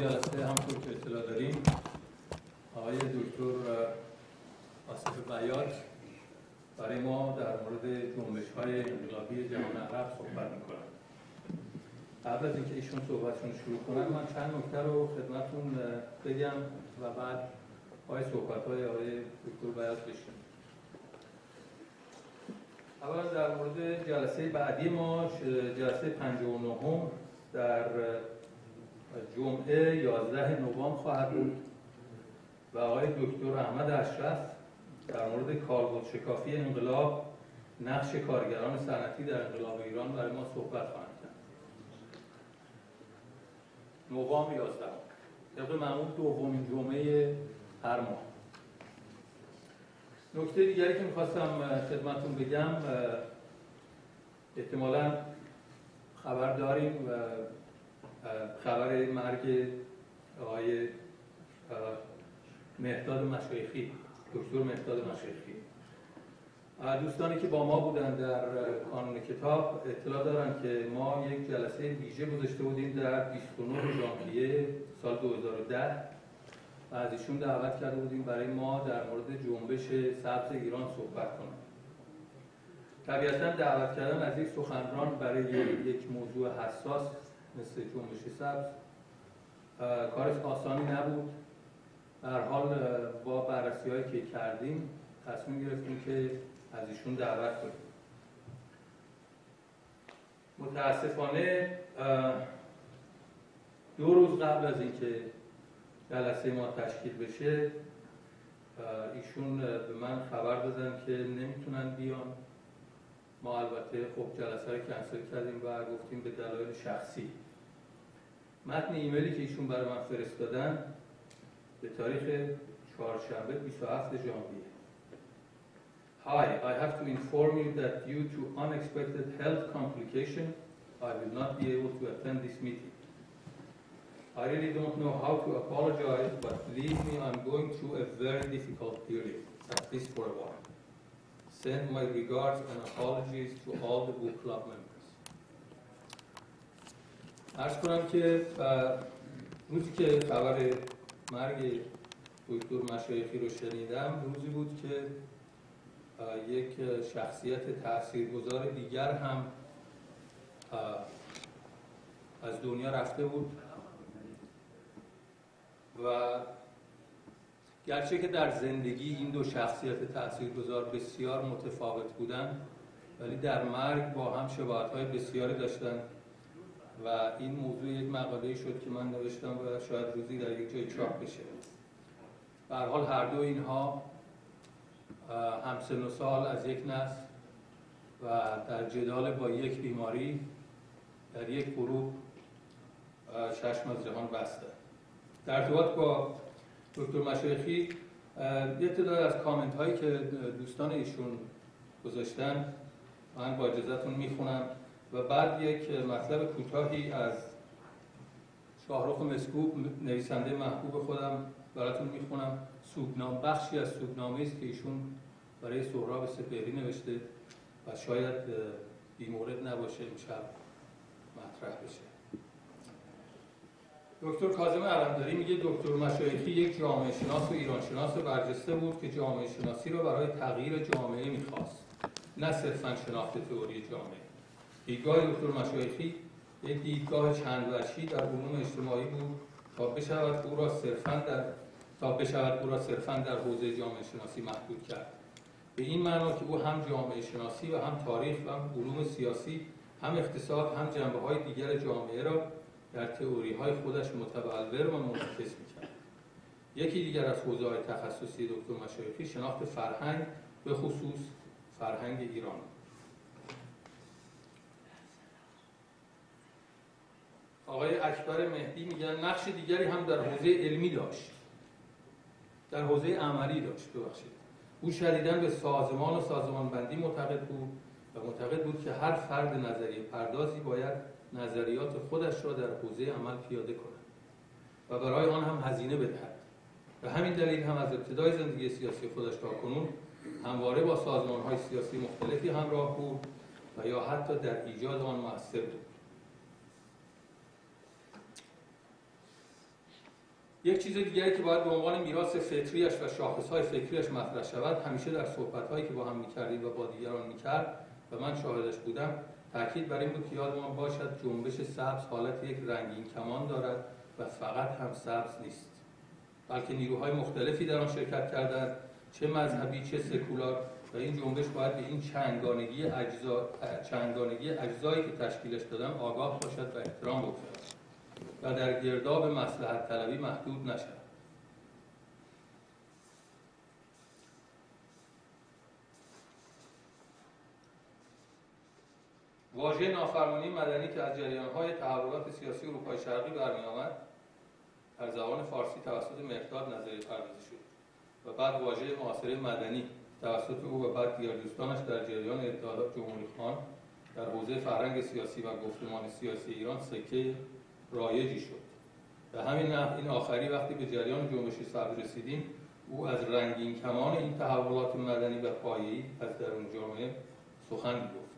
جلسه همونطور که اطلاع داریم آقای دکتر آصف بیات برای ما در مورد جنبش‌های انقلابی جهان عرب صحبت می‌کنن. قبل از اینکه ایشون صحبتشون شروع کنن من چند نکته رو خدمتتون بگم و بعد صحبت‌های آقای دکتر بیات بشیم. اولا در مورد جلسه بعدی ما جلسه 59 در جمعه 11 نوامبر خواهد بود و آقای دکتر احمد اشرف در مورد کالبد شکافی انقلاب، نقش کارگران صنعتی در انقلاب ایران برای ما صحبت خواهند کرد. نوامبر 11 طبق معمول دومین جمعه هر ماه. نکته دیگری که می‌خواستم خدمتتون بگم، احتمالاً خبر داریم و خبر مرگ آقای مهداد مشایخی، دکتر مهداد مشایخی. دوستانی که با ما بودن در کانون کتاب اطلاع دارن که ما یک جلسه ویژه گذاشته بودیم در 29 ژانویه سال 2010 و از ایشون دعوت کرده بودیم برای ما در مورد جنبش سبز ایران صحبت کنیم. طبیعتاً دعوت کردن از یک سخنران برای یک موضوع حساس مثل جنبش سبز کار آسانی نبود. به هر حال با بررسی‌هایی که کردیم تصمیم گرفتیم که از ایشون دعوت کنیم. متاسفانه 2 روز قبل از اینکه جلسه ما تشکیل بشه ایشون به من خبر دادن که نمیتونن بیان. ما البته خب جلسه رو کنسل کردیم و گفتیم به دلایل شخصی. متن ایمیلی که ایشون برای من فرستادن به تاریخ چهارشنبه 27 ژانویه. Hi, I have to inform you that due to unexpected health complication, I will not be able to attend this meeting. I really don't know how to apologize, but believe me, I'm going through a very difficult period, at least for a while. Send my regards and apologies to all the book club members. عرض کنم که روزی که خبر مرگ دکتر مشایخی رو شنیدم روزی بود که یک شخصیت تاثیرگذار دیگر هم از دنیا رفته بود و گرچه که در زندگی این دو شخصیت تاثیرگذار بسیار متفاوت بودند ولی در مرگ با هم شباهت‌های بسیاری داشتند و این موضوع یک مقاله‌ای شد که من نوشتم و شاید روزی در یک جای چاپ بشه. به هر حال هر دو اینها همسن و سال از یک نسل و در جدال با یک بیماری در یک گروه چشم از جهان بسته. در ارتباط با دکتر مشایخی یه تعداد از کامنت هایی که دوستان ایشون گذاشتن من با اجازهتون میخونم و بعد یک مطلب کوتاهی از شاهرخ مسکوب نویسنده محبوب خودم براتون میخونم. بخشی از سوگنامه‌ای است که ایشون برای سهراب سپهری نوشته و شاید بی‌مورد نباشه امشب مطرح بشه. دکتر کاظم علمداری میگه دکتر مشایخی یک جامعه شناس و ایران شناس برجسته بود که جامعه شناسی را برای تغییر جامعه میخواست، نه صرفاً شناخت تئوری جامعه. دیدگاه دکتر مشایخی یک دیدگاه چند وجهی در علوم اجتماعی بود تا بشود او را صرفاً در حوزه جامعه شناسی محدود کرد. به این معنا که او هم جامعه شناسی و هم تاریخ و هم علوم سیاسی، هم اقتصاد، هم جنبه‌های دیگر جامعه را در تئوری‌های خودش متبلور و منعکس می‌کرد. یکی دیگر از حوزه‌های تخصصی دکتر مشایخی شناخت فرهنگ، به خصوص فرهنگ ایران. آقای اکبر مهدی میگن نقش دیگری هم در حوزه علمی داشت، در حوزه عملی داشت. او شدیداً به سازمان و سازمانبندی معتقد بود و معتقد بود که هر فرد نظریه پردازی باید نظریات خودش را در حوزه عمل پیاده کند و برای آن هم هزینه بدهد. به همین دلیل هم از ابتدای زندگی سیاسی خودش تا کنون همواره با سازمان‌های سیاسی مختلفی همراه بود و یا حتی در ایجاد آن مؤثر بود. یک چیز دیگری که باید به عنوان میراث فطریش و شاخصهای فکریش مطرح شود، همیشه در صحبت‌هایی که با هم می‌کردیم و با دیگران می‌کرد و من شاهدش بودم، تاکید بر این بود که یادمان باشد جنبش سبز حالت یک رنگین کمان دارد و فقط هم سبز نیست، بلکه نیروهای مختلفی در آن شرکت کردند، چه مذهبی چه سکولار، و این جنبش باید به این چندگانگی اجزایی که تشکیلش دادن آگاه باشد و احترام بگذارد و در گرداب مصلحت طلبی محدود نشد. واژه نافرمانی مدنی که از جریان‌های تحولات سیاسی اروپای شرقی برمی‌آمد، در زبان فارسی توسط مقداد نظری پردازی شد و بعد واژه محاصره مدنی توسط او و بعد دیگر دوستانش در جریان اتحادات جمهوری‌خوان در حوزه فرهنگ سیاسی و گفتمان سیاسی ایران سکه رایجی شد. به همین نحو این آخری وقتی به جریان جنبش سبز رسیدیم، او از رنگین کمان این تحولات مدنی و پایه‌ای از درون جامعه سخن گفت.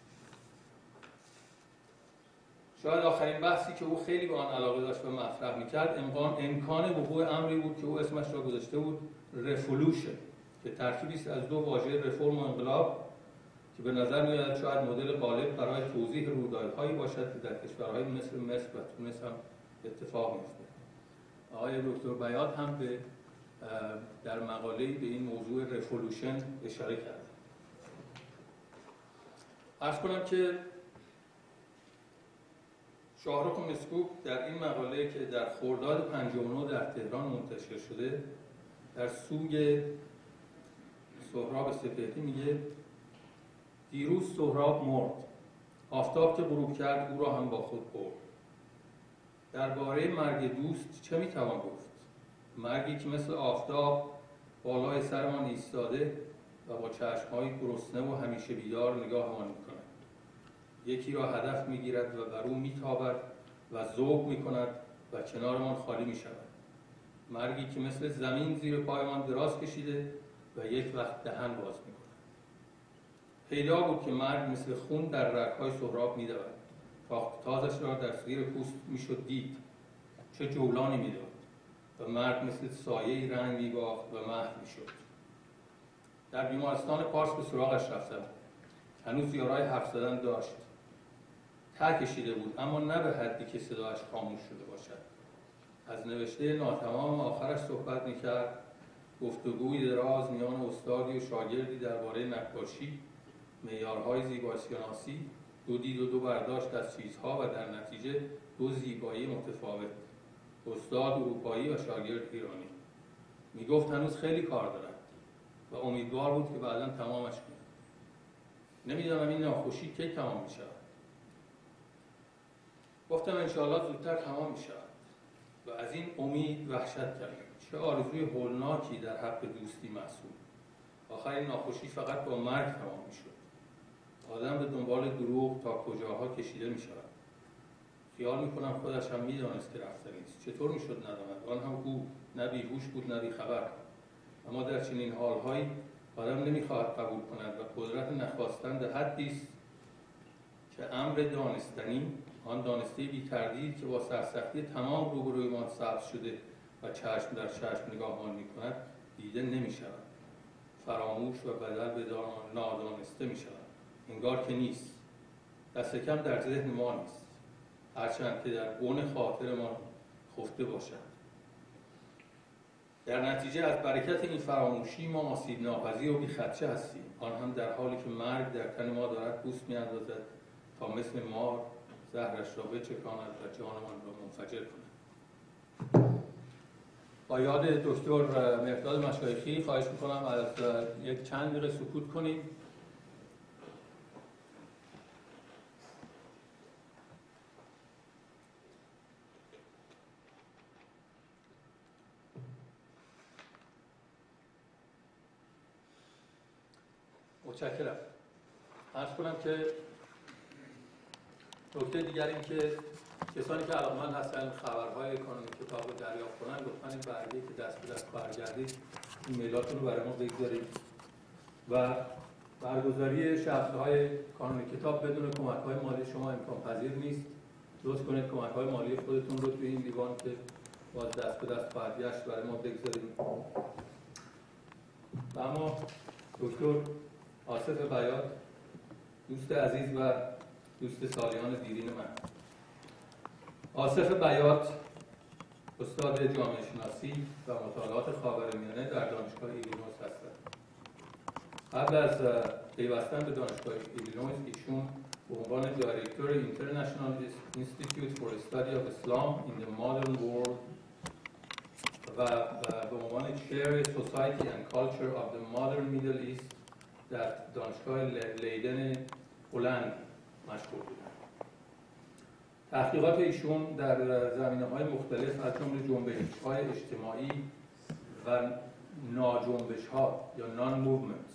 شاید آخرین بحثی که او خیلی به آن علاقه داشت و مطرح می‌کرد امکان وقوع امری بود که او اسمش را گذاشته بود رفولوشن، که ترکیبی است از دو واژه رفرم و انقلاب که به نظر می‌آید شاید مدل غالب برای توضیح رویدادهایی باشد که در کشورهای مثل مصر و تونس هم اتفاق می‌افتد. آقای دکتر بیات هم در مقاله‌ای به این موضوع رفولوشن اشاره کرد. عرض کنم که شاهرخ مسکوب در این مقاله که در خرداد 59 در تهران منتشر شده، در سوگ سهراب سپهری میگه دیروز سهراب مرد، آفتاب که غروب کرد او را هم با خود برد. درباره مرگ دوست چه میتوان گفت؟ مرگی که مثل آفتاب بالای سرمان ایستاده و با چشم‌های گرسنه و همیشه بیدار نگاهمان می‌کند. یکی را هدف می‌گیرد و بر او می‌تابد و ذوق می‌کند و کنارمان خالی می‌شود. مرگی که مثل زمین زیر پایمان دراز کشیده و یک وقت دهن باز می‌کند. پیدا بود که مرگ مثل خون در رگ‌های سهراب می‌دود. تازش را در زیر پوست می‌شد دید. چه جولانی می‌داد. و مرگ مثل سایه‌ای رنگ می‌باخت و محو می‌شد. در بیمارستان پارس به سراغش رفتم. هنوز یارای حرف زدن داشت. ته کشیده بود، اما نه به حدی که صدایش خاموش شده باشد. از نوشته ناتمام آخرش صحبت می‌کرد. گفتگوی دراز میان استادی و شاگردی درباره نقاشی، معیارهای زیبایی‌شناسی، دو دید و دو برداشت از چیزها و در نتیجه دو زیبایی متفاوت. استاد اروپایی و شاگرد ایرانی. میگفت هنوز خیلی کار دارد و امیدوار بود که بعداً تمامش کنه. نمیدونم این ناخوشی کی تمام میشه. گفتم انشاءالله زودتر تمام میشه و از این امید وحشت کردم. چه آرزوی هولناکی در حق دوستی محسوب. آخر این ناخوشی فقط با مرگ تمام میشد. آدم به دنبال دروغ تا کجاها کشیده میشود. خیال میکنم خودش هم میدانست که رفتنی است. چطور میشد نداند؟ آن هم او نه بیهوش بود نه بیخبر. اما در چنین حالهایی آدم نمیخواهد قبول کند و قدرت نخواستن به حدی است که امر دانستنی، آن دانسته بی تردید که با سرسختی تمام روبرویمان سبز شده و چشم در چشم نگاهمان میکند دیده نمیشود. فراموش و بدل به نادانسته میشود. انگار که نیست. دست کم در ذهن ما نیست. هرچند که در بن خاطرمان خفته باشد. در نتیجه از برکت این فراموشی ما آسیب ناپذیر و بی‌خدشه هستیم. آن هم در حالی که مرگ در تن ما دارد پوست می‌اندازد تا مثل مار زهرش را بچکاند و جانمان را منفجر کند. با یاد دکتر مقداد مشایخی خواهش می‌کنم از یک چند دقیقه سکوت کنیم. متشکرم. عرض کنم که نکته دیگر این که کسانی که علاقه‌مند هستن خبرهای کانون کتاب رو دریافت کنن لطفاً این برگه‌ای که دست به دست خواهر کردید ایمیلاتون رو برای ما بگذارید و برگزاری شب‌های کانون کتاب بدون کمک‌های مالی شما امکان پذیر نیست. لطف کنید کمک‌های مالی خودتون رو توی این دیوان که باز دست به دست خواهد گشت برای ما بگذاریم. و اما دکتر آصف بیات، دوست عزیز و دوست سالیان دیرین من. آصف بیات استاد جامعه شناسی و مطالعات خاورمیانه در دانشگاه ایلینویس هستند. قبل از پیوستن به دانشگاه ایلینویس ایشون به عنوان دایرکتور International Institute for Study of Islam in the Modern World و به عنوان Chair Society and Culture of the Modern Middle East در دانشگاه لیدن هلند مشغول بودند. تحقیقات ایشون در زمینه‌های مختلف از جمله جنبش‌های اجتماعی و ناجنبش‌ها یا نان موومنتس،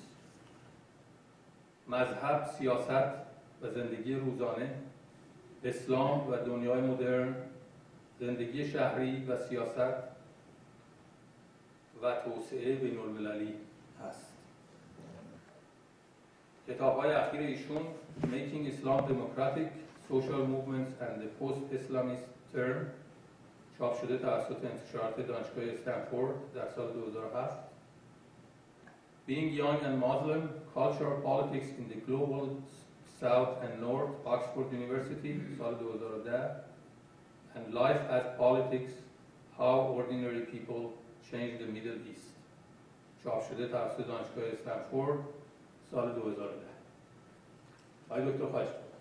مذهب، سیاست و زندگی روزانه، اسلام و دنیای مدرن، زندگی شهری و سیاست و توسعه بین‌المللی هست. کتاب‌های اخیر ایشون Making Islam Democratic, Social Movements and the Post-Islamist Term چاپ شده توسط انتشارات دانشگاه استنفورد در سال 2007. Being Young and Muslim, Cultural Politics in the Global South and North, Oxford University سال 2010 and Life as Politics, How Ordinary People Change the Middle East چاپ شده توسط دانشگاه استنفورد سال 2010. آقای دکتر خواهش کنم.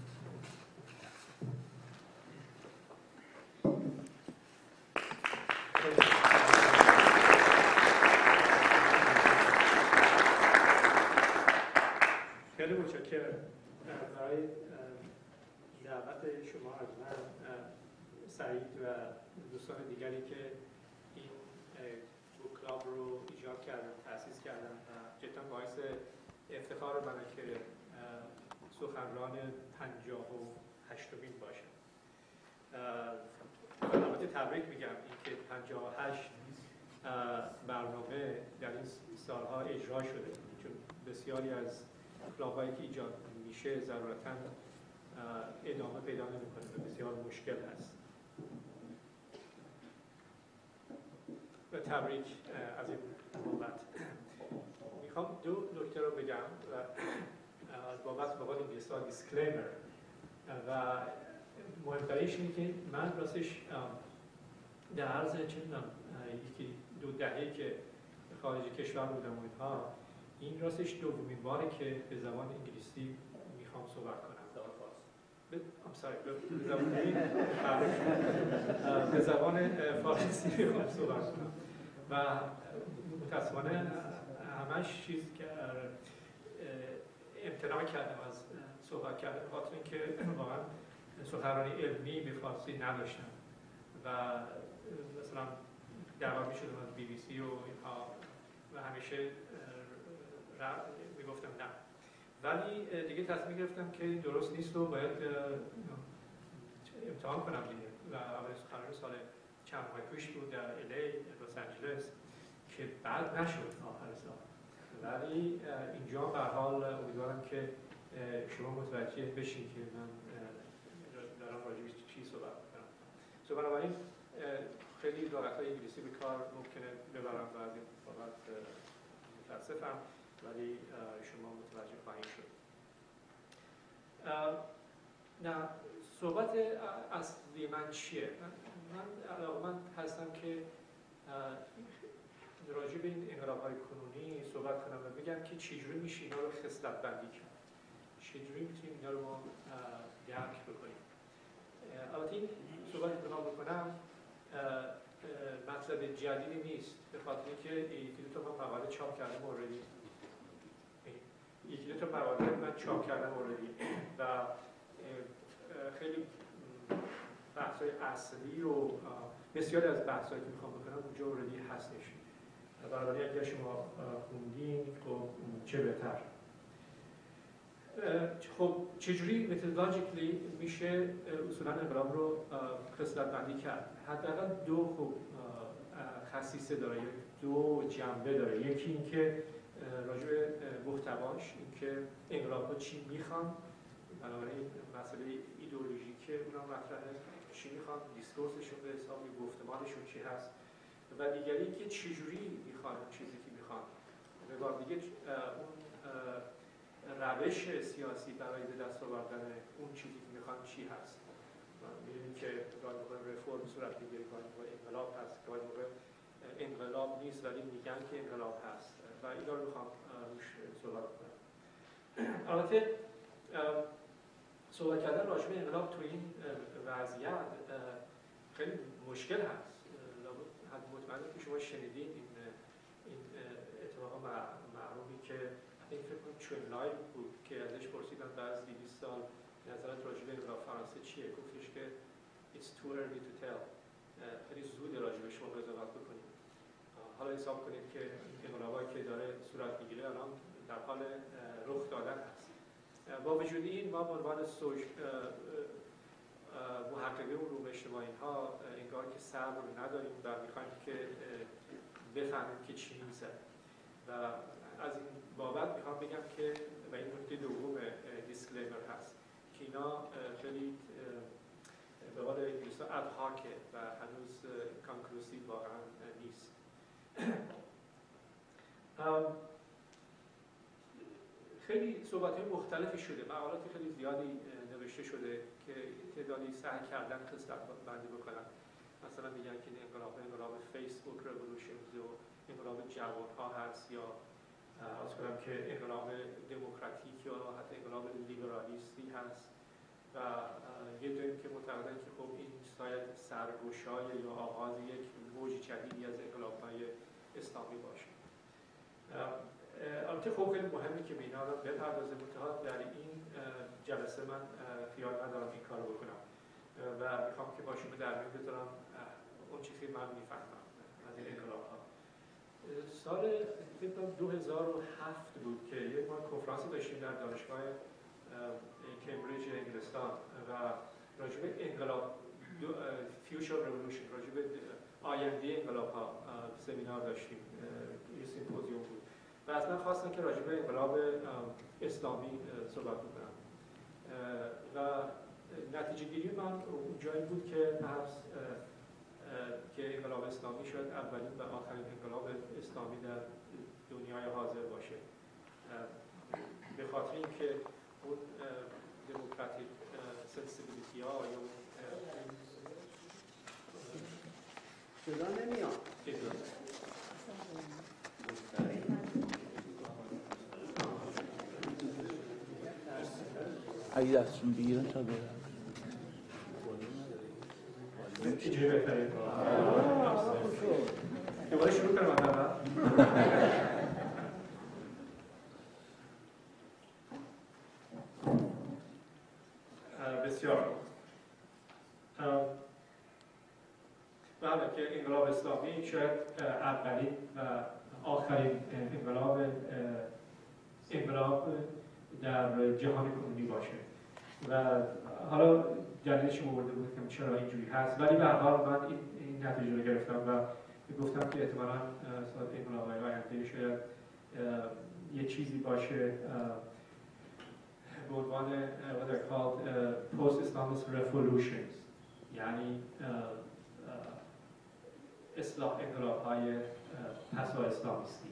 خیلی متشکرم برای دعوت شما از من، سعید و دوستان دیگری که این بوک کلاب رو ایجاد کردن، تأسیس کردن و جدا باعث افتخار منه که سخنران 58مین باشم. البته تبریک میگم اینکه 58 برنامه در این سالها اجرا شده، چون بسیاری از کلاب‌هایی که ایجاد میشه ضرورتاً ادامه پیدا نمی‌کنه و بسیار مشکل هست. و تبریک از این بابت. میخوام دو نکته رو بگم و از بابت انگلیسی دیسکلیمر و مهمتریش اینه که من راستش در عرض یکی دو دهه که خارج کشور بودم و اینها، این راستش دومین باره که به زبان انگلیسی میخوام صحبت کنم. به زبان فارسی میخوام صحبت کنم و متاسفانه همش چیز که امتناع کردم از صحبت کردن، خاطر اینکه واقعا سخنرانی علمی به فارسی نداشتم و مثلا دعوت میشدم از BBC و اینها و همیشه میگفتم نه، ولی دیگه تصمیم گرفتم که درست نیست و باید امتحان کنم دیگه و اول سخنرانی سال چند ماه پیش بود در الی لس آنجلس که بعد نشد آخر سال، ولی اینجا به هر حال امیدوارم که شما متوجه بشین که من دارم راجع به چی صحبت می‌کنم. بنابراین خیلی لغت‌های انگلیسی به کار ممکنه ببرم و از این بابت متاسفم، ولی شما متوجه خواهید شد. نه، صحبت اصلی من چیه؟ من علاقه‌مند هستم که راجع به این انقلاب‌های کنونی صحبت کنم و بگم که چجوری میشه اینا رو خصلت بندی کرد، چجوری میتونیم اینا رو ما درک بکنیم. البته این صحبت که بخوام بکنم مطلب جدیدی نیست، به خاطر اینکه یکی دو تا مقاله چاپ کردم اوردی، یکی دو تا مقاله من چاپ کردم اوردی و خیلی بحث‌های اصلی و بسیاری از بحث‌هایی که میخوام بکنم اونجا اوردی هستش. بنابراین اگر شما خوندین خب چه بهتر. خب چجوری متدولوژیکلی میشه اصولا انقلاب رو خصلت بندی کرد؟ حداقل دو خوب خصیصه داره، دو جنبه داره. یکی این که راجع به محتواش، این که انقلاب‌ها چی میخوان، بنابراین مسئله ایدئولوژیکه اونا مطرحه، چی میخوان، دیسکورسشون به حساب گفتمانشون چی هست، و دیگری که چجوری میخوان چیزی که میخوان. به بار دیگه اون روش سیاسی برای به دست آوردن اون چیزی که میخوان چی هست. می‌بینید که گاهی موقع رفرم صورت میگیره، گاهی موقع انقلاب هست، گاهی موقع انقلاب نیست ولی میگن که انقلاب هست و اینا رو میخوام روش صحبت کنم. البته صحبت کردن راجع به انقلاب تو این وضعیت خیلی مشکل هست. مطمئنم که شما شنیدید این اتفاق معروفی که فکر کنم چونلای بود که ازش پرسیدن بعد از 200 سال نظرت راجع به انقلاب فرانسه چیه؟ گفتش که it's too early to tell. خیلی زود راجع به شما قضاوت بکنید. حالا حساب کنید که انقلابایی که داره صورت میگیره الان در حال رخ دادن هست. با وجود این ما به عنوان محققین علوم اجتماعی ها انگار که صبر نداریم و میخوایم که بفهمیم که چی میگذره و از این بابت میخوام بگم که و این نکته دوم دیسکلیمر هست که اینا خیلی به قول انگلیس‌ها ادهاکه و هنوز کانکلوسیو واقعا نیست. خیلی صحبت‌های مختلفی شده، مقالات خیلی زیادی نوشته شده که تعدادی سعی کردن خصلت بندی بکنن. مثلا میگن که انقلاب فیسبوک رولوشنز و انقلاب جوان‌ها هست یا از کنم که انقلاب دموکراتیک یا حتی انقلاب لیبرالیستی هست و یه داریم که معتقدن که خب این شاید سرگشای یا آغاز یک موج جدیدی از انقلاب‌های اسلامی باشه. البته خب خیلی مهمه که به اینا رو بپردازه، منتها در این جلسه من خیال ندارم این کار بکنم و میخوام که با شما در میون بذارم اون چیزی که من میفهمم از این انقلاب‌ها. سال 2007 بود که یک ما کنفرانسی داشتیم در دانشگاه کمبریج انگلستان و راجع به انقلاب فیوچر رولوشن، راجع به آینده انقلاب‌ها سمینار داشتیم، یه سیمپوزیوم بود و اصلا خواستم که راجع به انقلاب اسلامی صحبت بکنم و نتیجه گیری من اونجایی بود که که انقلاب اسلامی شاید اولین و آخرین انقلاب اسلامی در دنیای حاضر باشه، به خاطر اینکه اون دموکراتیک سنسیبیلیتی ها یا صدا نمیاد. اگه دستشون بگیرن تا برن اینجوری بهتره. دوباره شروع کنم بسیار بله که انقلاب اسلامی شاید اولین و آخرین انقلاب در جهان کنونی باشه و حالا دلیلش آورده بود که چرا اینجوری هست، ولی به هر حال من این نتیجه رو گرفتم و گفتم که احتمالاً انقلاب‌های آینده شاید یه چیزی باشه به عنوان what are called post-Islamist revolutions، یعنی اصلاح انقلاب‌های پسا اسلامیستی.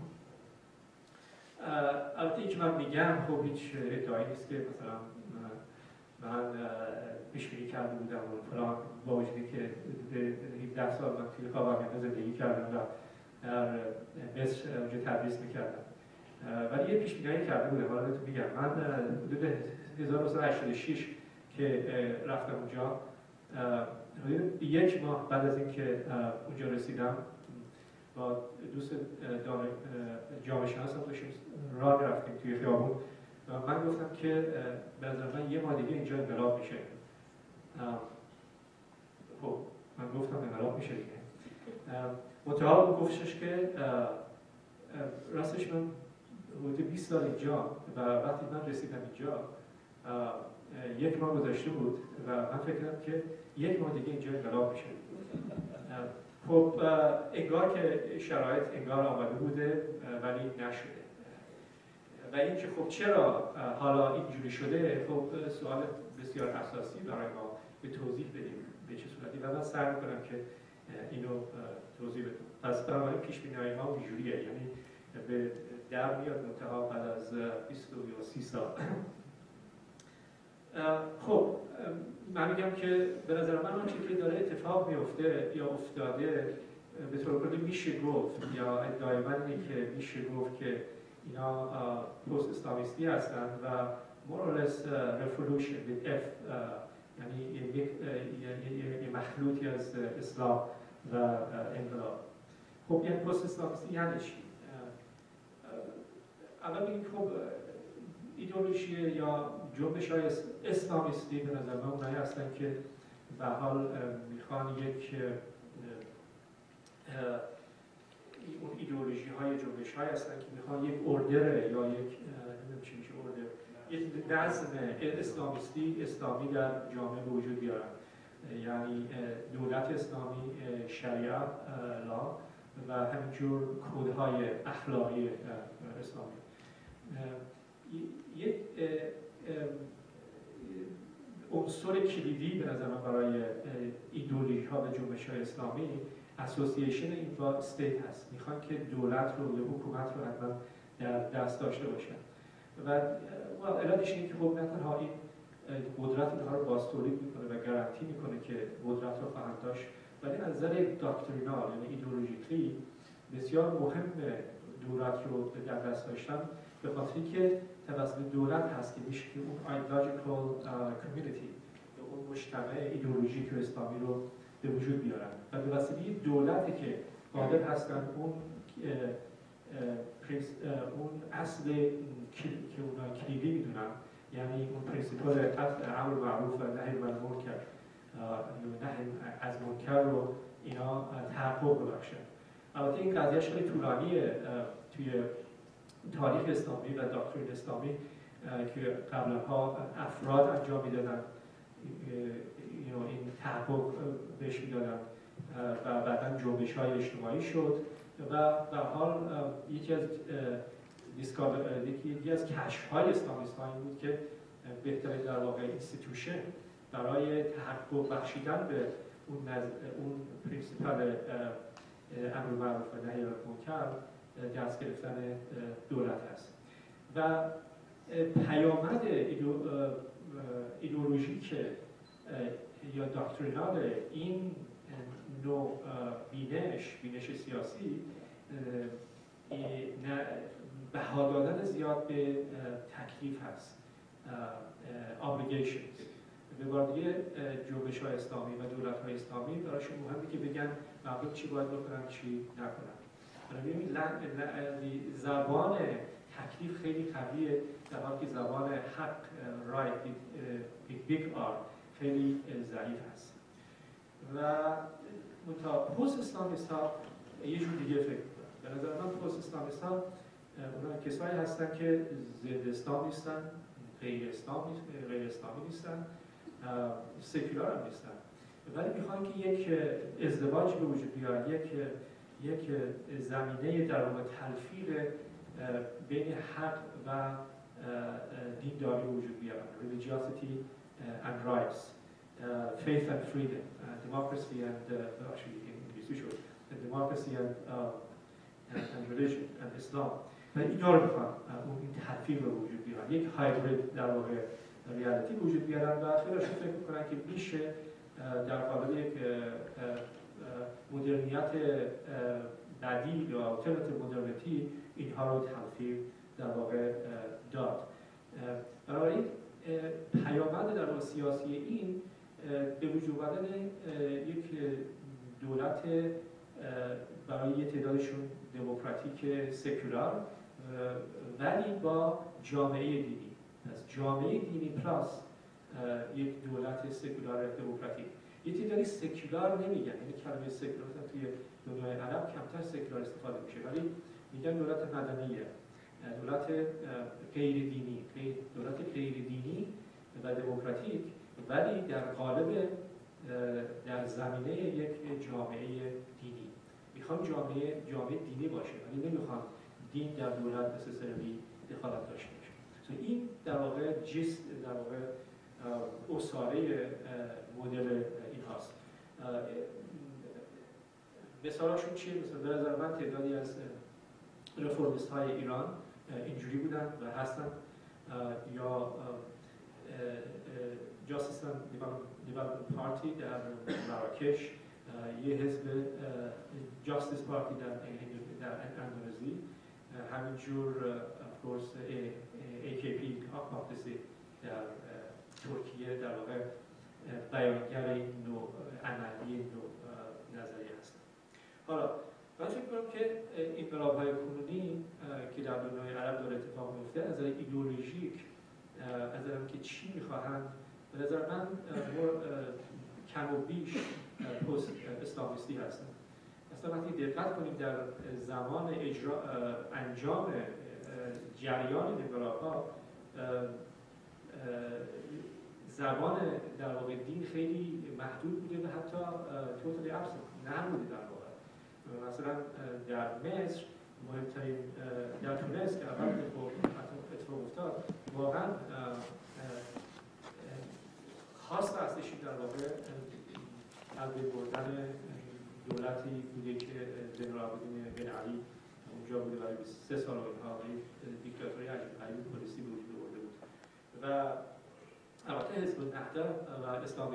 البته این که من میگم خب هیچ ادعایی نیست که مثلا من پیش‌بینی کرده بودم و فلان، با وجودی که 17 سال من توی خاورمیانه زندگی کردم و در مصر اونجا تدریس میکردم ولی یه پیش‌بینی کرده بودم. حالا بهتون میگم من حدود 1986 که رفتم اونجا، حدود 1 ماه بعد از اینکه اونجا رسیدم با دوست جامعه شناسم داشتیم راه رفتیم توی خیابون و من گفتم که به نظر من یه ماه دیگه اینجا انقلاب میشه. خب من گفتم انقلاب میشه دیگه. منتها گفتش که راستش من حدود 20 سال اینجا و وقتی من رسیدم اینجا 1 ماه گذشته بود و من فکر کردم که 1 ماه دیگه اینجا انقلاب میشه. خب انگار که شرایط انگار آماده بوده ولی نشده و این که خب چرا حالا اینجوری شده، خب سوال بسیار اساسی برای ما به توضیح بدیم به و من سعی می‌کنم که اینو توضیح بدم. پس بنابراین پیش‌بینی‌های ما اینجوریه، یعنی به در میاد منتها بعد از 20 یا 30 سال. خب من میگم که به نظر من آنچه که داره اتفاق میفته یا افتاده به طور کلی میشه گفت یا ادعای من اینه که میشه گفت که اینا پست اسلامیستی هستن و مورالس رفولوشن with F، یعنی یک مخلوطی از اسلام و انقلاب. خب یعنی پست اسلامیستی یعنی چی؟ اول بگیم خب ایدئولوژی یا جنبش‌های اسلامیستی به نظر من اونایی هستن که به حال میخوان یک اون ایدئولوژی های جنبش های هستن که میخوان یک اوردر یا یک چی میشه اوردر، یک نظم اسلامی در جامعه به وجود بیارن، یعنی دولت اسلامی، شریعت لا و همینجور کودهای اخلاقی اسلامی. یک عنصر کلیدی به نظر من برای ایدئولوژی ها و جنبش های اسلامی اسوسییشن این با استیت هست. میخوان که دولت رو یا حکومت رو حتما در دست داشته باشن و علتش اینه که خب نه تنها این قدرت اینها رو بازتولید میکنه و گارانتی میکنه که قدرت رو خواهند داشت، ولی از نظر داکترینال یعنی ایدئولوژیکلی بسیار مهمه دولت رو در دست داشتن، به خاطر که توسط دولت هست که میشه که اون ایدئولوژیکال کامیونیتی یا اون مجتمع ایدئولوژیک و اسلامی رو به وجود بیارن و به واسطه دولتی که قادر هستن اون اصل که اونا کلیدی میدونن، یعنی اون پرینسیپل امر معروف و نهی عن المنکر، نهی از منکر رو اینا تحقق ببخشن. البته این قضیهش خیلی طولانیه توی تاریخ اسلامی و داکترین اسلامی که قبلها افراد انجام میدادن این تحقق بهش میدادن و بعدا جنبش‌های اجتماعی شد و در حال یکی از کشف‌های اسلامیست‌ها این بود که بهترین در واقع اینستیتوشن برای تحقق بخشیدن به اون پرینسیپل امر معروف و نهی عن المنکر دست گرفتن دولت هست و پیامد ایدئولوژیک یا داکترینال این نوع بینش سیاسی بها دادن زیاد به تکلیف هست، obligations. به بردگی جنبش‌های اسلامی و دولت‌های اسلامی برایشون مهمه که بگن مردم چی باید بکنن چی نکنن. زبان تکلیف خیلی قویه، در حالی که زبان حق right big R خیلی ضعیف هست و پست اسلامیست ها یه جور دیگه فکر میکنن. به نظر من پست اسلامیست ها اونا کسایی هستن که ضد اسلام نیستن، غیر اسلامی نیستن، سکولار هم نیستن، ولی میخوان که یک ازدواج به وجود بیارن، یک زمینه در واقع تلفیق بین حق و دینداری وجود بیارن. religiosity and rights, faith and freedom, democracy and democracy and religion and Islam. و اینا رو میخوان این تلفیق رو وجود بیارن، یک هایبرید در واقع ریالیتی وجود بیارن و خیلیشون فکر میکنن که میشه در قالب یک مدرنیت بدیل یا آلترناتیو مدرنیتی اینها رو تلفیق در واقع داد. بنابراین پیامد در واقع سیاسی این به وجود آمدن یک دولت برای یه تعدادشون دموکراتیک سکولار ولی با جامعه دینی، پس جامعه دینی پلاس یک دولت سکولار دموکراتیک. یه تعدادی سکولار نمیگن، یعنی کلمه سکولار توی دنیای عرب کمتر سکولار استفاده میشه، ولی میگن دولت مدنیه، دولت غیر دینی و دموکراتیک، ولی در قالب در زمینه یک جامعه دینی. میخوان جامعه دینی باشه، ولی نمیخوان دین در دولت نسیسری دخالت داشته باشه. این در واقع در واقع اصاره مدل این هاست. مثالاشون چیه؟ مثلا به نظر من تعدادی از رفرمیست های ایران اینجوری بودن و هستن، یا جاستیس دیولپمنت پارتی در مراکش، یه حزب جاستیس پارتی در اندونزی، همینجور افکورس AKP آقاقتسی در ترکیه در واقع بیانگر این نوع عملی، این نوع نظریه هستن. حالا من فکر کنم که انقلاب‌های کنونی که در دنیای عرب داره اتفاق میفته از نظر ایدئولوژیک، از نظر که چی میخواهند، به نظر من کم و بیش پست اسلامیستی هستن. اصلا وقتی دقت کنیم در زمان انجام جریان انقلاب‌ها، زبان در واقع دین خیلی محدود بوده و حتی توتالی ابسنت نبوده در واقع. مثلا در مصر مهمترین، در تونس که اول اتفاق افتاد، واقعا خواست اصلیشون در واقع از بین بردن دولتی بوده که زین العابدین بن علی اونجا بوده برای 23 سال و اینها دیکتاتوری عجیب غریب پلیسی به وجود آورده بود و البته حزب النهضه و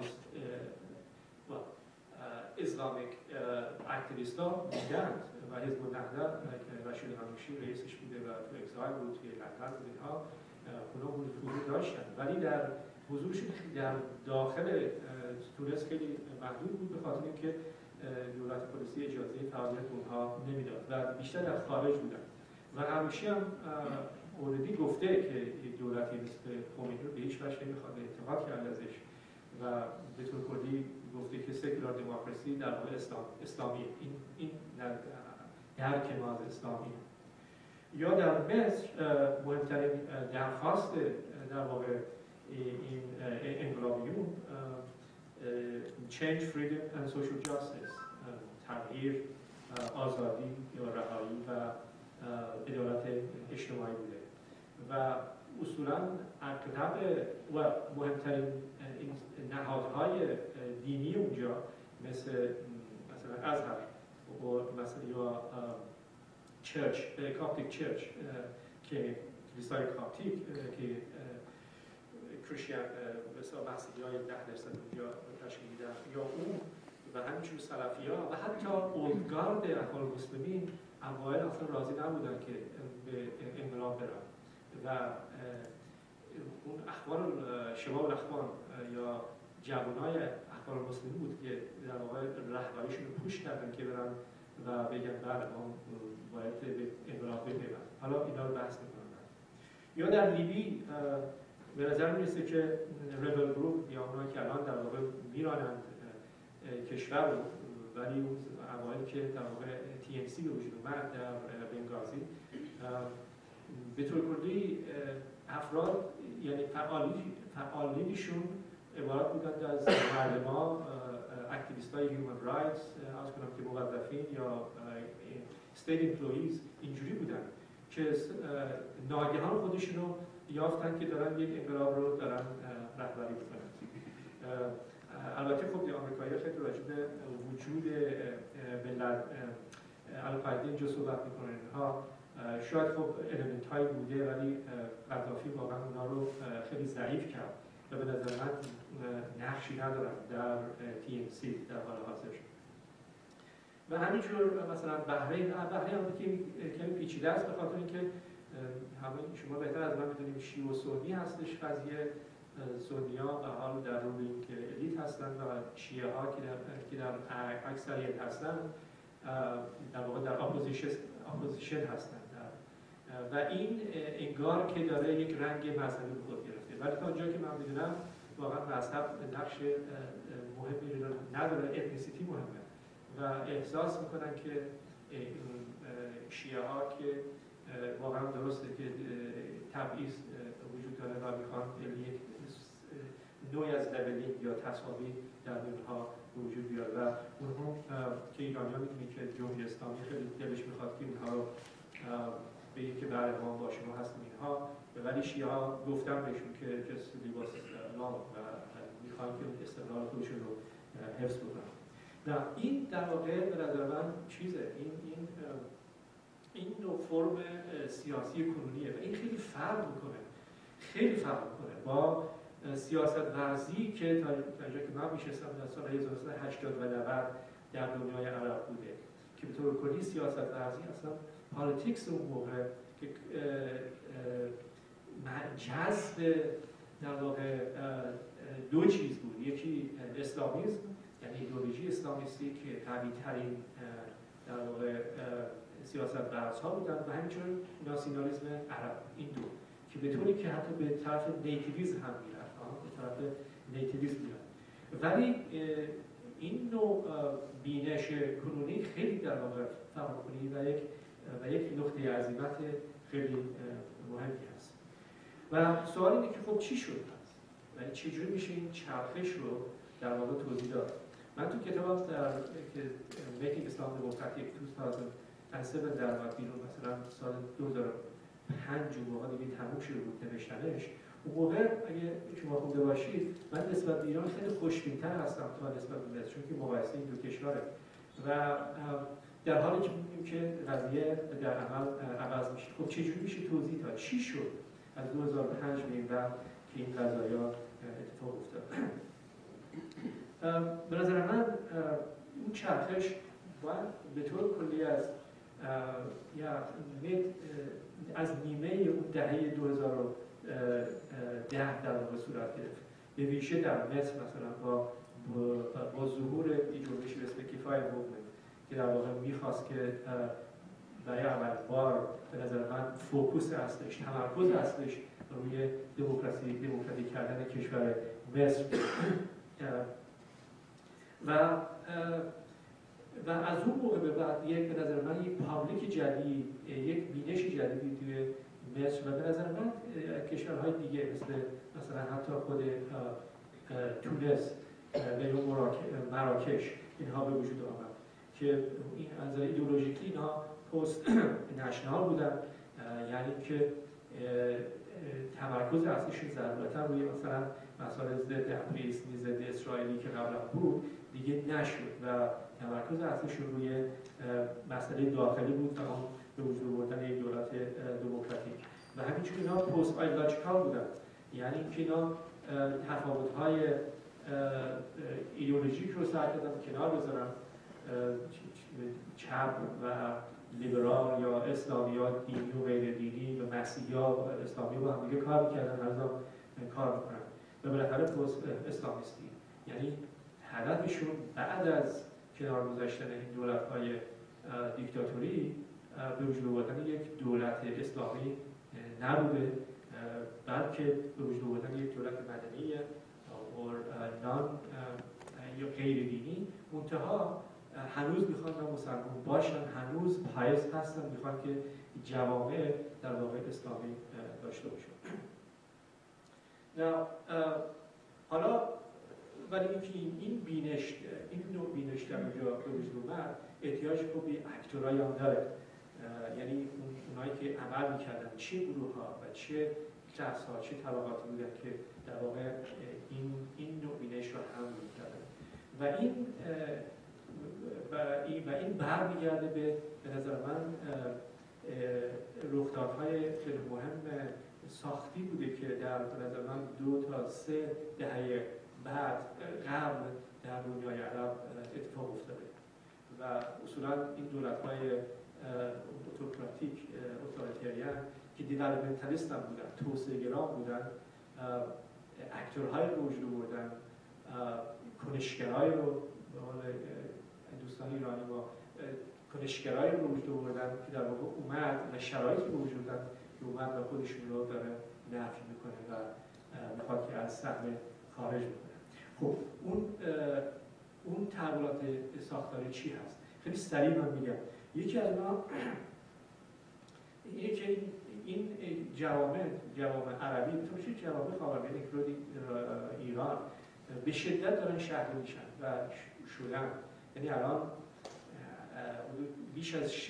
اسلامیک اکتیویست ها بودند و حزب النهضه که رشید هانوشی رئیسش بوده و تو اکزایل بود، توی لندن بود، اینها اونا حضور داشتن، ولی در حضورشون در داخل تونس خیلی محدود بود به خاطر اینکه دولت پلیسی اجازه فعالیت اونها نمیداد و بیشتر در خارج بودن و هانوشی هم اوردی گفته که دولتی مثل خمینی رو به هیچ وجه نمیخواد، انتقاد کرده ازش و به طور کلی گفته که سکولار دموکراسی در واقع اسلامیه، این درک ما از اسلامی. یا در مصر مهمترین درخواست در واقع این انقلابیون change, freedom and social justice، تغییر، آزادی یا رهایی و عدالت اجتماعی بوده و اصولاً اغلب و مهمترین نهادهای دینی اونجا مثلا ازهر و مثلا یا چرچ، کاپتیک چرچ که کلیسای کاپتیک که کریستیان مثلا مسیحی‌های 10% اونجا تشکیل میدن، یا اون و همینجور سلفی‌ها و حتی اولگارد اخوان‌المسلمین اوایل اصلا راضی نبودن که به انقلاب برن و اون اخوان شباب الاخوان یا جوانای اخوان المسلمین بود که در واقع رهبریشون رو پوش کردن که برن و بگن بله ما باید به انقلاب بپیوندیم. حالا اینا رو بحث میکنم. یا در لیبی به نظر میرسه که ریبل گروپ یا اونایی که الان در واقع میرانند کشور رو، ولی اون اوایل که در واقع TNC به وجود اومد در بنگازی، به طور کلی افراد یعنی فعالینشون عبارت بودند از مردمان، اکتیویست‌های هیومن رایتس، از کنم که موظفین یا استیت امپلویز اینجوری بودن که ناگهان خودشون رو یافتن که دارن یک انقلاب رو دارن رهبری می‌کنن. البته خب آمریکایی‌ها خیلی راجع به وجود ملت القاعده اینجا صحبت می‌کنن، اینها شاید خب المنت‌هایی بوده ولی قذافی واقعا اونا رو خیلی ضعیف کرد و به نظر من نقشی ندارن در TNC در حال حاضر. و همینجور مثلا بحرین هم که کمی پیچیده است به خاطر اینکه همه شما بهتر از من می‌دونید شیعه و سنی هستش قضیه. سنی‌ها به حال در رولینگ الیت هستند و شیعه ها که در اکثریت هستند در واقع در اپوزیشن هستند و این انگار که داره یک رنگ مذهبی به خود گرفته، ولی تا اونجایی که من می‌دونم واقعا مذهب نقش مهمی نداره، etnicity مهمه و احساس میکنن که شیعه ها که واقعا درسته که تبعیض وجود داره و میخوان یک نوعی از لبلینگ یا تساوی در اونها وجود بیاد و اونها که ایرانی ها میدونید که جمهوری اسلامی خیلی دلش میخواد که اینها رو بگید که بله ما با شما هستیم اینها، ولی شیعه ها گفتن بهشون که just leave us alone و میخوان که استقلال خودشون رو حفظ بکنن. نه این در واقع به نظر من چیزه، این نوع فرم سیاسی کنونیه و این خیلی فرق میکنه با سیاست ورزی که تا اینجا که من میشستم در سال 1980 و 90 در دنیای عرب بوده که به طور کلی سیاست ورزی اصلا پالیتیکس اون موقع که جذب در واقع دو چیز بود، یکی اسلامیسم یعنی ایدئولوژی اسلامیستی که قوی ترین در واقع سیاست ورزها بودن و همینطور ناسیونالیسم عرب، این دو که به طوری که حتی به طرف نیتیویسم هم میرفت، به طرف نیتیویسم میرفت. ولی این نوع بینش کنونی خیلی در واقع فراکنی و یک نقطه عظیمت خیلی مهمی هست. و سوال اینه که خب چی شد هست؟ و چجوری میشه این چرخش رو در واقع توضیح داد؟ من تو کتابم در Making Islam Democratic 2007 در واقع بیرون مثلا سال 2005 موقع دیگه تموم شده بود نوشتنش. اون موقع اگه شما خونده باشید من نسبت به ایران خیلی خوشبین‌تر هستم تا نسبت به مصر، چون که مقایسه این دو کشوره و در حالی که می‌بینیم که قضیه در عمل عوض میشه. خب چجوری میشه توضیح داد چی شد از 2005 به این بعد که این قضایا اتفاق افتاد؟ به نظر من اون چرخش باید به طور کلی از نیمه اون دهه 2010 در واقع صورت گرفت. به ویژه در مصر مثلا با ظهور جنبشی به اسم کفایه موومنت که در واقع میخواست که برای اول بار به نظر من فوکوس اصلش، تمرکز اصلش روی دموکراتیک کردن کشور مصر و از اون موقع به بعد به نظر من یک پابلیک جدید، یک بینش جدیدی توی مصر و به نظر من کشورهای دیگه مثلا حتی خود تونس و مراکش اینها به وجود آمد که این از نظر ایدئولوژیکی اینها پست نشنال بودن، یعنی که تمرکز اصلیشون ضرورتا روی مثلا مسائل ضد امریسمی، ضد اسرائیلی که قبلا بود دیگه نشد و تمرکز اصلیشون روی مسئله داخلی بود تا به وجود آوردن یک دولت دموکراتیک و همینجور اینا پست آیدیولوژیکال بودن، یعنی اینکه اینا تفاوت‌های ایدئولوژیک رو سعی کردن کنار بذارن، چپ و لیبرال یا اسلامی یا دینی و غیر دینی و مسیحی و اسلامی با هم دیگه کار می‌کردن، هنوزم کار می‌کنن و بالاخره پست اسلامیستی، یعنی هدفشون بعد از کنار گذاشتن این دولت‌های دیکتاتوری به وجود آوردن یک دولت اسلامی نبوده، بلکه به وجود آوردن یک دولت مدنی یا غیر دینی. منتها هنوز میخوان مسلمان باشن، هنوز پایس هستن، میخوان که جوامع در واقع اسلامی داشته باشن. حالا ولی این بینش، این نوع بینش در اینجا به وجود اومد احتیاج به اکتورای هم داره، یعنی اونایی که عمل میکردن چه گروه ها و چه کلاس ها چه طبقاتی بودن که در واقع این نوع بینش رو حمل میکردن و این برمیگرده به نظر من رخدادهای خیلی مهم ساختی بوده که به نظر من 2 تا 3 دهه بعد قبل در دنیای عرب اتفاق افتاده و اصولا این دولت‌های اتوکراتیک اتوریتریان که دیولپمنتالیست هم بودن، توسعه‌گرا بودن، اکتورهای رو وجود آوردن، کنشگرای رو به حال دوستان ایرانی با کنشگرای رو وجود آوردن که در واقع اومد و شرایط رو وجود دادن که اومد و خودشون رو داره نفی میکنه و میخواد که از صحنه خارج بکنه. خب اون تحولات ساختاری چی هست؟ خیلی سریع من میگم. یکی از ما اینه که این جوامع عربی به طور جوامع خاورمیانه که ایران به شدت دارن شهری میشن و شدن، یعنی الان بیش از 65%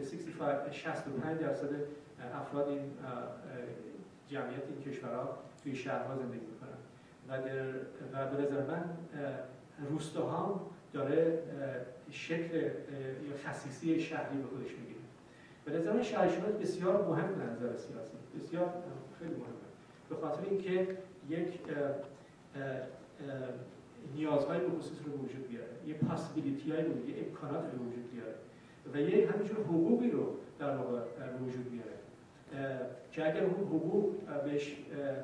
افراد این جمعیت این کشورها توی شهرها زندگی میکنن و به نظر من روستاها داره شکل یا خصیصی شهری به خودش میگیره. به نظر شهرشناس بسیار مهم به نظر سیاسی، بسیار خیلی مهمه، به خاطر اینکه یک نیازهای به خصوص رو وجود بیاره، یه پاسیبیلیتی هایی رو، یه امکانات رو وجود بیاره و یه همینجور حقوقی رو در واقع به وجود بیاره که اگر اون حقوق بهش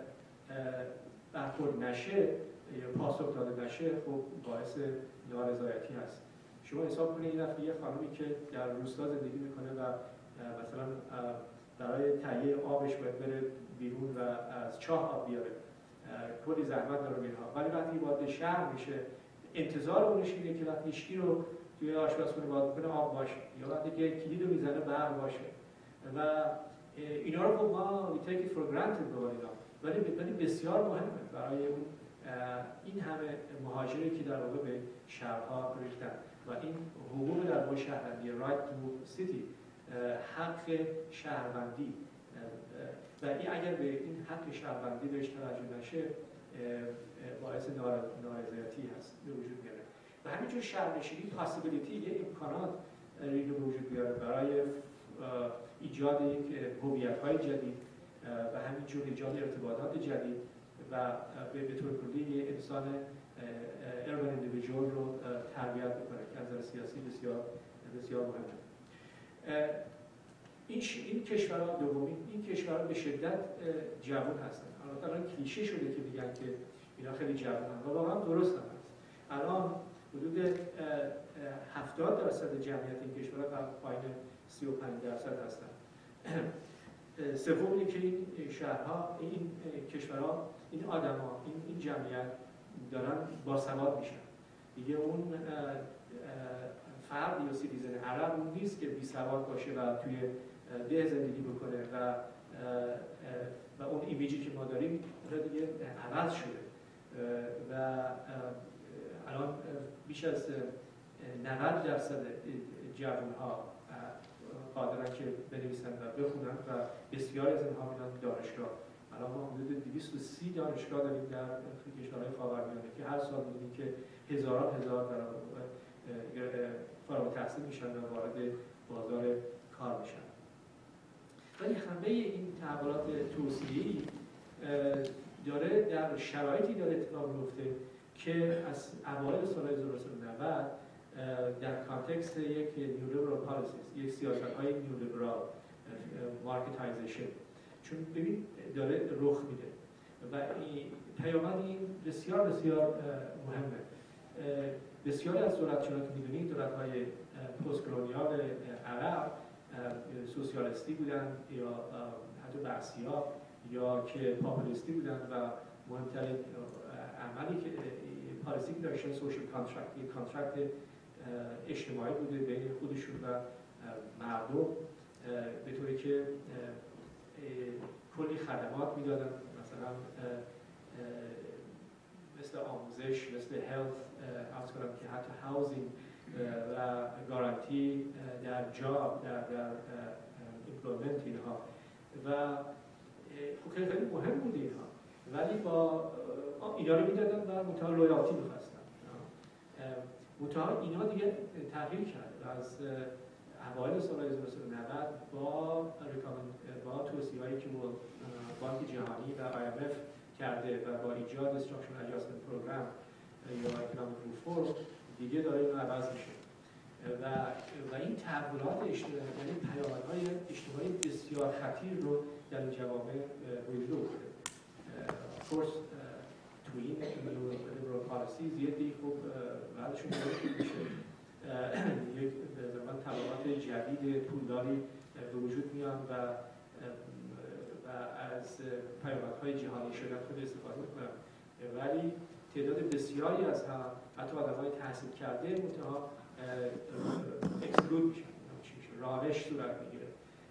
برخورد نشه یا پاسخ داده نشه، خب باعث نارضایتی هست. شما حساب کنید یه دفعه یه خانومی که در روستا زندگی میکنه و مثلا برای تهیه آبش باید بره بیرون و از چاه آب بیاره، کلی زحمت داره اینها، ولی وقتی وارد شهر میشه انتظار اونش اینه که وقتی هیچکی رو توی آشپزخونه باز میکنه آب باشه، یا وقتی که کلید رو میزنه برق باشه و اینا رو خب ما we take it for granted به اینا، ولی بسیار مهمه برای اون این همه مهاجری که در واقع به شهرها ریختن و این حقوق در واقع شهروندی right to city، حق شهروندی و این اگر به این حق شهروندی بهش توجه نشه باعث نارضایتی هست به وجود میاره و همینجور شهرنشینی پاسیبیلیتی یه امکانات رو به وجود بیاره برای ایجاد یک هویت‌های جدید و همینجور ایجاد ارتباطات جدید و به طور کلی یه انسان urban individual رو تربیت میکنه که از نظر سیاسی بسیار بسیار مهمه. این کشورها دومین این کشورها به شدت جوان هستن. الان کلیشه شده که میگن که اینا خیلی جوانن و واقعا درست هم هست. الان حدود 70% جمعیت این کشورها پایین 35% هستن. سوم اینه که این شهرها، این کشورها، این آدما، این جمعیت دارن باسواد میشن. دیگه اون فرد یا سیتیزن عرب اون نیست که بی سواد باشه و توی ده زندگی بکنه و اون ایمیجی که ما داریم دیگه عوض شده و الان بیش از 90% جوان‌ها قادرن که بنویسن و بخونن و بسیاری از اینها میرن دانشگاه. الان ما حدود 230 دانشگاه داریم در کشورهای خاورمیانه که هر سال می‌بینیم که هزاران هزار فارغ التحصیل میشن و وارد بازار کار میشن. ولی همه این تحولات توسعه‌ای داره در شرایطی داره اتفاق میفته که از اوایل سال 1990 در کانتکست یک نیولیبرال پالیسیز، یک سیاست‌های نیولیبرال مارکتایزیشن، چون ببین داره رخ میده و پیامد این بسیار بسیار مهمه. بسیاری از دولت‌ها که می‌دونید دولت‌های پست کلونیال عرب سوسیالیستی بودن یا حتی بعثی‌ها یا که پاپولیستی بودن و مهمترین عملی که پالیسی که داشتن سوشال کانترکت، یک کانترکت اجتماعی بوده بین خودشون و مردم، به طوری که کلی خدمات میدادن، مثلا مثل آموزش، مثل هلت، عرض کنم که حتی هاوزینگ و گارانتی در جاب، در ایمپلویمنت اینها و خیلی خیلی مهم بود اینها، ولی با اینا رو میدادن و منتها لویالتی میخواستن. منتها اینا دیگه تغییر کرد و از اوایل سال 1990 با توصیه‌هایی که بانک جهانی و IMF کرده و با ایجاد Structural Adjustment Program یا Economic Reform دیگه داره اینو عوض میشه و این تحولات اجتماعی، یعنی پیامدهای اجتماعی بسیار خطیر رو در این جوامع وجود آورده. کورس تو این لیبرال پالیسیز یه دی خوب بعدشون میشه یک زمان طبقات جدید پولداری به وجود میان و از پیامدهای جهانی شدن خود استفاده میکنن، ولی تعداد بسیاری از حتی آدم‌های تحصیل کرده منتها اکسکلود میشن، راهش صورت میگیره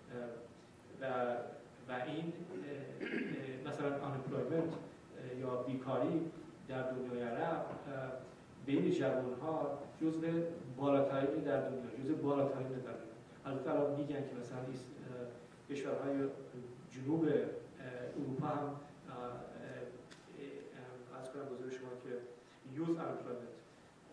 و این مثلا unemployment یا بیکاری در دنیای عرب بین جوان‌ها جزو بالاترین در دنیا، جزو بالاترین در دنیا. البته الان میگن که مثلا کشورهای جنوب اروپا هم از کنم بزرگ شما که یوز unemployment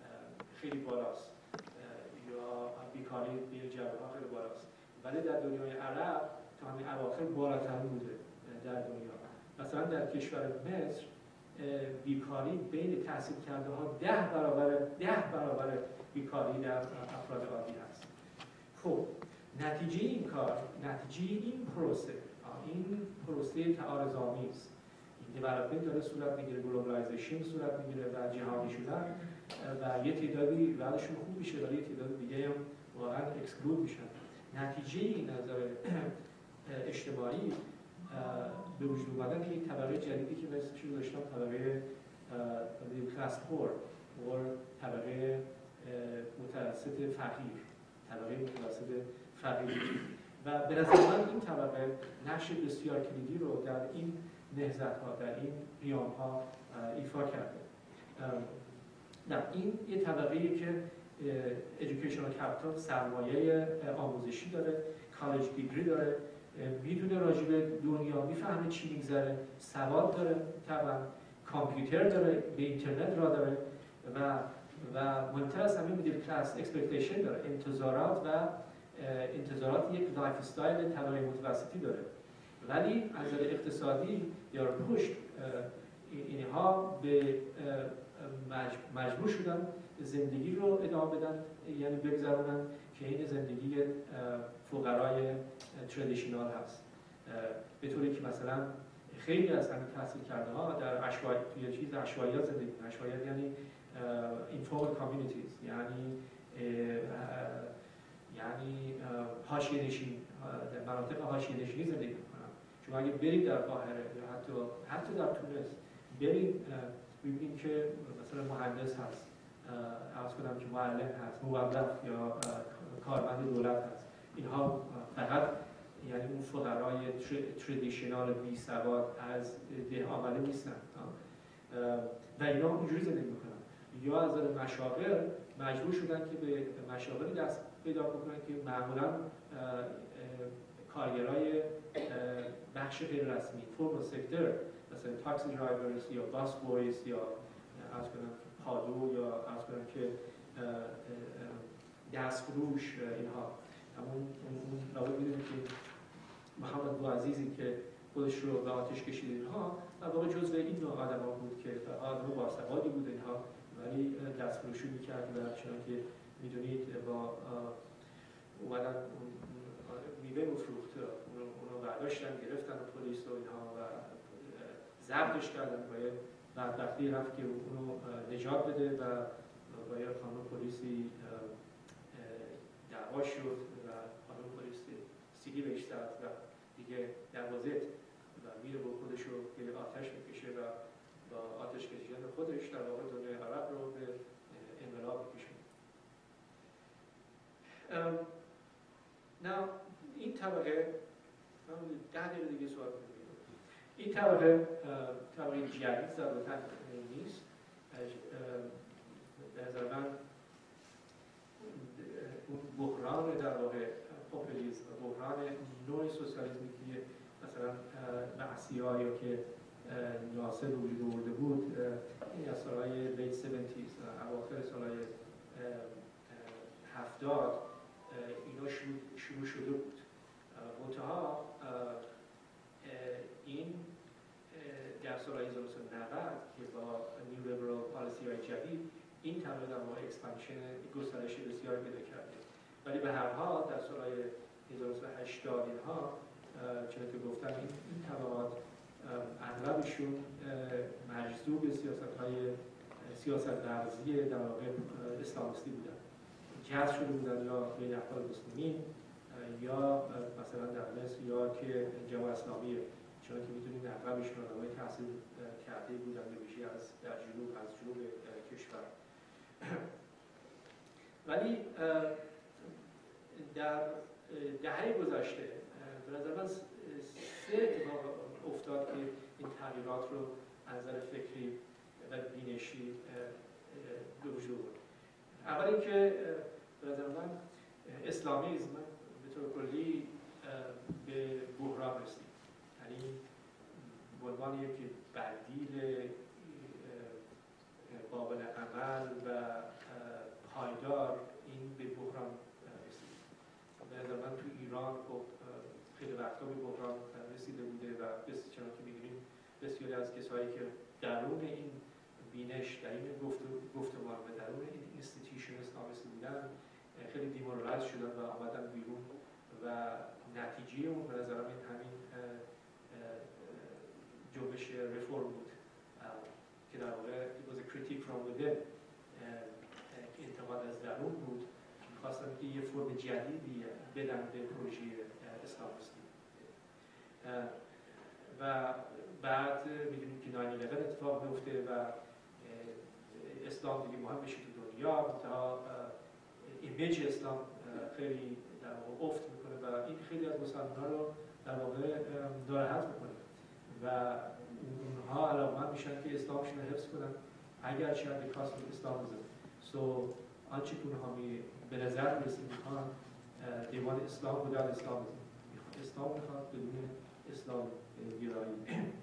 خیلی بالاست یا بیکاری بین جوانان خیلی بالاست، ولی در دنیای عرب تا همین اواخر بالاتر بوده در دنیا. مثلا در کشور مصر بیکاری بین تحصیل کرده ها 10 برابر بیکاری در افراد عادی هست. خب نتیجه این کار، نتیجه این پروسه تعارض‌آمیز، این دیولپمنت داره صورت میگیره، گلوبالایزیشن صورت میگیره و جهانی شدن و یه تعدادی بعدشون خوب میشه ولی یه تعداد دیگه هم واقعا اکسکلود میشن. نتیجه این نظر اجتماعی به وجود اومدن یک طبقه جدیدی که مثل چیزی داشتم طبقه کلاس پور و طبقه متوسط فقیر، طبقه متوسط فقیر و به نظر من این طبقه نقش بسیار کلیدی رو در این نهضت‌ها، در این قیام‌ها ایفا کرده. نه، این یه طبقه‌ای که educational capital، سرمایه آموزشی داره، کالج دیگری داره، میدونه راجع به دنیا، میفهمه چی میگذره، سواد داره، طبعا کامپیوتر داره، به اینترنت را داره و مهمتر از همه میدل کلاس اکسپکتیشن داره، انتظارات یک لایف استایل طبقه متوسطی داره. ولی از نظر اقتصادی یا رشد اینها به مجبور شدن زندگی رو ادامه بدن، یعنی بگذارونن که این زندگی فقرای تردیشنال هست، به طوری که مثلا خیلی از همین تحصیل کرده ها در عشوائیات زندگی میکنن. عشوائیات یعنی informal communities، یعنی حاشیه نشین، در مناطق حاشیه نشینی زندگی میکنن. شما اگه برید در قاهره یا حتی در تونس برید ببینید که مثلا مهندس هست، عرض کنم که معلم هست، موظف یا کارمند دولت هست. اینها فقط یعنی اون فقرای تردیشنال بی سواد از ده آمده نیستن و اینا اونجوری زندگی میکنن. یا از نظر مشاغل مجبور شدن که به مشاغلی دست پیدا بکنن که معمولا کارگرای بخش غیر رسمی، فورمال سکتور، مثلا تاکسی درایورز یا باس بویز یا عرض کنم پادو یا عرض کنم که دستفروش، اینها همون لابد میدونید که محمد بوعزیزی که خودش رو به آتش کشید اینها و واقعا جزو این نوع آدم ها بود که آدم باسوادی بود اینها، ولی دستفروشی میکرد و چنان که میدونید با اومدن میوه مفروخت اونو برداشتن گرفتن و پلیس و اینها و ضبطش کردن و بدبختی رفت که اونو نجات بده و با یه خانم پلیسی دعوا شد و خانم پلیس سیدی بهش زد و دیگه دروازه و میره با خودش رو به آتش میکشه و با آتش کشیدن خودش در واقع دنیای عرب رو به انقلاب میکشه. نه این طبقه 10 دقیقه دیگه سوال کنید. این طبقه جدید ضرورتاً نیست. به نظر من اون بحران در واقع پاپولیسم و بحران نوع سوسیالیسمی که مثلا معصی‌ها یا که ناصر وجود آورده بود این از سالهای لیت 70s اواخر سالهای 70 اینا شروع شده بود. منتها این در سالهای 1990 که با نیو لیبرال پالیسی های جدید این طبقه در واقع اکسپنشن گسترش بسیار پیدا کرده. ولی به هر حال در سالهای 1980 اینها چون که گفتم این طبقات اغلبشون مجذوب سیاست ورزی در واقع اسلامیستی بودن، جذب شده بودن یا بین افراد مسلمین یا مثلا در مصر یا که جماعت اسلامیه، چون که میتونید اغلبشون آدمای تحصیل کرده بودن به ویژه از جنوب کشور. ولی در دهه گذشته به نظر من 3 اتفاق افتاد که این تغییرات رو از نظر فکری و بینشی به وجود آورد. اول اینکه به نظر من اسلامیسم به طور کلی به بحران رسید، یعنی به عنوان یک بدیل قابل عمل و به نظر من تو ایران خب خیلی وقتا به بحران رسیده بوده و چنان که می‌دونیم بسیاری از کسایی که درون این بینش، در این گفتمان و درون این اینستیتیوشن اسلامیستی بودن خیلی دیمورالایز شدن و آمدن بیرون و نتیجه اون به نظر من همین جنبش رفرم بود که در واقع it was a critique from within، انتقاد از درون بود که می‌خواستن که یه فرم جدیدی بدن به پروژه اسلامیستی. و بعد می‌دونیم که 9/11 اتفاق میفته و اسلام دیگه مهم میشه تو دنیا، منتها ایمیج اسلام خیلی در واقع افت میکنه و این خیلی از مسلمان‌ها رو در واقع ناراحت میکنه و اونها علاقمند میشن که اسلامشون رو حفظ کنن اگر شاید به کاست اسلامیسم. آنچه که اونها به نظر میرسه میخوان دیوان اسلام بودن اسلامیسم، اسلام میخواد بدون اسلام گرایی.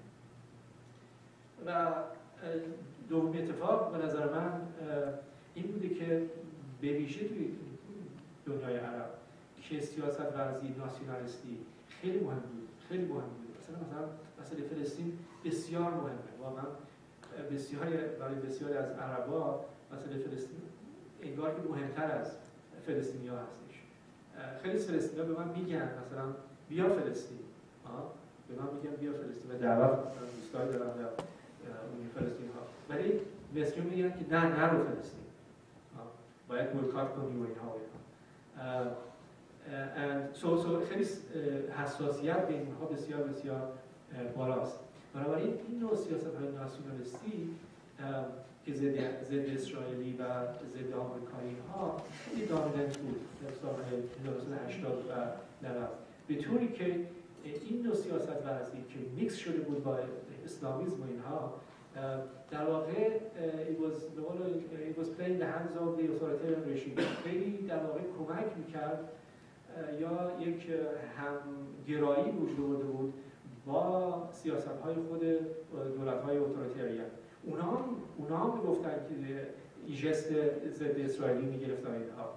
و دوم اتفاق به نظر من این بوده که به ویژه توی دنیای عرب که سیاست ورزی ناسیونالیستی خیلی مهم بود، خیلی مهم بود. مثلا مسئله فلسطین بسیار مهمه، واقعا برای بسیاری از عربا مسئله فلسطین انگار که مهمتر از فلسطینی‌ها هستش. خیلی از فلسطینی‌ها به من میگن مثلا بیا فلسطین، به من میگن بیا فلسطین و دعوت دوستای دارم در اون فلسطین‌ها، ولی مصری‌ها میگن که نه نرو فلسطین، باید بویکات کنی و اینها. خیلی حساسیت به اینها بسیار بسیار بالاست. بنابراین این نوع سیاست‌های ناسیونالیستی که ضد اسرائیلی و ضد آمریکایی ها خیلی دامیننت بود در سال‌های 1980 و 90، به طوری که این نوع سیاست ورزی که میکس شده بود با اسلامیسم و اینها در واقع it was playing the hands of the authoritarian regime. خیلی در واقع کمک میکرد یا یک همگرایی وجود آورده بود با سیاست‌های خود دولت‌های اتوریتریان. اونا هم میگفتن که این جست ضد اسرائیلی میگرفتن اینها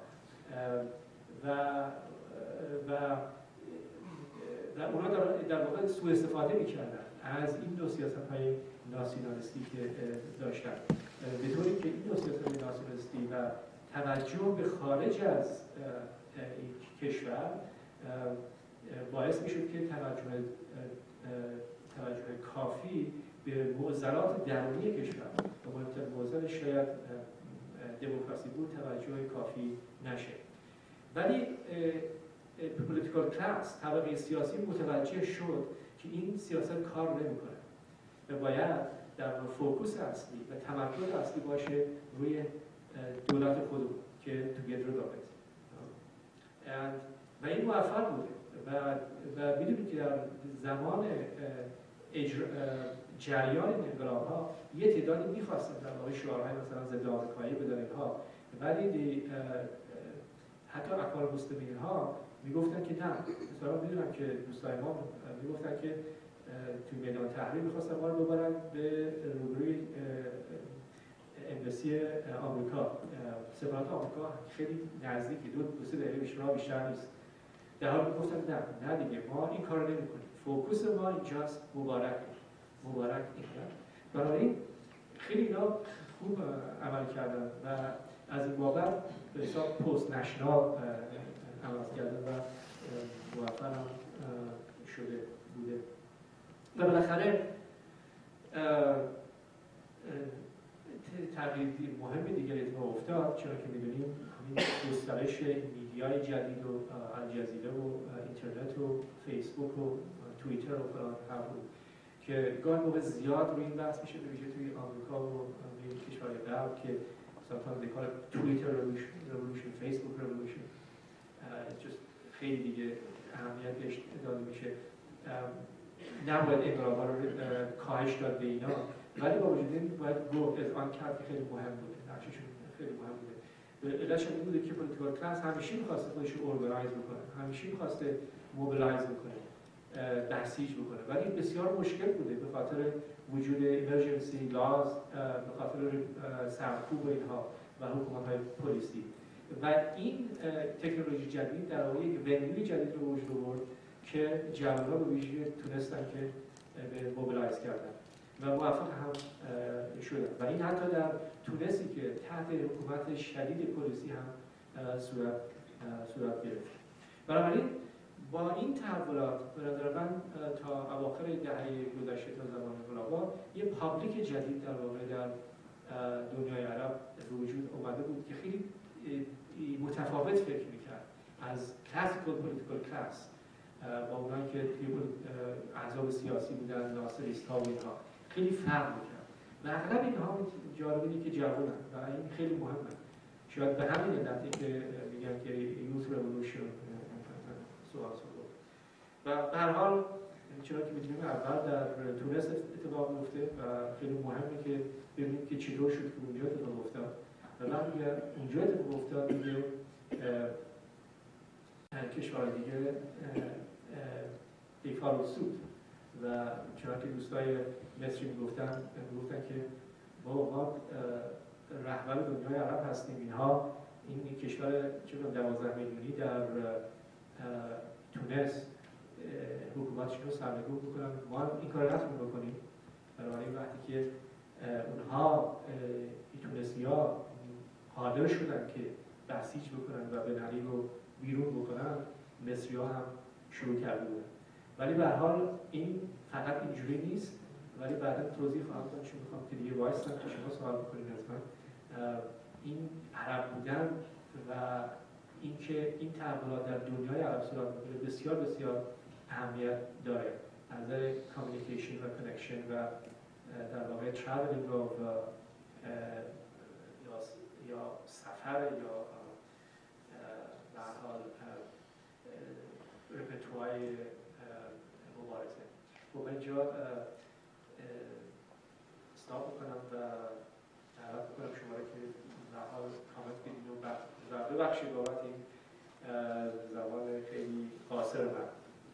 و اونا در واقع سوء استفاده میکردن از این دو سیاست‌های ناسیونالیستی که داشتن، به طوری که این دو سیاست‌های ناسیونالیستی و توجه به خارج از این کشور باعث میشد که توجه کافی به معضلات درونی کشور و مهمترین معضل شاید دموکراسی بود توجه کافی نشه. ولی پولیتیکال کلاس، طبقه سیاسی متوجه شد که این سیاست کار نمیکنه و باید در فوکوس اصلی و تمرکز اصلی باشه روی دولت خودمون که together government و این موفق بوده و میدونید که در زمان جریان این انقلاب‌ها یه تعدادی می‌خواستن در واقع شعارهای مثلا ضد آمریکایی بدن اینها، ولی حتی اقوال مسلمین ها میگفتن که نه، مثلا میدونم که دوستای ما میگفتن که توی میدان تحریر می‌خواستن ما رو ببرن به روبروی امبسی آمریکا، سفارت آمریکا خیلی نزدیکی، دو سه دقیقه بیشتر نیست. در حال میگفتن نه دیگه ما این کارو نمی‌کنیم، فوکوس ما اینجاست مبارک اینجا. بنابراین خیلی اینا خوب عمل کردن و از این بابت به حساب پست نشنال عمل کردن و موفق هم شده بوده. و بالاخره تغییر مهم دیگه اتفاق افتاد، چرا که می‌دونیم همین گسترش میدیای جدید و الجزیره و اینترنت و فیسبوک و توییتر و فلان حرفو که گاهی موقع زیاد روی این بحث میشه، به ویژه توی آمریکا و کشورهای غرب که مثلا دکار توییتر رولوشن، فیسبوک رولوشن خیلی دیگه اهمیت بهش داده میشه. نباید انقلاب‌ها رو کاهش داد به اینا، ولی با وجود این باید گفت از آن کرد که خیلی مهم بوده، نقششون خیلی مهم بوده. علتش این بوده که پولیتیکال کلاس همیشه می‌خواسته خودش رو ارگانایز بکنه، همیشه می‌خواسته موبیلایز بکنه، بسیج بکنه، ولی بسیار مشکل بوده به خاطر وجود ایمرجنسی لاز، به خاطر سرکوب اینها و حکومت‌های پلیسی و این تکنولوژی جدید در واقع یک ونیوی جدید رو وجود آورد که جوان‌ها به ویژه تونستن که به موبیلایز کردن و موفق هم شدن و این حتی در تونسی که تحت حکومت شدید پلیسی هم صورت گرفت. بنابراین با این تحولات به نظر من تا اواخر دهه گذشته تا زمان انقلاب یه پابلیک جدید در واقع در دنیای عرب به وجود اومده بود که خیلی متفاوت فکر میکرد از کلاسیکال پولیتیکال کلاس با اونایی که احزاب سیاسی بودن، ناصریست ها و اینها خیلی فرق میکرد و اغلب اینها جالب اینه که جوانن و این خیلی مهمه. شاید به همین علتی که میگن که یوث رولوشن و به هر حال چرا که می‌دونیم اول در تونس اتفاق میفته و خیلی مهمه که ببینیم که چطور شد که اونجا اتفاق افتاد و بعد اگر اونجا اتفاق افتاد دیگه کشور دیگه دیفار سود و چرا که دوستای مصری میگفتن که ما رهبر دنیای عرب هستیم، اینها این کشور 12 میلیونی در تونس حکومتشون رو سرنگون بکنن، ما این کار نتونیم بکنیم. بنابراین وقتی که اونها تونسی‌ها قادر شدن که بسیج بکنن و بن علی رو بیرون بکنن، مصری‌ها هم شروع کرده بودن. ولی به هر حال این فقط اینجوری نیست، ولی بعدا توضیح خواهم داد چون میخوام که دیگه وایسم که شما سوال بکنید از من. این عرب بودن و اینکه این تحولات در دنیای عرب صورت میگیره بسیار بسیار اهمیت داره از نظر کامیونیکیشن و کنکشن و در واقع ترافلینگ و یا سفر یا به هر حال رپرتوار مبارزه. خب اینجا استاپ بکنم و دعوت بکنم شما رو که به هر حال کامنت بدین و ببخشید بابت این زبان خیلی قاصر من.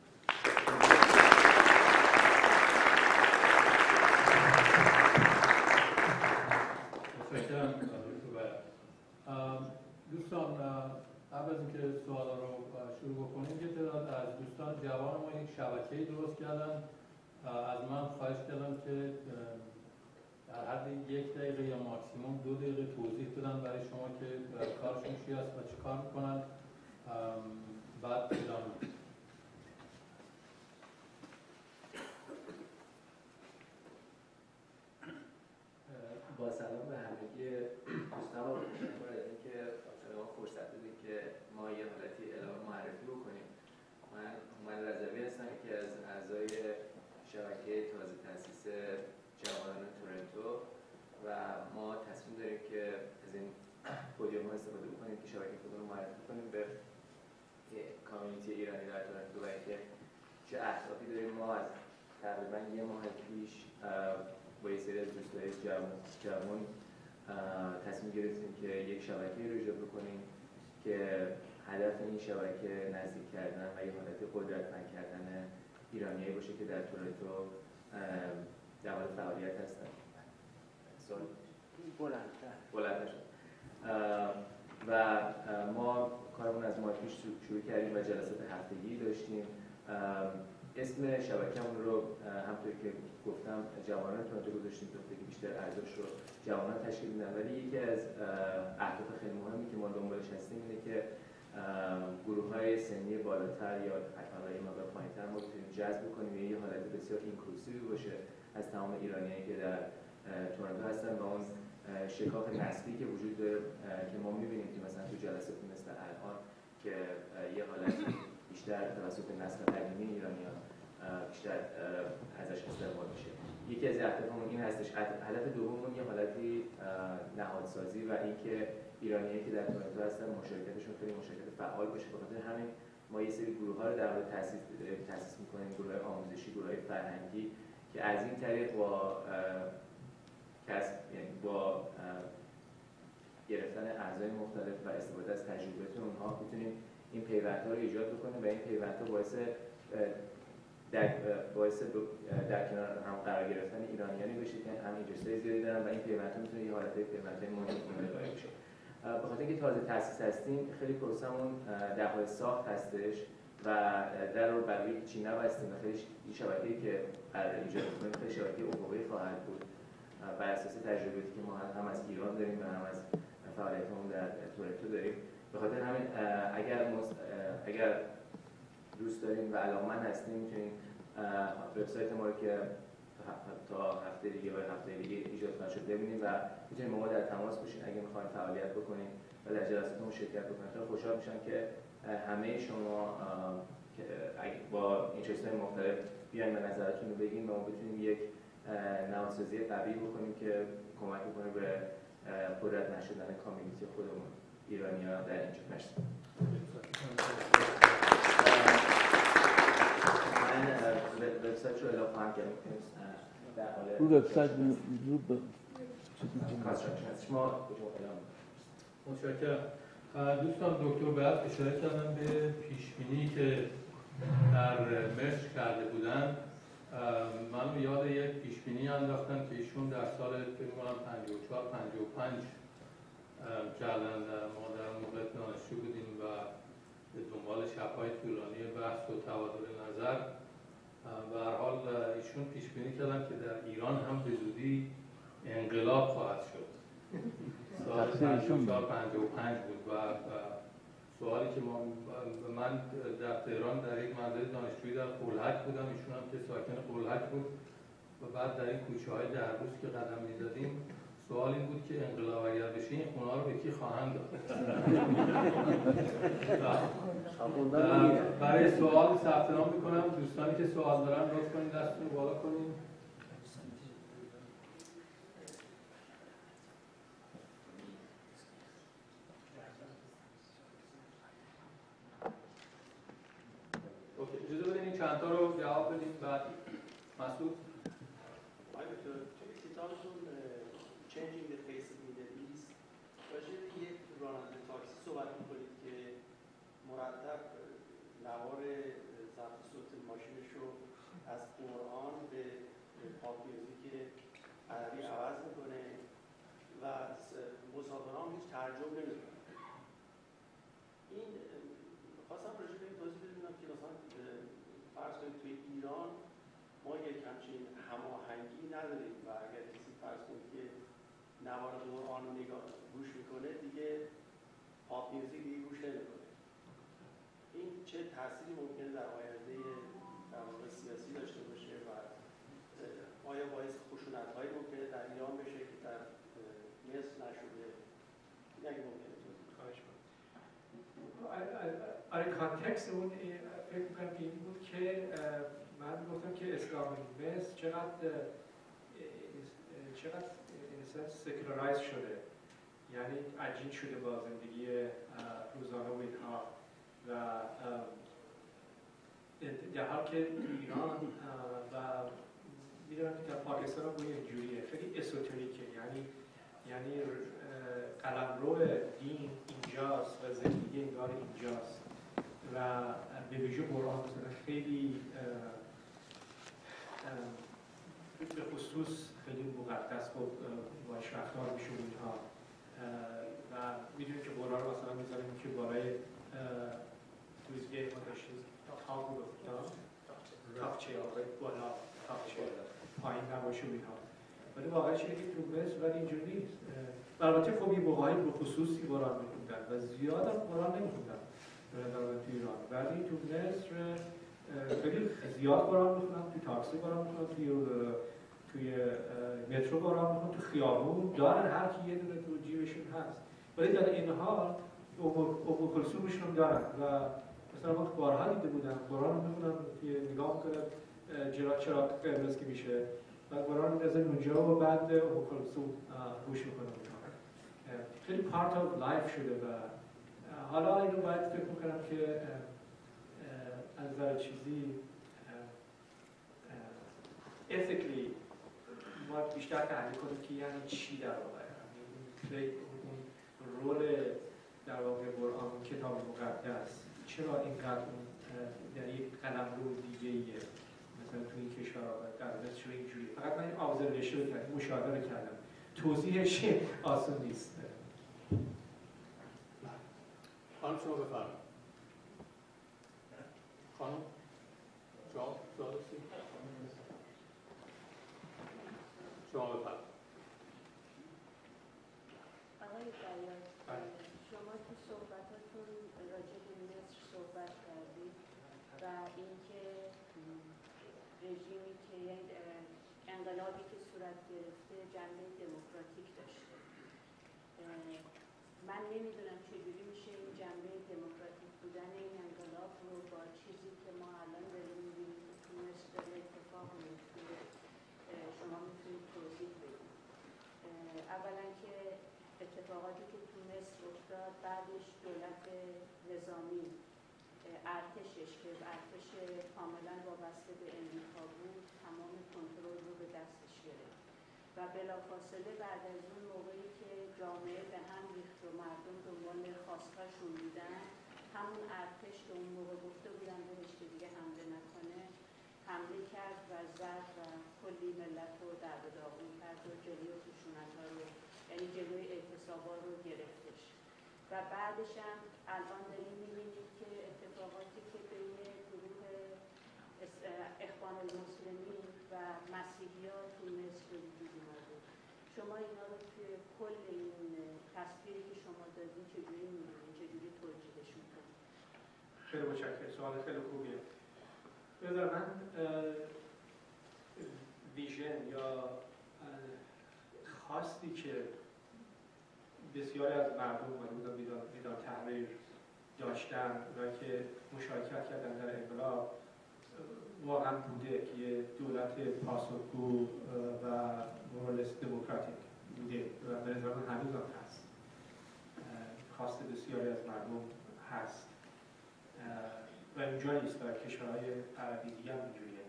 متشکرم دوستان. قبل از اینکه سوالا رو شروع بکنیم، یه تعداد از دوستان جوان ما یک شبکه‌ای درست کردن. از من خواهش کردم که در حد 1 دقیقه یا ماکسیموم 2 دقیقه توضیح بدن برای شما که کارشون چی است و چی کار میکنن، بعد ادامه بدیم. با سلام به همگی دوستان و تشکر از اینکه به ما فرصت دادید که ما یه حالتی اعلام معرفی بکنیم. من هومن رضوی هستم که از اعضای شبکه تازه تأسیس جوانان تورنتو و ما تصمیم داریم که از این پودیوم استفاده بکنیم که شبکه خودمون رو معرفی کنیم به کامیونیتی ایرانی در تورنتو و اینکه چه اهدافی داریم. ما از تقریبا 1 ماه پیش با یه سری از دوستای جوان تصمیم گرفتیم که یک شبکه رو ایجاد بکنیم که هدف این شبکه نزدیک کردن و یه حالت قدرتمند کردن ایرانیایی باشه که در تورنتو در حال فعالیت هستن. سوال بلندتر شد. و ما کارمون از ماه پیش شروع کردیم و جلسات هفتگی داشتیم. اسم شبکه‌مون رو همونطور که گفتم جوانان تورنتو گذاشتیم تا که بیشتر اعضاش رو جوانان تشکیل بدن. ولی یکی از اهداف خیلی مهمی که ما دنبالش هستیم اینه که گروه‌های سنی بالاتر یا حتی یه مقدار پایین‌تر ما بتونیم جذب کنیم و یه حالت بسیار اینکلوسیوی باشه از تمام ایرانیایی که در تورنتو هستن و اون شکاف نسلی که وجود داره که ما می‌بینیم که مثلا تو جلساتی مثل الان که یه حالت بیشتر توسط نسل قدیمی ایرانیان بیشتر ازش استقبال میشه. یکی از اهدافمون این هستش. هدف دوممون یه حالتی نهادسازی و اینکه ایرانیایی که در تورنتو هستن مشارکتشون خیلی مشارکت فعال باشه. بخاطر همین ما یه سری گروه‌ها رو در حال تأسیس می‌کنیم، گروه‌های آموزشی، گروه‌های فرهنگی که از این طریق با گرفتن اعضای مختلف و استفاده از تجربیات اونها می‌تونیم این پیوندها رو ایجاد بکنیم و این پیوندها باعث در کنار هم قرار گرفتن ایرانیانی بشه که هم اینجوری زیادی دارن و این پیوندها میتونه یه حالت پیوندهای مهم بشه. به خاطر اینکه تازه تأسیس هستیم خیلی پروسمون در حال ساخت هستش و در رو برای چی نبستیم و خیلی شبکه‌ای که قرار ایجاد کنیم خیلی شبکه افقی خواهد بود بر اساس تجربه‌ای که ما هم از ایران داریم و هم از فعالیتمون در تورنتو داریم. به خاطر همین اگر دوست دارین و علاقه‌مند هستین میتونین وبسایت ما رو که تا هفته دیگه و هفته دیگه ایجاد شده ببینید و میتونید با ما در تماس باشین اگه میخواین فعالیت بکنین و در جلساتمون شرکت بکنین. خیلی خوشحال میشم که همه شما با اینترست‌های مختلف بیاین و نظرتون رو بگین و ما بتونیم یک نهادسازی قوی بکنیم که کمک بکنه به قدرتمند شدن کامیونیتی خودمون ایرانی‌ها در اینجا. مرسی. من وبسایت رو اعلام خواهم کرد در حال رو وبسایت رو به کانستراکشن هست. شما متشکرم. دوستان دکتر بعد اشاره کردن به پیشبینی که در مصر کرده بودن. من یاد یک پیشبینی انداختم که ایشون در سال فکر کنم 54 55 کردن. ما در اون موقع دانشجو بودیم و به دنبال شب‌های طولانی بحث و تبادل نظر به هر حال ایشون پیشبینی کردن که در ایران هم به زودی انقلاب خواهد شد. سال 54 55 بود و سوالی که من در تهران در یک مدرسه دانشجویی در قلهک بودم، ایشون هم که ساکن قلهک بود و بعد در این کوچه‌های دربوس که قدم می‌زدیم سوال این بود که انقلاب اگر بشه این خونه‌ها رو به کی خواهند داد؟ برای سوال ثبت نام می‌کنم. دوستانی که سوال دارن لطف کنید دستتون رو بالا کنید. اجازه بدین این چند تا رو جواب بدیم. بعد مسعود توی کتابتون Changing the Face of Middle East راجع به یک راننده تاکسی صحبت می‌کنید که مرتب نوار ضبط صوت ماشینش رو از قرآن به پاپ میوزیک عربی عوض می‌کنه و مسافران هم هیچ ترجمه نمی‌کنه. این خواستم راجع به این توضیح بدونم که مثلا فرض کنید توی ایران ما یک همچین هماهنگی نداریم و اگر کسی فرض کنید که نوار قرآن رو گوش میکنه دیگه پاپ میوزیک دیگه گوش نمیکنه. این چه تأثیری ممکنه در آینده در واقع سیاسی داشته باشه و آیا باعث خشونت‌هایی ممکنه در ایران بشه که در مصر نشده؟ این اگه ممکنه خواهش کنم. آره کانتکست اون فکر می‌کنم که این بود که من گفتم که اسلام مصر چقدر سکولارایز شده، یعنی عجین شده با زندگی روزانه و اینها و در حال که ایران و میدونم که در پاکستان هم اینجوریه، خیلی اسوتریکه، یعنی قلمرو دین اینجاست و زندگی انگار اینجاست و به ویژه قرآن مثلا خیلی به خصوص خیلی مقدس باش رفتار میشه اینها و میدونیم که قرآن رو مثلا میذاریم که بالای توزیه ما داشتیم تاق رو تاقچه بالا تاقچه پایین نباشه اینها، ولی واقعا چیزی که تو مصر ولی اینجور نیست. البته خب این موقعی به خصوصی قرآن میخوندن و زیاد هم قرآن نمیخوندن تو ایران، ولی تو مصر خیلی زیاد قرآن میخونن، توی تاکسی قرآن میخونن، توی مترو قرآن میخونن، تو خیابون دارن، هر کی یه دونه تو جیبشون هست، ولی در این حال ام کلثومشون هم دارن و مثلا من بارها دیده بودم قرآن رو میخونن که نگاه میکنن چراغ قرمز که میشه و قرآن میذارن اونجا و بعد ام کلثوم گوش میکنن. خیلی پارت آف لایف شده و حالا اینو باید فکر میکنم که از نظر چیزی ethically ما بیشتر تحلیل کنیم که یعنی چی در واقع، اون رول در واقع قرآن کتاب مقدس چرا اینقدر در یک قلمرو دیگه‌ایه مثلا تو این کشورها در مصر چرا اینجوری. فقط من این ابزرویشن رو کردم، مشاهده رو کردم، توضیحش آسون نیست. خانم شما بفرمایید. خانم شما بفرمایید. آقای بیان، شما تو صحبتاتون راجع به مصر صحبت کردید و اینکه رژیمی که انقلابی که صورت گرفته جنبه دموکراتیک داشته. من نمیدونم چجوری میشه این جنبه دموکراتیک بودن این انقلاب رو با چیزی که ما الان داریم میبینیم که تو مصر داره اتفاق میفته شما میتونید توضیح بدید. اولا که اتفاقاتی که تو مصر افتاد بعدش دولت نظامی ارتشش که ارتش کاملا وابسته به امریکا بود تمام کنترل رو به دستش گرفت و بلافاصله بعد از اون موقعی که جامعه به هم ریخت و مردم دنبال خواستاشون بودن همون ارتش که اون موقع گفته بودن بهش که دیگه حمله نکنه حمله کرد و زد و کلی ملت رو در به داغون کرد و جلوی خشونت‌ها رو یعنی جلوی اعتصاب‌ها رو گرفتش و بعدش هم الان داریم می‌بینیم که اتفاقاتی که بین گروه اخوان المسلمین و مسیحی‌ها تو مصر به وجود اومده. شما اینا رو توی کل این تصویری که شما دادین چجوری می‌بینید؟ چجوری توجیهش می‌کنید؟ خیلی متشکرم. سوال خیلی خوبیه. بذار من ویژن یا خواستی که بسیاری از مردم و میدان تحریر داشتن و که مشارکت کردن در انقلاب واقعا بوده که یه دولت پاسخگو و مورالست دموکراتیک بوده و به نظر من هنوز هم هست. خواست بسیاری از مردم هست و اینجایی است در کشورهای عربی دیگه هم اینجوریه.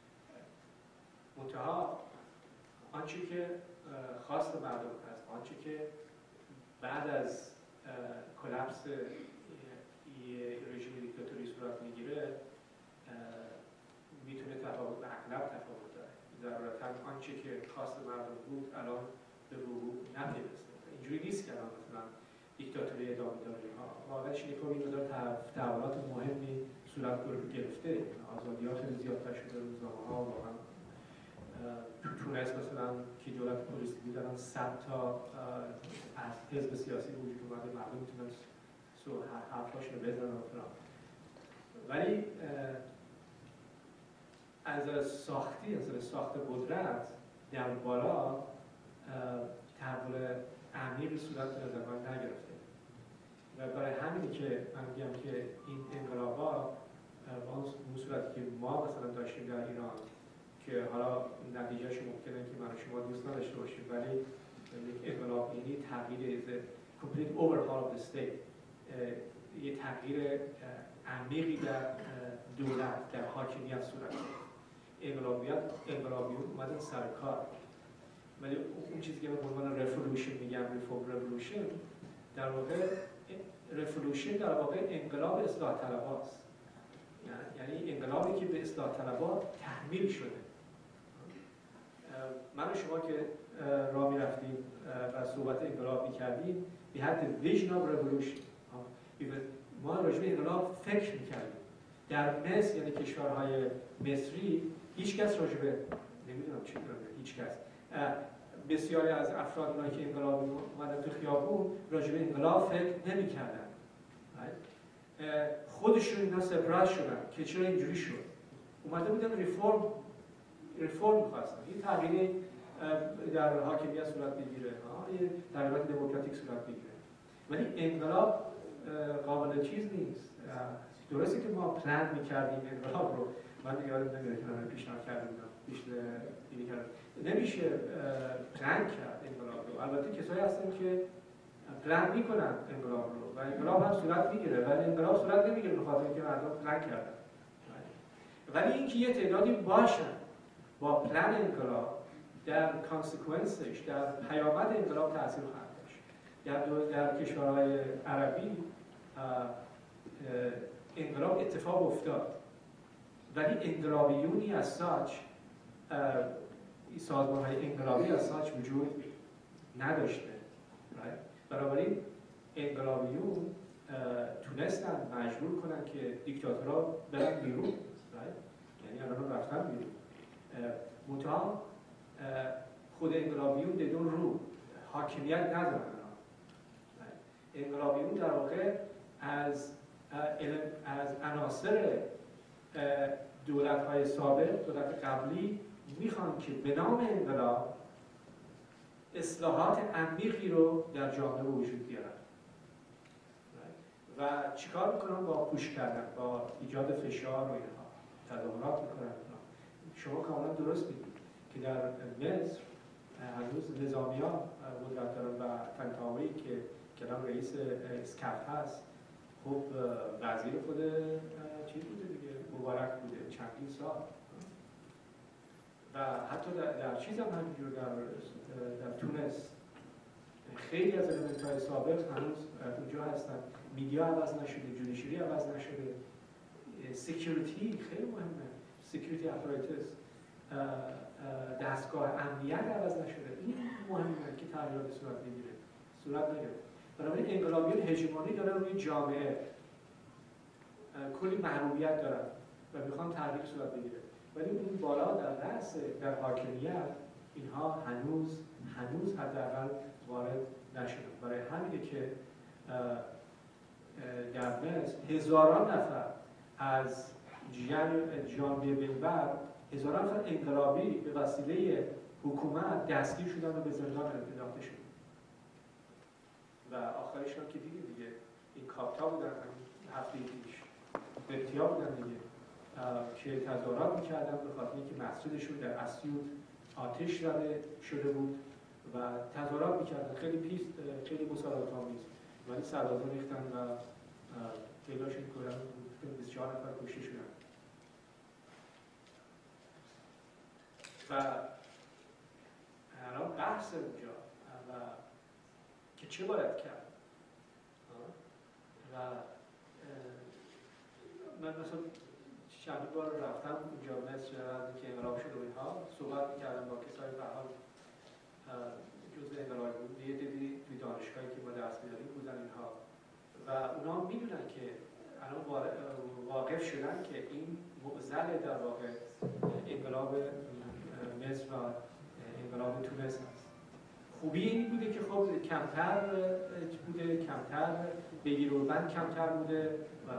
منتها آنچه که خواست مردم هست، آنچه که بعد از کلپس یه رژیم دیکتاتوری صورت میگیره میتونه تفاوت به اغلب تفاوت داره. ضرورتاً آنچه که خواست مردم بود الان به وقوع نپیوسته. اینجوری نیست که الان مثلا دیکتاتوری ادامه داره. واقعاش اینه که این مقدار تحولات مهمی صورت گرفته. آزادی‌ها خیلی زیادتر شده، روزنامه‌ها واقعا تو تونس مثلا که دولت پلیسی بود الان 100 تا از حزب سیاسی وجود اومده، مردم میتونن حرفاشون رو بزنن و فلان. ولی از ساخت قدرت در بالا تحول عمیقی صورت به نظر من نگرفته و برای همینی که من میگم که این انقلاب‌ها با اون صورتی که ما مثلا داشتیم در ایران که حالا نتیجهش ممکنه که من و شما دوست نداشته باشیم ولی یک انقلاب یعنی تغییر complete overhaul of the state، یه تغییر عمیقی در دولت در حاکمیت صورت انقلابیون اومدن سر کار. ولی اون چیزی که من به عنوان رفولوشن میگم، ریفورم رولوشن، در واقع رفولوشن در واقع انقلاب اصلاح طلباست. یعنی انقلابی که به اصلاح طلبات تحمیل شده. من و شما که راه می‌رفتیم و صحبت انقلاب می‌کردیم، we had the vision of revolution. ما راجع به انقلاب فکر می‌کردیم. در مصر یعنی کشورهای مصری هیچ کس راجع به نمیدونم چی داره، هیچ کس بسیاری از افراد اونایی که انقلاب اومدن تو خیابون راجع به انقلاب فکر نمی‌کردن. خودشون اینا سرپرایز شدن که چرا اینجوری شد. اومده بودن ریفورم می‌خواستن. این تغییر در حاکمیت صورت بگیره، یه تغییرات دموکراتیک صورت بگیره. ولی انقلاب قابل چیز نیست. درسته که ما پلان می‌کردیم انقلاب رو، من یادم نمیاد که من پیشنهاد کردم نمیشه پلان کرد انقلاب رو. البته کسایی هستن که پلان میکنن انقلاب رو و انقلاب هم صورت میگیره، ولی انقلاب صورت نمیگیره به خاطر اینکه مردم پلان کردن. ولی اینکه یه تعدادی باشن با پلان انقلاب در کانسیکوئنسش، در پیامد انقلاب تاثیر خواهد داشت. در کشورهای عربی انقلاب اتفاق افتاد، ولی انقلابیونی از ساچ سازمان‌های انقلابی از ساچ وجود نداشته. بنابراین انقلابیون تونستن مجبور کنن که دیکتاتورها برن بیرون، یعنی الان رفتن بیرون. منتها خود انقلابیون بدون رو حاکمیت ندارن. انقلابیون در واقع از عناصر دولت‌های سابق، دولت قبلی میخوان که به نام انقلاب اصلاحات عمیقی رو در جامعه وجود بیارن و چیکار میکنن؟ با پوش کردن، با ایجاد فشار و اینها تظاهرات میکنن. شما کاملا درست میگید که در مصر هنوز نظامیان قدرت دارن و طنطاوی که الان رئیس اسکف هست، خب وزیر خود چی بوده دیگه، مبارک بوده چندین سال. و حتی در چیز هم همینجور در تونس خیلی از المنت‌های سابق هنوز اونجا هستن. میدیا عوض نشده، جودیشری عوض نشده، سکیوریتی خیلی مهمه، سکیوریتی اپاراتس، دستگاه امنیت عوض نشده. این مهمه که تغییرات صورت نگیره. بنابراین انقلابیون هژمونی دارن روی جامعه، کلی محرومیت دارن و میخوان تغییر صورت بگیره، ولی اون بالا در رأس، در حاکمیت اینها هنوز حداقل وارد نشده. برای همینه که در مصر هزاران نفر از ژانویه به بعد، هزاران نفر انقلابی به وسیله حکومت دستگیر شدن و به زندان انداخته شدن. و آخرش هم که دیگه این کاپتا بودن هفته پیش، قبطی‌ها بودن دیگه که تظاهرات میکردن به خاطر اینکه مسجدشون در اسیوط آتش زده شده بود و تظاهرات میکردن خیلی مسالمت آمیز، ولی سربازا ریختن و پیداشون کردن، 24 نفر کشته شدن. و الان بحث اونجا و که چه باید کرد. و من مثلا چند بار رفتم اونجا مصر که انقلاب شده و اینها صحبت میکردم با کسایی به حال جزء انقلاب بود، یه دیدی توی دانشگاهی که ما درس می‌دادیم بودن اینها و اونا میدونن که الان واقف شدن که این معضل در واقع انقلاب مصر و انقلاب تونس هست. خوبی این بوده که خب کمتر بگیر و بند کمتر بوده و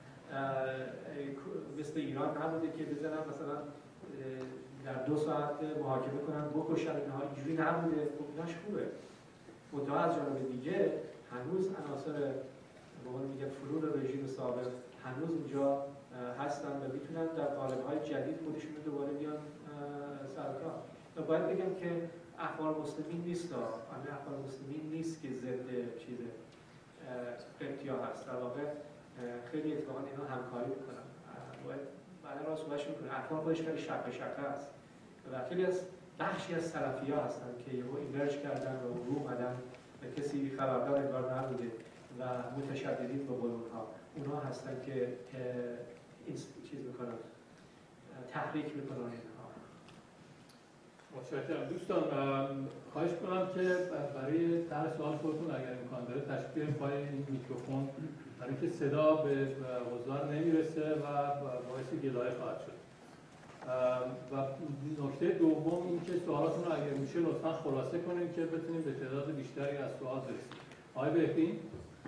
مثل ایران نبوده که بزنن مثلا در 2 ساعت محاکمه کنن بکشن، اینها اینجوری نبوده. خب ایناش خوبه. منتها از جانب دیگه هنوز عناصر به قول میگن فرور رژیم سابق هنوز اونجا هستن و میتونن در قالب‌های جدید خودشون رو دوباره بیان سرکار. و باید بگم که اخبار مسلمین نیست، اخبار مسلمین نیست که ضد چیز قبطی‌ها هست. در واقع خیلی اتفاقا اینا همکاری میکنن. باید بعدا را صحبتش میکنه. اخبار خودش خیلی شق هست و خیلی از بخشی از سلفی‌ها هستن که یهو ایمرج کردن و رو اومدن و کسی خبردار انگار نبوده و متشددین به قول اونها هستن که این چیز میکنن، تحریک میکنن اینها. متشکرم. دوستان خواهش کنم که برای طرح سوال خودتون اگر امکان داره تشریف بیارید پای این میکروفون، برای اینکه صدا به حضار نمیرسه و باعث گدایی خواهد شد. و نکته دوم این که سوالاتون رو اگر میشه لطفا خلاصه کنیم که بتونیم به تعداد بیشتری از سوال برسیم. آقای بهبین.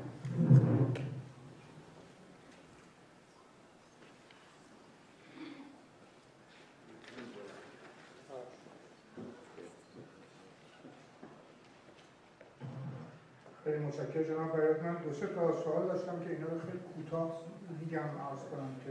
خیلی متشکرم جناب برایت. من 2-3 تا سوال داشتم که اینا رو خیلی کوتاه میگم عرض کنم که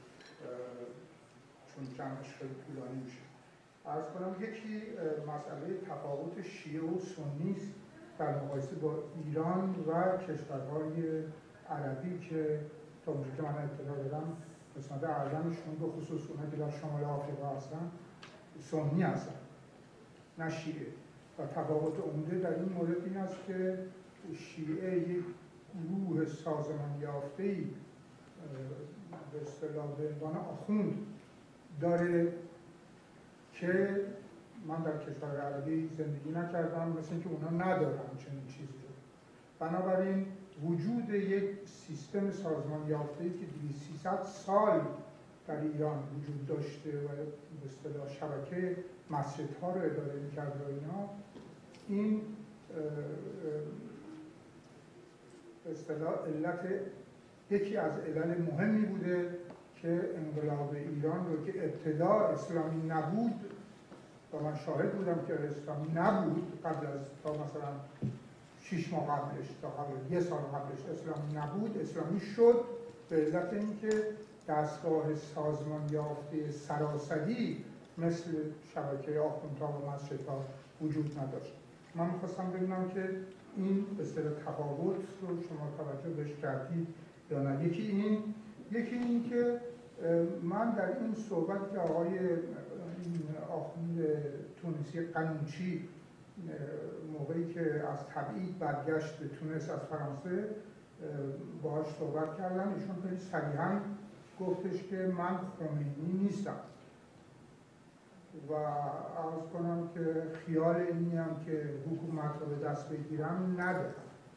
چون جمعش خیلی طولانی میشه. عرض کنم یکی مسئله تفاوت شیعه و سنی است در مقایسه با ایران و کشورهای عربی که تا اونجا که من اطلاع دارم قسمت اعظمشون به خصوص اونها که در شمال آفریقا هستن سنی هستن نه شیعه. و تفاوت عمده در این مورد این است که شیعه یک گروه سازمان یافته‌ای به اصطلاح به عنوان آخوند داره که من در کشور عربی زندگی نکردم، مثل اینکه اونا ندارن چنین چیزی رو. بنابراین وجود یک سیستم سازمان یافته‌ای که 300 سال در ایران وجود داشته و به اصطلاح شبکه مسجدها رو اداره می‌کرد و اینا، این به اصطلاح یکی از علل مهمی بوده که انقلاب ایران رو که ابتدا اسلامی نبود و من شاهد بودم که اسلامی نبود قبل از تا مثلا 6 ماه قبلش تا قبل 1 سال قبلش اسلامی نبود، اسلامی شد به علت اینکه دستگاه سازمان یافته سراسری مثل شبکه آخوندها و مسجدها وجود نداشت. من می‌خواستم ببینم که این به اصطلاح تفاوت رو شما توجه بهش کردید یا نه. یکی این که من در این صحبت که آقای آخوند تونسی قنوچی موقعی که از تبعید برگشت به تونس از فرانسه باهاش صحبت کردم، ایشون خیلی صریحاً گفتش که من خمینی نیستم و عرض کنم که خیال اینی هم که حکومت رو به دست بگیرم ندارم.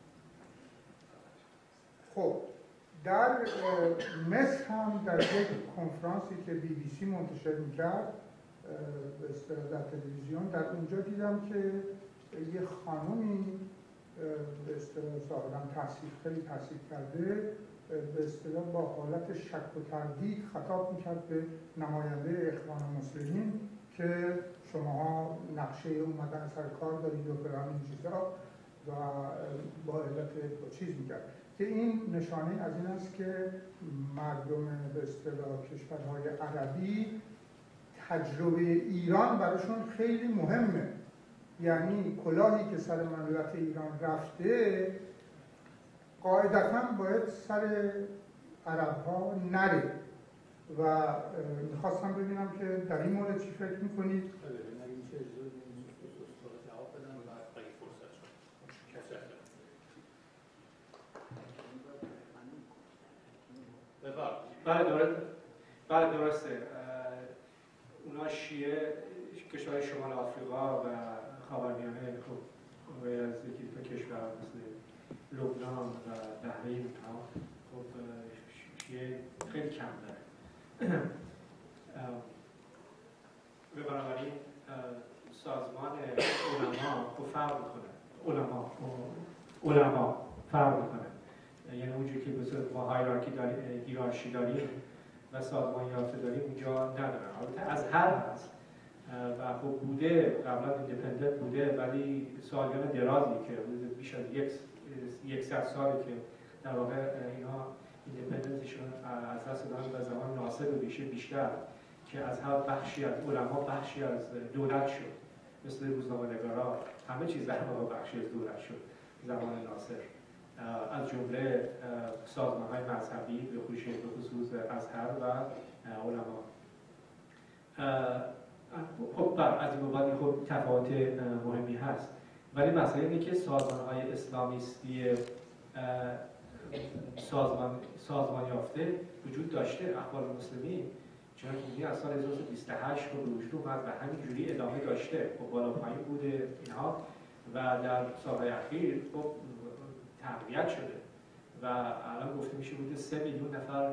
خب در مصر هم در یک کنفرانسی که BBC منتشر میکرد در تلویزیون، در اونجا دیدم که یه خانومی به اصطلاح ظاهراً خیلی تحصیل کرده به اصطلاح با حالت شک و تردید خطاب میکرد به نماینده اخوان المسلمین که شماها نقشه اومدن سر کار دارید و فلان این چیزا و با علت چیز میکرد که این نشانه از این است که مردم به اصطلاح کشورهای عربی تجربه ایران براشون خیلی مهمه. یعنی کلاهی که سر ملت ایران رفته قاعدتاً باید سر عرب‌ها نره و میخواستم ببینم که در این مورد چی فکر میکنید؟ بله درسته. اونا شیعه کشور شمال آفریقا و خاورمیانه خب غیر از یکی دو کشور مثل لبنان و بحرین خب شیعه خیلی کم داره. به بنابراین سازمان علما خب فرق میکنه. علما فرق میکنه. یعنی اونجوری که بسیار ما هایرارکی داریم، هیرارشی داریم و سازمان یافته داریم اونجا ندارن. البته از هر هست و خب بوده قبلا ایندیپندنت بوده، ولی سالیان درازی که بیش از 100 سالی که در واقع اینا ایندیپندنتشون از دست دادن و زمان ناصر و بیشتر که از هر بخشی از علما بخشی از دولت شد، مثل روزنامه‌نگارا همه چیز در واقع بخشی از دولت شد زمان ناصر، از جمله سازمان‌های مذهبی به خصوص ازهر و علما. خب از این بعد خب تفاوت مهمی هست، ولی مسئله اینه که سازمان‌های اسلامیستی سازمان یافته وجود داشته. اخبار المسلمین چون از سال 1928 خب به وجود اومد و همینجوری ادامه داشته، خب بالا پایین بوده اینها و در سالهای اخیر خب تقویت شده و الان گفته میشه بوده 3 میلیون نفر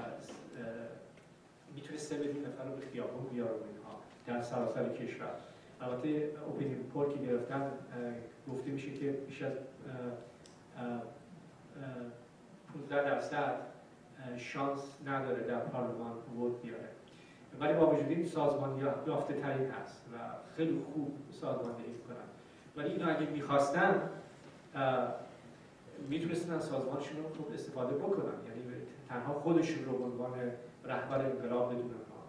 میتونه 3 میلیون نفر رو به خیابون بیاره اینها در سراسر کشور. البته اپینیون پول که گرفتن گفته میشه که بیش از 15% شانس نداره در پارلمان ووت بیاره، ولی با وجود این سازمان یافته ترین هست و خیلی خوب سازماندهی میکنن. ولی اینا اگه میخواستن میتونستن سازمانشون رو خوب استفاده بکنن، یعنی تنها خودشون رو به عنوان رهبر انقلاب بدون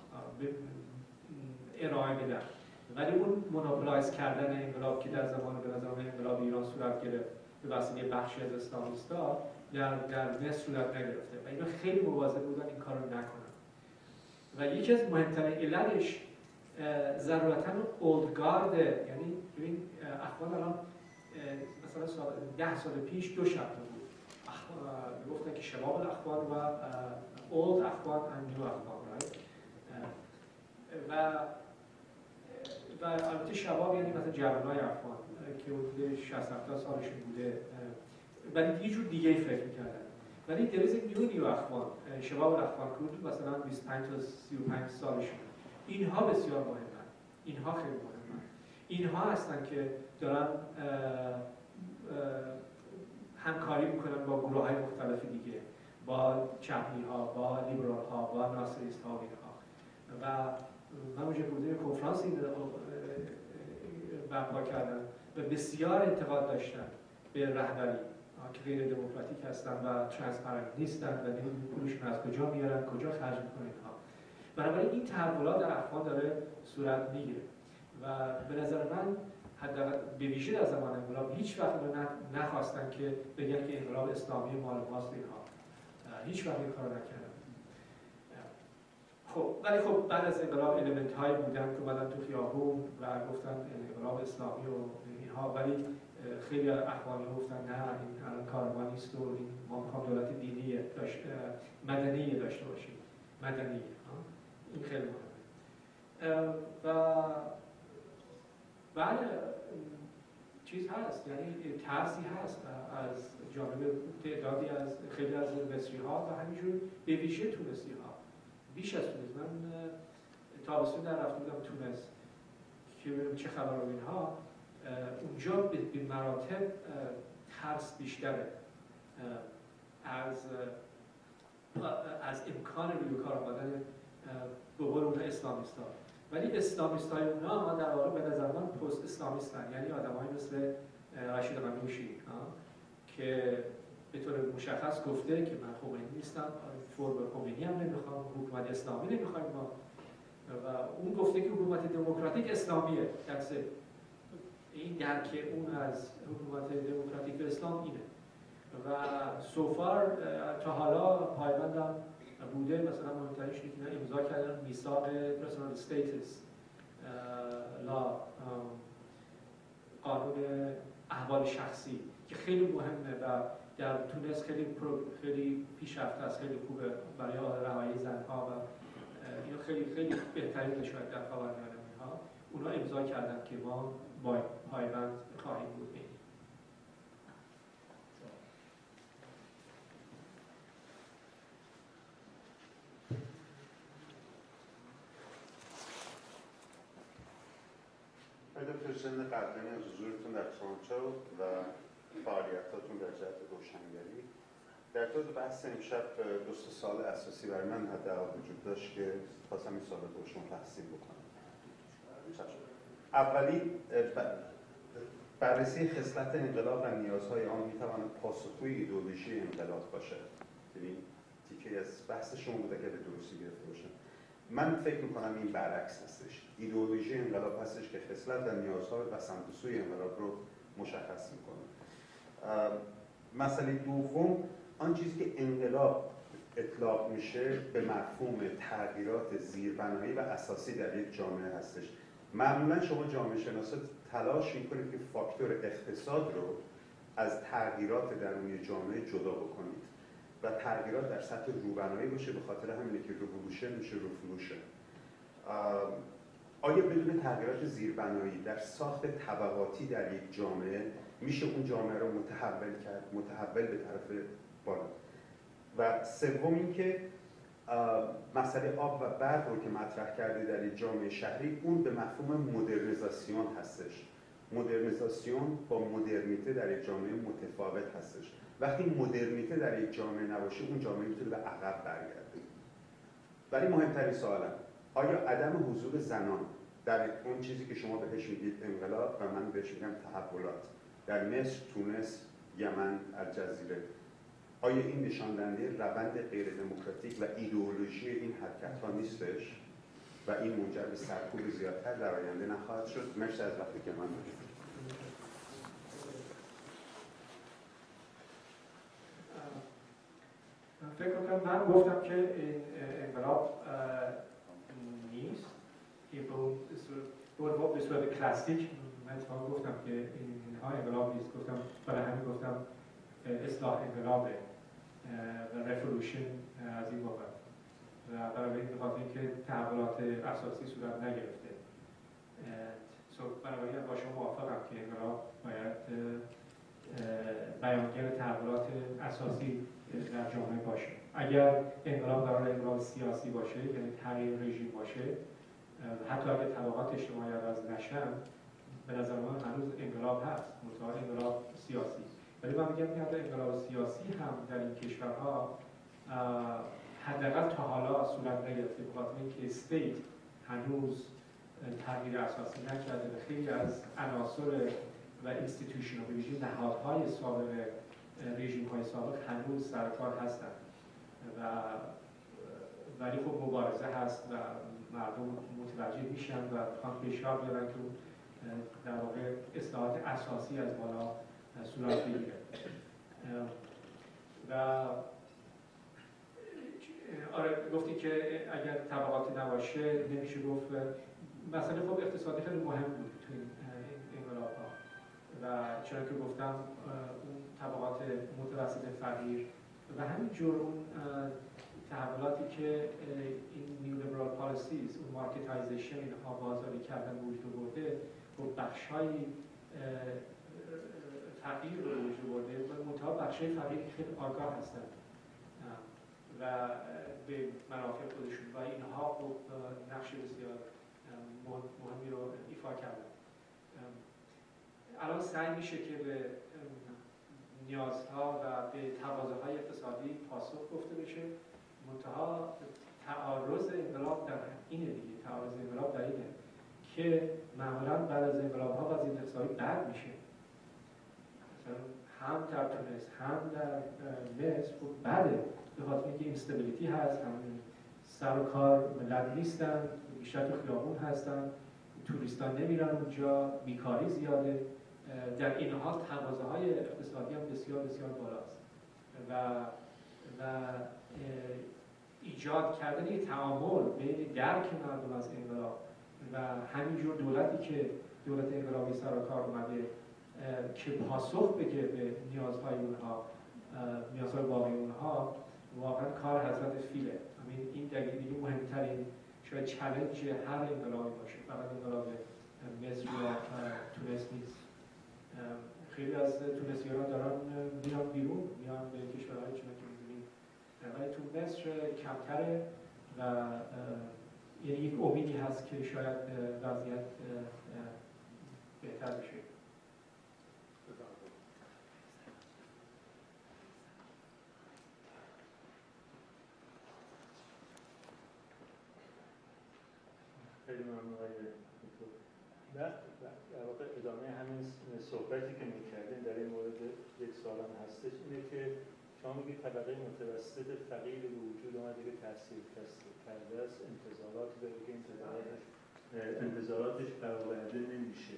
ارائه بدن. ولی اون مونوپولایز کردن انقلاب که در زمان به نظام انقلاب ایران صورت گرفت به وسیله بخشی از اسلامیست‌ها در مصر صورت نگرفته و اینا خیلی مواظب بودن این کار رو نکنن. و یکی از مهمترین علتش ضرورتاً اولدگارد، یعنی ببین اخوان الان مثلا 10 سال پیش 2 شب بود، گفتن که شباب الاخوان و اولد اخوان و نیو اخوان، و البته شباب یعنی مثلا جوانای اخوان که حدود 60-70 سالشون بوده ولی یه جور دیگه فکر می‌کردن. ولی there is a new اخوان، شباب الاخوان که مثلا 25 تا 35 سالشون، اینها بسیار مهمن، اینها خیلی مهمن. اینها هستن که دارن همکاری میکنن با گروه‌های مختلف دیگه، با چپی‌ها، با لیبرال‌ها، با ناصریست‌ها و اینها. و من اونجا بوده کنفرانس این برپا کردن و بسیار انتقاد داشتن به رهبری که غیر دموکراتیک هستن و ترانسپرنت نیستن و نمیدونن پولشون از کجا میارن، کجا خرج میکنن اینها. بنابراین این تحولات در افغان داره صورت میگیره و به نظر من حداقل به ویژه در زمان انقلاب هیچ وقت نخواستن که بگن که انقلاب اسلامی مال ماست اینها. هیچ وقت این کارو نکردن. خب ولی خب بعد از انقلاب المنت هایی بودن که اومدن تو خیابون و گفتن انقلاب اسلامی و اینها، ولی خیلی اخوانی گفتن نه این الان کار ما نیست و ما میخوام دولت دینی مدنی داشته باشیم. مدنی این خیلی مهمه. و بله چیز هست، یعنی ترسی هست از جانب تعدادی از خیلی از مصری ها و همینجور به ویژه تونسی ها، بیش از تونس. من تابستون در رفته بودم تونس که ببینم چه خبر و اینها. اونجا به مراتب ترس بیشتره از امکان روی کار آمدن به قول اونها اسلامیست ها. ولی اسلامیست های اونها در واقع به نظر من پست اسلامیستن، یعنی آدمایی مثل رشید غنوشی که به طور مشخص گفته که من خمینی نیستم، فرم خمینی هم نمیخوام، حکومت اسلامی نمیخوایم ما، و اون گفته که حکومت دموکراتیک اسلامیه. این درک اون از حکومت دموکراتیک اسلام اینه و سوفار تا حالا پایبندم بوده. مثلا مهمترینش اینه که امضا کردن میثاق پرسونال استیتس لا، قانون احوال شخصی که خیلی مهمه و در تونس خیلی پیشرفته است، خیلی خوبه برای رهایی زنها و اینا خیلی بهترین شاید در خاورمیانه ها. اونا امضا کردن که ما با پایبند خواهیم بود. دکتر ضمن قدردانی از حضورتون در تورنتو و فعالیتاتون در جهت روشنگری. در طول بحث امشب دو سال اساسی برای من حداقل وجود داشت که خواستم این سوالات رو شما تقسیم بکنم. اولی بررسی خصلت انقلاب و نیازهای آن میتواند پاسخگوی ایدئولوژی انقلاب باشد. یعنی تیکه از بحث شما بوده که به درستی گرفته باشه. من فکر میکنم این برعکس هستش. ایدئولوژی انقلاب هستش که خصلت و نیازها و سمت و سوی انقلاب رو مشخص میکنه. مسئله دوم، آن چیزی که انقلاب اطلاق میشه به مفهوم تغییرات زیربنایی و اساسی در یک جامعه هستش. معمولا شما جامعه شناسا تلاش میکنید که فاکتور اقتصاد رو از تغییرات درونی جامعه جدا بکنید و تغییرات در سطح روبنایی باشه. به خاطر همینه که ریولوشن میشه ریفولوشن. آیا بدون تغییرات زیربنایی در ساخت طبقاتی در یک جامعه میشه اون جامعه رو متحول به طرف بالا؟ و سوم اینکه مسئله آب و برق رو که مطرح کرده در یک جامعه شهری، اون به مفهوم مدرنیزاسیون هستش. مدرنیزاسیون با مدرنیته در یک جامعه متفاوت هستش. وقتی مدرنیته در یک جامعه نباشه، اون جامعه میتونه به عقب برگرده. ولی مهمترین سوالم، آیا عدم حضور زنان در اون چیزی که شما بهش میگید انقلاب و من بهش میگم تحولات در مصر، تونس، یمن، الجزیره، آیا این نشان دهنده روند غیر دموکراتیک و ایدئولوژی این حرکت‌ها نیستش و این منجر به سرکوب زیادتر در آینده نخواهد شد؟ مرسی از وقتی که من داشتم. فکر کنم من گفتم که این انقلاب نیست که به صورت کلاسیک. من اتفاقا گفتم که اینها انقلاب نیست، گفتم برای همین گفتم اصلاح انقلابه و رفولوشن از این بابت و برای این بخاطر اینکه تحولات اساسی صورت نگرفته. بنابراین با شما موافقم که انقلاب باید بیانگر تحولات اساسی در جامعه باشه. اگر انقلاب قرار انقلاب سیاسی باشه، یعنی تغییر رژیم باشه، حتی اگر طبقات اجتماعی عوض نشن، به نظر من هنوز انقلاب هست، منتها انقلاب سیاسی. ولی من میگم که انقلاب سیاسی هم در این کشورها حداقل تا حالا صورت نگرفته، به خاطر اینکه استیت هنوز تغییر اساسی نکرده و خیلی از عناصر و اینستیتوشن و ویژه نهادهای سابق رژیم‌های سابق هنوز سر کار هستند ولی خب مبارزه هست و مردم متوجه میشن و میخوان فشار بیارن که در واقع اصلاحات اساسی از بالا صورت بگیره. و آره گفتی که اگر طبقاتی نباشه نمیشه گفت. مسئله خب اقتصادی خیلی مهم بود تو این انقلاب‌ها و چرا که گفتم اون طبقات متوسط فقیر و همینجور اون تحولاتی که این نیولیبرال پالیسیز، اون مارکتایزیشن، اینها بازاری کردن وجود برده و بخش‌های فقیر رو وجود برده و منتها بخش‌های فقیر خیلی آگاه هستند و به منافع خودشون و اینها خب نقش بسیار مهمی رو ایفا کردن. الان سعی میشه که به نیازها و به تقاضاهای اقتصادی پاسخ گفته بشه، منتها تعارض انقلاب در اینه دیگه، تعارض انقلاب در اینه که معمولا بعد از انقلاب‌ها وضعیت اقتصادی بد میشه. مثلا هم در تونس هم در مصر بده، به خاطر اینکه اینستابیلیتی هست، هم سر و کار ملت نیستن، بیشتر تو خیابون هستن، توریستان نمیرن اونجا، بیکاری زیاده. در این حال تقاضاهای اقتصادی هم بسیار بسیار بالاست و ایجاد کردن یک تعامل بین درک مردم از انقلاب و همینجور دولتی که دولت انقلابی سر و کار اومده که پاسخ بده به نیازهای اونها، نیازهای واقعی اونها، واقعا کار حضرت فیله. این دیگه مهمترین شاید چالش هر انقلابی باشه، فقط انقلاب مصر یا تونس نیست. خیلی از تونسی‌ها دارن میان بیرون، میان به کشورهای چون که می‌بینیم، ولی تو مصر کمتره و یعنی یک امیدی هست که شاید وضعیت بهتر بشه. خیلی ممنون آقای دکتر. در واقع ادامه همین صحبتی که می‌کردین در این مورد یک سوالم هستش، اینه که شما میگید طبقه متوسط فقیر به وجود اومده که تحصیل کرده است، انتظاراتی داره که انتظاراتش برآورده نمیشه.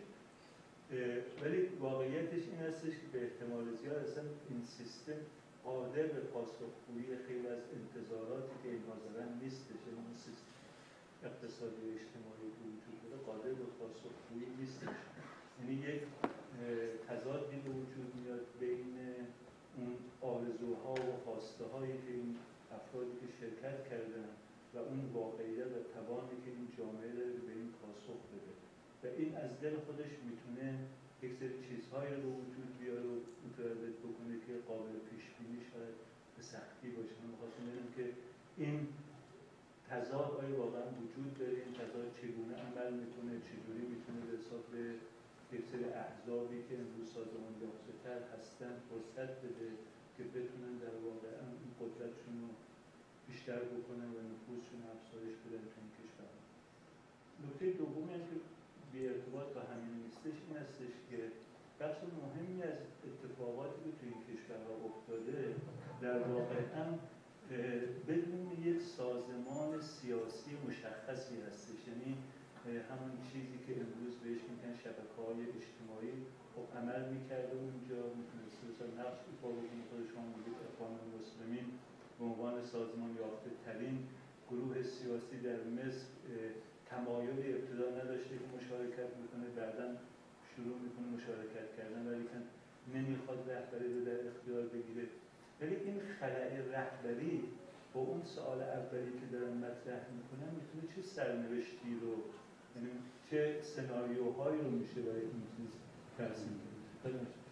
ولی واقعیتش این هستش که به احتمال زیاد اصلا این سیستم قادر به پاسخگویی خیلی از انتظاراتی که اینها دارن نیستش. این سیستم اقتصادی و اجتماعی که وجود داره قادر به پاسخگویی نیستش. یعنی یک تضادی به وجود میاد بین اون آرزوها و خواسته هایی که این افرادی که شرکت کردن و اون واقعیت و توانی که این جامعه داره به این پاسخ بده و این از دل خودش میتونه یک سری چیزهایی رو وجود بیاره و متولد بکنه که قابل پیش بینی شاید به سختی باشه. من می‌خواستم ببینم که این تضاد آیا واقعا وجود داره، این تضاد چگونه عمل میکنه، چجوری میتونه به حساب یک سری احزابی که امروز سازمان یافته‌تر هستن فرصت بده که بتونن در واقع این قدرتشون رو بیشتر بکنن و نفوذشون رو افزایش بدن تو این کشور. نکته دومی هم که بی ارتباط با همین نیستش این هستش که بخش مهمی از اتفاقاتی که تو این کشورها افتاده در واقع هم بدون یک سازمان سیاسی مشخصی هستش. یعنی همون چیزی که امروز بهش میگن شبکه‌های اجتماعی خب عمل میکرده اونجا، میتونسته مثلا نقش ایفا بکنه. خود شما میگید اخوان المسلمین به عنوان سازمان یافته ترین گروه سیاسی در مصر تمایل ابتدا نداشته که مشارکت میکنه، بعداً شروع میکنه مشارکت کردن ولی که نمیخواد رهبری رو در اختیار بگیره. ولی این خلأ رهبری با اون سوال اولی که دارن مطرح میکنن میتونه چه سرنوشتی رو، یعنی چه سناریوهایی رو میشه برای این چیز ترسیم کنید؟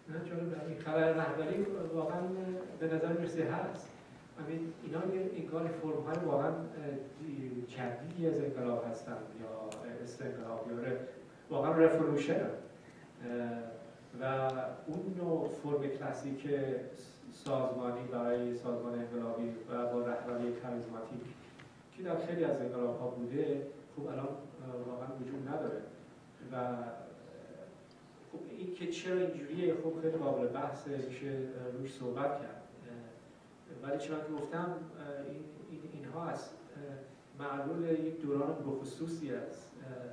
نه چون این خبر رهبری واقعا به نظر میرسه هست. اینا انگار فرم‌های واقعا جدیدی از انقلاب هستن یا استنقلاب یا واقعا رفولوشن و اون نوع فرم کلاسیک سازمانی برای سازمان انقلابی و با رهبری کاریزماتیک که در خیلی از انقلاب‌ها بوده خب الان واقعا وجود نداره و خب این که چرا اینجوریه خب خیلی قابل بحثه، میشه روش صحبت کرد. ولی چون که گفتم اینها از معلول یک دوران بخصوصی از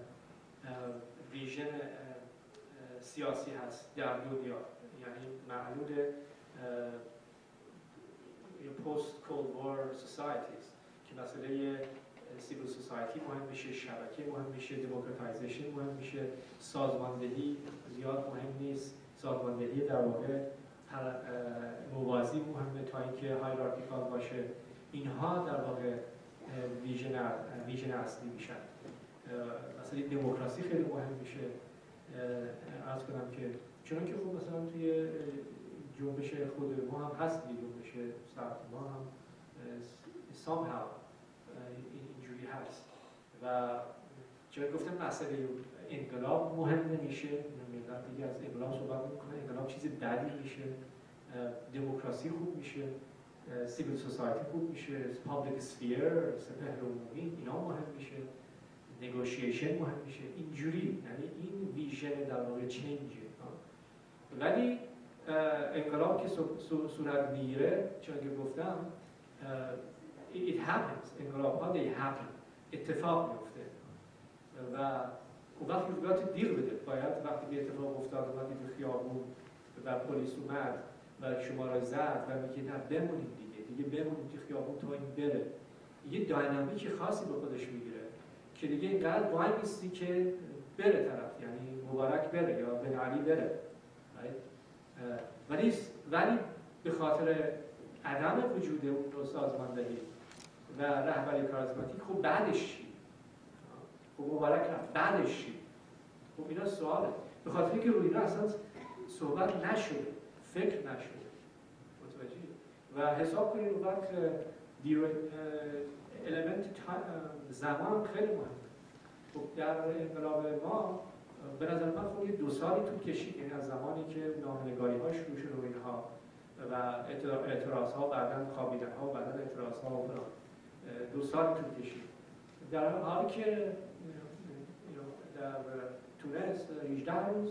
ویژن سیاسی هست در دنیا، یعنی معلول post cold war societies که مسئله سیویل سوسایتی مهم میشه، شبکه مهم میشه، دموکراتایزیشن مهم میشه، سازماندهی زیاد مهم نیست، سازماندهی در واقع موازی مهمه تا اینکه هایرارکیکال باشه. اینها در واقع ویژن اصلی میشن. مثلا دموکراسی خیلی مهم میشه. عرض کنم که چون که خب مثلا توی جنبش خود ما هم هست دیگه، جنبش سرد ما هم somehow اینجوری هست و چون گفتم مسئله انقلاب مهم نمیشه، ملت دیگه از انقلاب صحبت میکنه، انقلاب چیز بدی میشه، دموکراسی خوب میشه، سیویل سوسایتی خوب میشه، پابلیک اسفیر، سپهر عمومی اینا مهم میشه، نگوشیشن مهم میشه، اینجوری، یعنی این ویژن در واقع چنجه. ولی انقلاب که صورت میگیره چون که گفتم it happens، انقلاب ها they happen، اتفاق میفته و وقتی باید دیر بده، باید وقتی به اتفاق افتاد اومدی تو خیابون و پلیس اومد و شما را زد و میگه نه بمونید دیگه بمونید تو خیابون تا این بره، یه داینامیک خاصی به خودش میگیره که دیگه اینقدر وای نیستی که بره طرف، یعنی مبارک بره یا بن علی بره، ولی به خاطر عدم وجود اون نوع سازماندهی و رهبری کاریزماتیک خب بعدش چی؟ خب مبارک رفت بعدش چی؟ خب اینا سواله، به خاطر که روی اینا اصلا صحبت نشده، فکر نشده، متوجهی؟ و حساب کنید اون وقت المنت زمان خیلی مهمه. خب در انقلاب ما به نظر من خب یه 2 سالی طول کشید، یعنی از زمانی که نامنگاری ها شروع شد و اینها و اعتراض ها بعداً خوابیدن ها و بعداً اعتراض ها و فلان 2 سال طول کشید، در حالی که در تونس 18 روز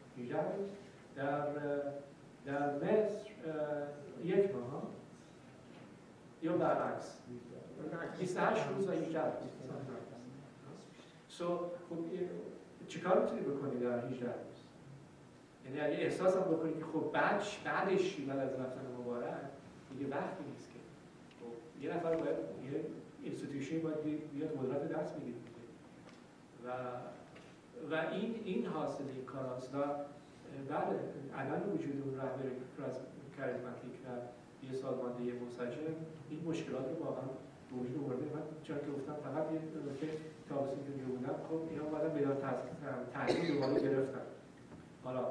در مصر 1 ماه یا برعکس 28 روز و 18 روز. خب چیکار میتونی بکنی در 18 روز؟ یعنی اگه احساس هم بکنی که خب بعدش بعد از رفتن مبارک دیگه وقتی نیست که خب یه نفر باید یه اینستیتوشن باید بیاد قدرت دست بگیره و این حاصل این کار است و بله عدم وجود اون رهبر کاریزماتیک و یه سازماندهی منسجم این مشکلات رو واقعا وجود آورده. من چون که گفتم فقط یه نکته تابستون که بودم خب اینا اومدن بدون تحصیل دوباره گرفتن. حالا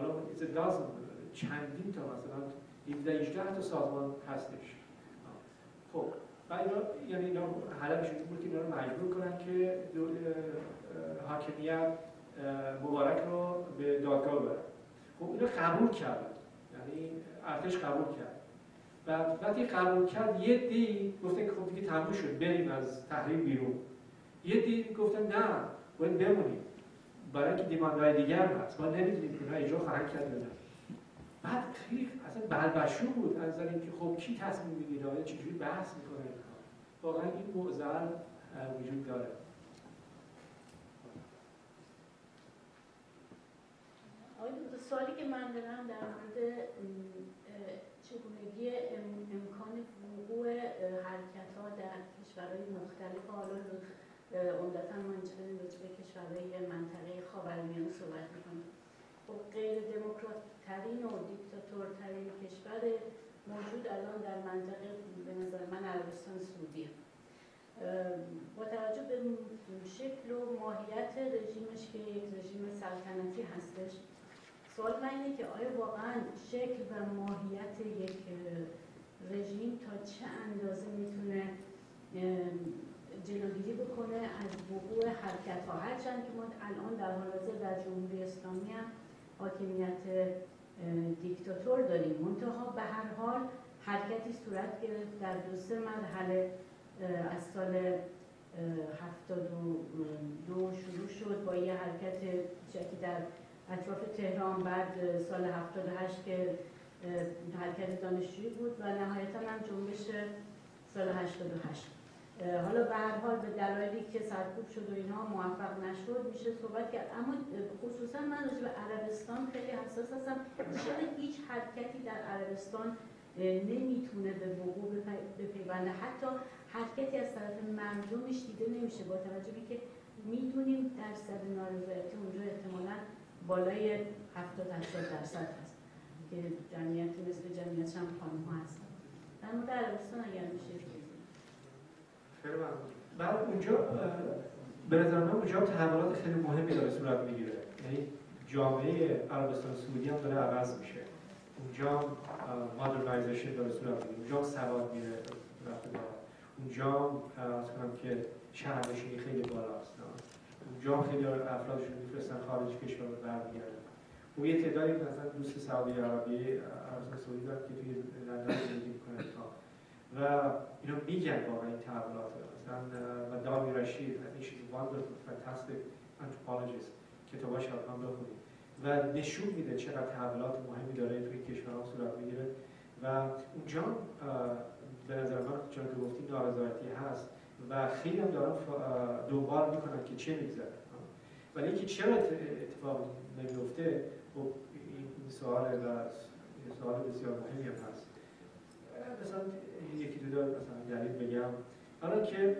چندین تا مثلا 17-18 تا سازمان هستش. خب و اینا هدفشون این بود که اینا رو مجبور کنن که حاکمیت مبارک رو به دادگاه ببرن. خب اینا قبول کردن، یعنی ارتش قبول کرد و وقتی قبول کرد یه دی گفتن که خب دیگه تموم شد بریم از تحریم بیرون، یه دی گفتن نه باید بمونیم برای اینکه دیماندهای دیگر هست، ما نمیدونیم که اینا اجرا خواهند کرد یا نه. بعد خیلی اصلا بلبشو بود از اینکه خب کی تصمیم میگیره و چجوری بحث میکنه. واقعا این معضل وجود داره. آقای دکتر سوالی که من دارم در مورد چگونگی امکان وقوع حرکت‌ها در کشورهای مختلف، حالا عمدتاً ما اینجا داریم راجع به کشورهای منطقه خاورمیانه صحبت می‌کنیم. خب غیر دموکرات‌ترین و دیکتاتورترین کشور موجود الان در منطقه به نظر من عربستان سعودیه. با توجه به شکل و ماهیت رژیمش که یک رژیم سلطنتی هستش، سوال من اینه که آیا واقعا شکل و ماهیت یک رژیم تا چه اندازه میتونه جلوگیری بکنه از وقوع حرکت‌ها، هرچند که ما الان در حال حاضر در جمهوری اسلامی هم حاکمیت دیکتاتور داریم، منتها به هر حال حرکتی صورت گرفت در 2-3 مرحله. از سال 72 شروع شد با یه حرکت کوچکی در اطراف تهران، بعد سال 78 که حرکت دانشجویی بود و نهایتا هم جنبش سال 88. حالا به هر حال به دلایلی که سرکوب شد و اینها موفق نشد میشه صحبت کرد، اما خصوصا من راجع به عربستان خیلی حساس هستم. چرا هیچ حرکتی در عربستان نمیتونه به وقوع بپیونده؟ حتی حرکتی از طرف مردمش دیده نمیشه، با توجه به که میدونیم درصد نارضایتی اونجا احتمالاً بالای 70-80% هست که جمعیتی مثل جمعیت هم خانم‌ها هستن. در مورد عربستان اگر میشه خیلی ممنون. من اونجا به نظر من اونجا تحولات خیلی مهمی داره صورت میگیره، یعنی جامعه عربستان سعودی هم داره عوض میشه. اونجا مادرنایزیشن داره صورت میگیره، اونجا سواد میره رفته بالا، اونجا از کنم که شهرنشینی خیلی بالاست، اونجا خیلی افرادشون میفرستن خارج کشور رو برمیگردن. و یه تعدادی مثلا دوست سعودی عربی عربستان سعودی دارن که توی لندن زندگی میکنن و اینا میگن واقعا این تحولات مثلا و داوی رشید I think she's a wonderful fantastic anthropologist، کتاباش حتما بخونید و نشون میده چقدر تحولات مهمی داره توی کشورها صورت میگیره و اونجا به نظر من چون که گفتید نارضایتی هست و خیلی هم دارن دنبال میکنن که چه میگذره، ولی اینکه چرا اتفاق نمیفته خب این سوال بسیار مهمی هم هست. مثلا یکی دو دار مثلا دلیل بگم، حالا که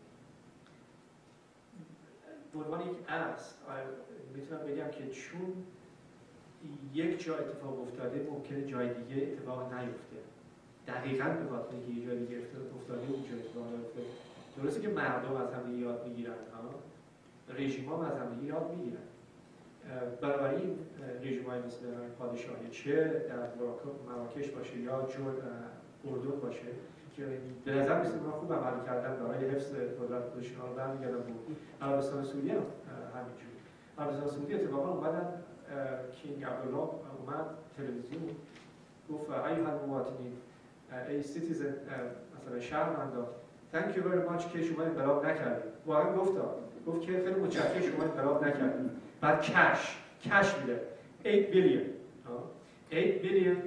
به عنوان یک اصل میتونم بگم که چون یک جا اتفاق افتاده ممکنه جای دیگه اتفاق نیفته، دقیقاً به خاطر اینکه یه جای دیگه افتاده اونجا اتفاق نیفته. درسته که مردم از هم یاد میگیرن، رژیم‌ها از هم یاد میگیرن، بنابراین رژیم‌های مثل پادشاهی چه در مراکش باشه یا اردن باشه که به نظر میسه ما خوب عمل کردن برای حفظ قدرت خودشون رو برمیگردن بود. عربستان سعودی هم همینجور. عربستان سعودی اتفاقا اومدن کینگ عبدالله اومد تلویزیون گفت ایها المواطنین ای سیتیزن مثلا شهرمندا thank you very much که شما انقلاب نکردید. واقعا گفت که خیلی متشکرم شما انقلاب نکردید. بعد کش میده 8 بیلیون 8 بیلیون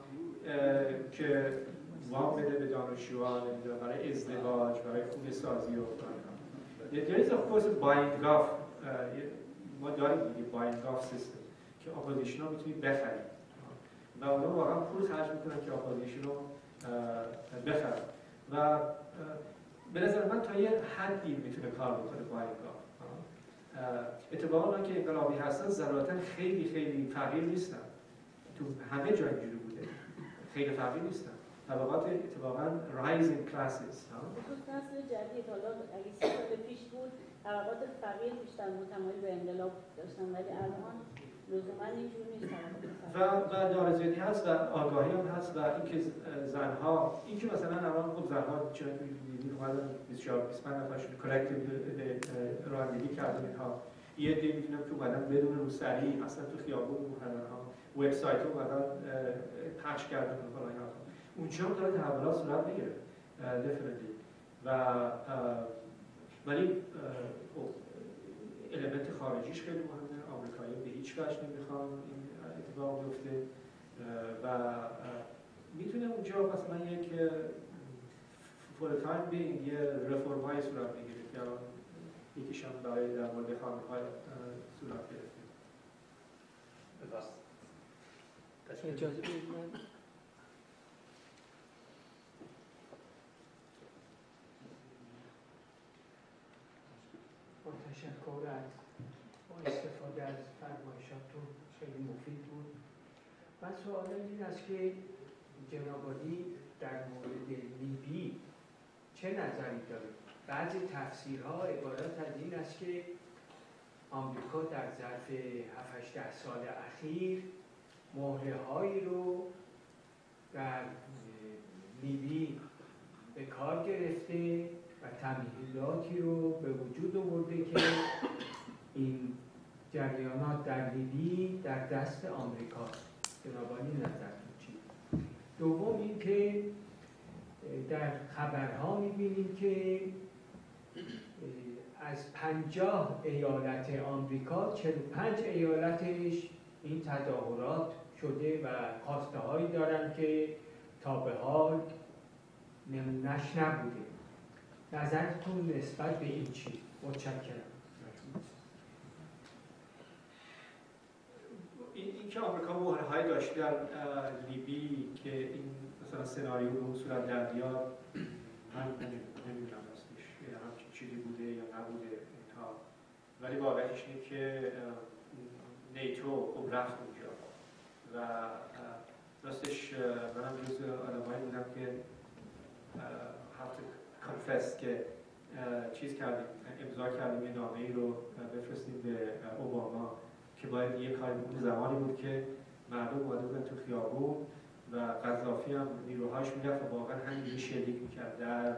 که وام بده به دانشجویان برای ازدواج، برای خونه سازی و there is of course a buying off ما داریم دیگه buying off system که اپوزیشن ها میتونید بخرید و اونا واقعا پول خرج میکنن که اپوزیشن رو بخرن و به نظر من تا یه حدی میتونه کار بکنه buying off. اتفاقا که انقلابی هستن ضرورتا خیلی فقیر نیستن، تو همه جا اینجوری بوده، خیلی فقیر نیستن، طبقات اتفاقا rising classes. خصوص نسل جدید، حالا اگه 30 سال پیش بود طبقات فقیر بیشتر متمایل به انقلاب داشتن، ولی الان لزوما اینجوری نیست. و نارضایتی هست و آگاهی هم هست و اینکه زنها، اینکه مثلا الان خب زنها چون اومدن 24-25 نفرشون کلکتیو رانندگی کردن، اینها یه عده می‌دونم که اومدن بدون روسری اصلا تو خیابون اومدن ها وبسایت اومدن پخش کردن و فلان ها، اونجا هم داره تحولات صورت میگیره definitely و ولی خب المنت خارجیش خیلی مهمه. آمریکایی‌ها به هیچ وجه نمیخوان این اتفاق بیفته و میتونه اونجا مثلا یک for the time being یه رفرم‌های صورت بگیره که یکیش هم برای در مورد خانم‌های صورت گرفته. اجازه بدید من با تشکر از استفاده از فرمایشاتون خیلی مفید بود. من سوالم این است که جناب عالی در مورد لیبی چه نظری دارید؟ بعضی تفسیرها عبارت از این است که آمریکا در ظرف 7-8 سال اخیر مهره‌هایی رو در لیبی به کار گرفته و تمهیداتی رو به وجود آورده که این جریانات در لیبی در دست آمریکاست. بنابراین نظرتون چی؟ دوم این که در خبرها می‌بینیم که از 50 ایالت آمریکا 45 ایالتش این تظاهرات شده و خواسته هایی دارن که تا به حال نمونش نبوده. نظرتون نسبت به این چی؟ متشکرم. این که آمریکا مهرهایی داشته در لیبی که این مثلا سناریو به اون صورت در بیاد، من نمیدونم راستش همچین چیزی بوده یا نبوده اینها، ولی واقعیتش اینه که نیتو خب رفت اونجا و راستش منم جزو آدمایی بودم که have to confess که چیز کردیم، امضا کردیم یه نامه‌ای رو بفرستیم به اوباما که باید یه کاری اون زمانی بود که مردم اومده بودن تو خیابون و قذافی هم نیروهاش میرفت و واقعا همینجوری شلیک میکرد در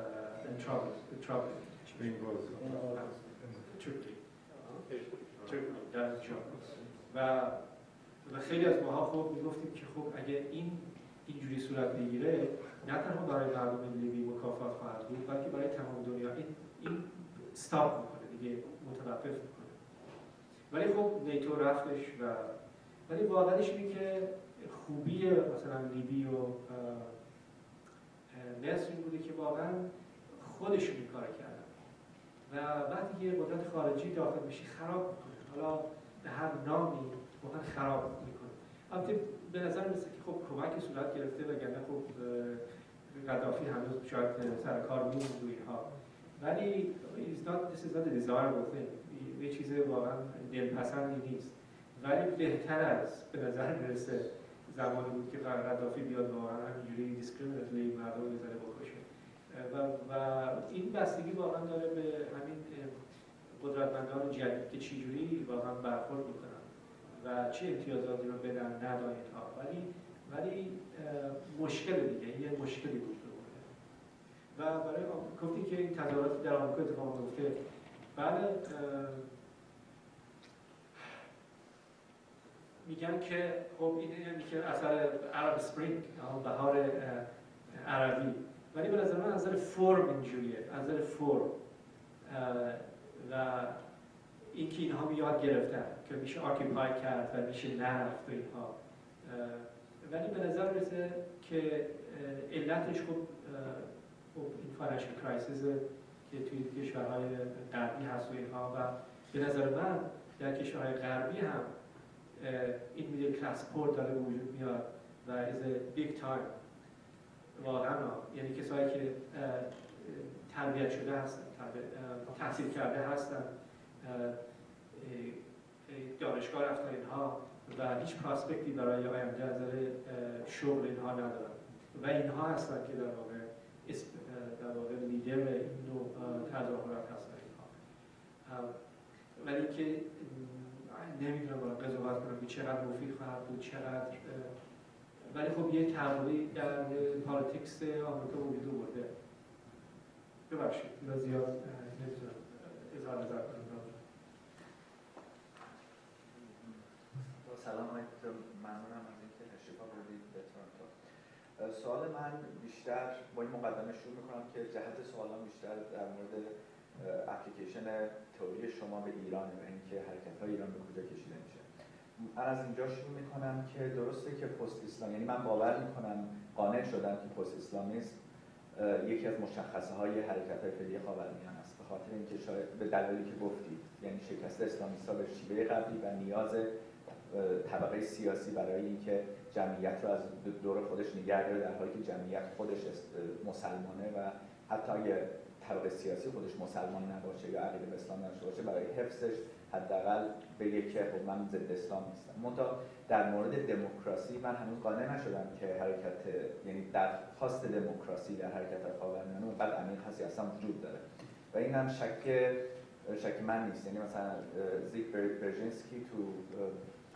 و خیلی از ماها خب میگفتیم که خب اگه اینجوری صورت بگیره نه تنها برای مردم لیبی مکافات خواهد بود بلکه برای تمام دنیا این استاپ میکنه دیگه، متوقف میکنه. ولی خب نیتو رفتش ولی واقعیش اینه که خوبی مثلا لیبی و مصر این بوده که واقعا خودشون این کار کردن و وقتی یه قدرت خارجی داخل میشه خراب میکنه، حالا به هر نامی واقعا خراب میکنه. البته به نظر میسه که خب کمک صورت گرفته وگرنه خب قذافی هنوز شاید سر کار میموند و اینها، ولی this is not a desirable thing، یه چیز واقعا دلپسندی نیست، ولی بهتر از به نظر میرسه زمانی بود که قذافی بیاد واقعا همینجوری دیسکریمینیتلی مردم بزنه بکشه و این بستگی واقعا داره به همین قدرتمندان جدید که چجوری واقعا برخورد میکنن و چه امتیازاتی رو بدن ندن اینها، ولی مشکل دیگه، یه مشکلی بود و برای گفتیم که این تظاهرات در آمریکا اتفاق میفته. بله میگن که خب این یعنی که اثر عرب اسپرینگ، بهار عربی، ولی به نظر من از نظر فرم اینجوریه، از نظر فرم و اینکه اینها یاد گرفتن که میشه آکیپای کرد و میشه نرفت و اینها، ولی به نظر میرسه که علتش خب این فاینانشل کرایسیس که توی کشورهای غربی هست و اینها و به نظر من در کشورهای غربی هم این میدل کلاس پور داره به وجود میاد و از بیگ تایم واقعا، یعنی کسایی که تربیت شده هستن، تحصیل کرده هستن، دانشگاه رفتن اینها و هیچ پراسپکتی برای آینده از نظر شغل اینها ندارن و اینها هستن که در واقع لیدر این نوع تظاهرات هستن اینها، ولی که نمیدونم قضاوت کنم که چقدر مفید خواهد بود چقدر، ولی خب یه تحولی در پالیتیکس آمریکا وجود آورده. ببخشید من زیاد نمیتونم اظهار نظر کنم. سلام علیکم، ممنونم از اینکه تشریف آوردید به تورنتو. سوال من بیشتر با این مقدمه شروع میکنم که جهت سوالم بیشتر در مورد اپلیکیشن تئوری شما به ایران و اینکه حرکت‌های ایران به کجا کشیده میشه. من از اینجا شروع میکنم که درسته که پست اسلام، یعنی من باور میکنم، قانع شدم که پست اسلامیسم یکی از مشخصه‌های حرکت‌های فعلی خاورمیانه است، به خاطر اینکه شاید به دلایلی که گفتید، یعنی شکست اسلامیست‌ها به شیوه قبلی و نیاز طبقه سیاسی برای اینکه جمعیت رو از دور خودش نگه داره، در حالی که جمعیت خودش مسلمانه و حتی اگه طبقه سیاسی خودش مسلمان نباشه یا عقیده به اسلام نداشته باشه، برای حفظش حداقل بگه که خب من ضد اسلام نیستم. منتها در مورد دموکراسی من هنوز قانع نشدم که حرکت، یعنی درخواست دموکراسی در حرکت خاورمیانه اونقدر عمیق هست اصلا وجود داره و این هم شک من نیست. یعنی مثلا زیگ برژینسکی تو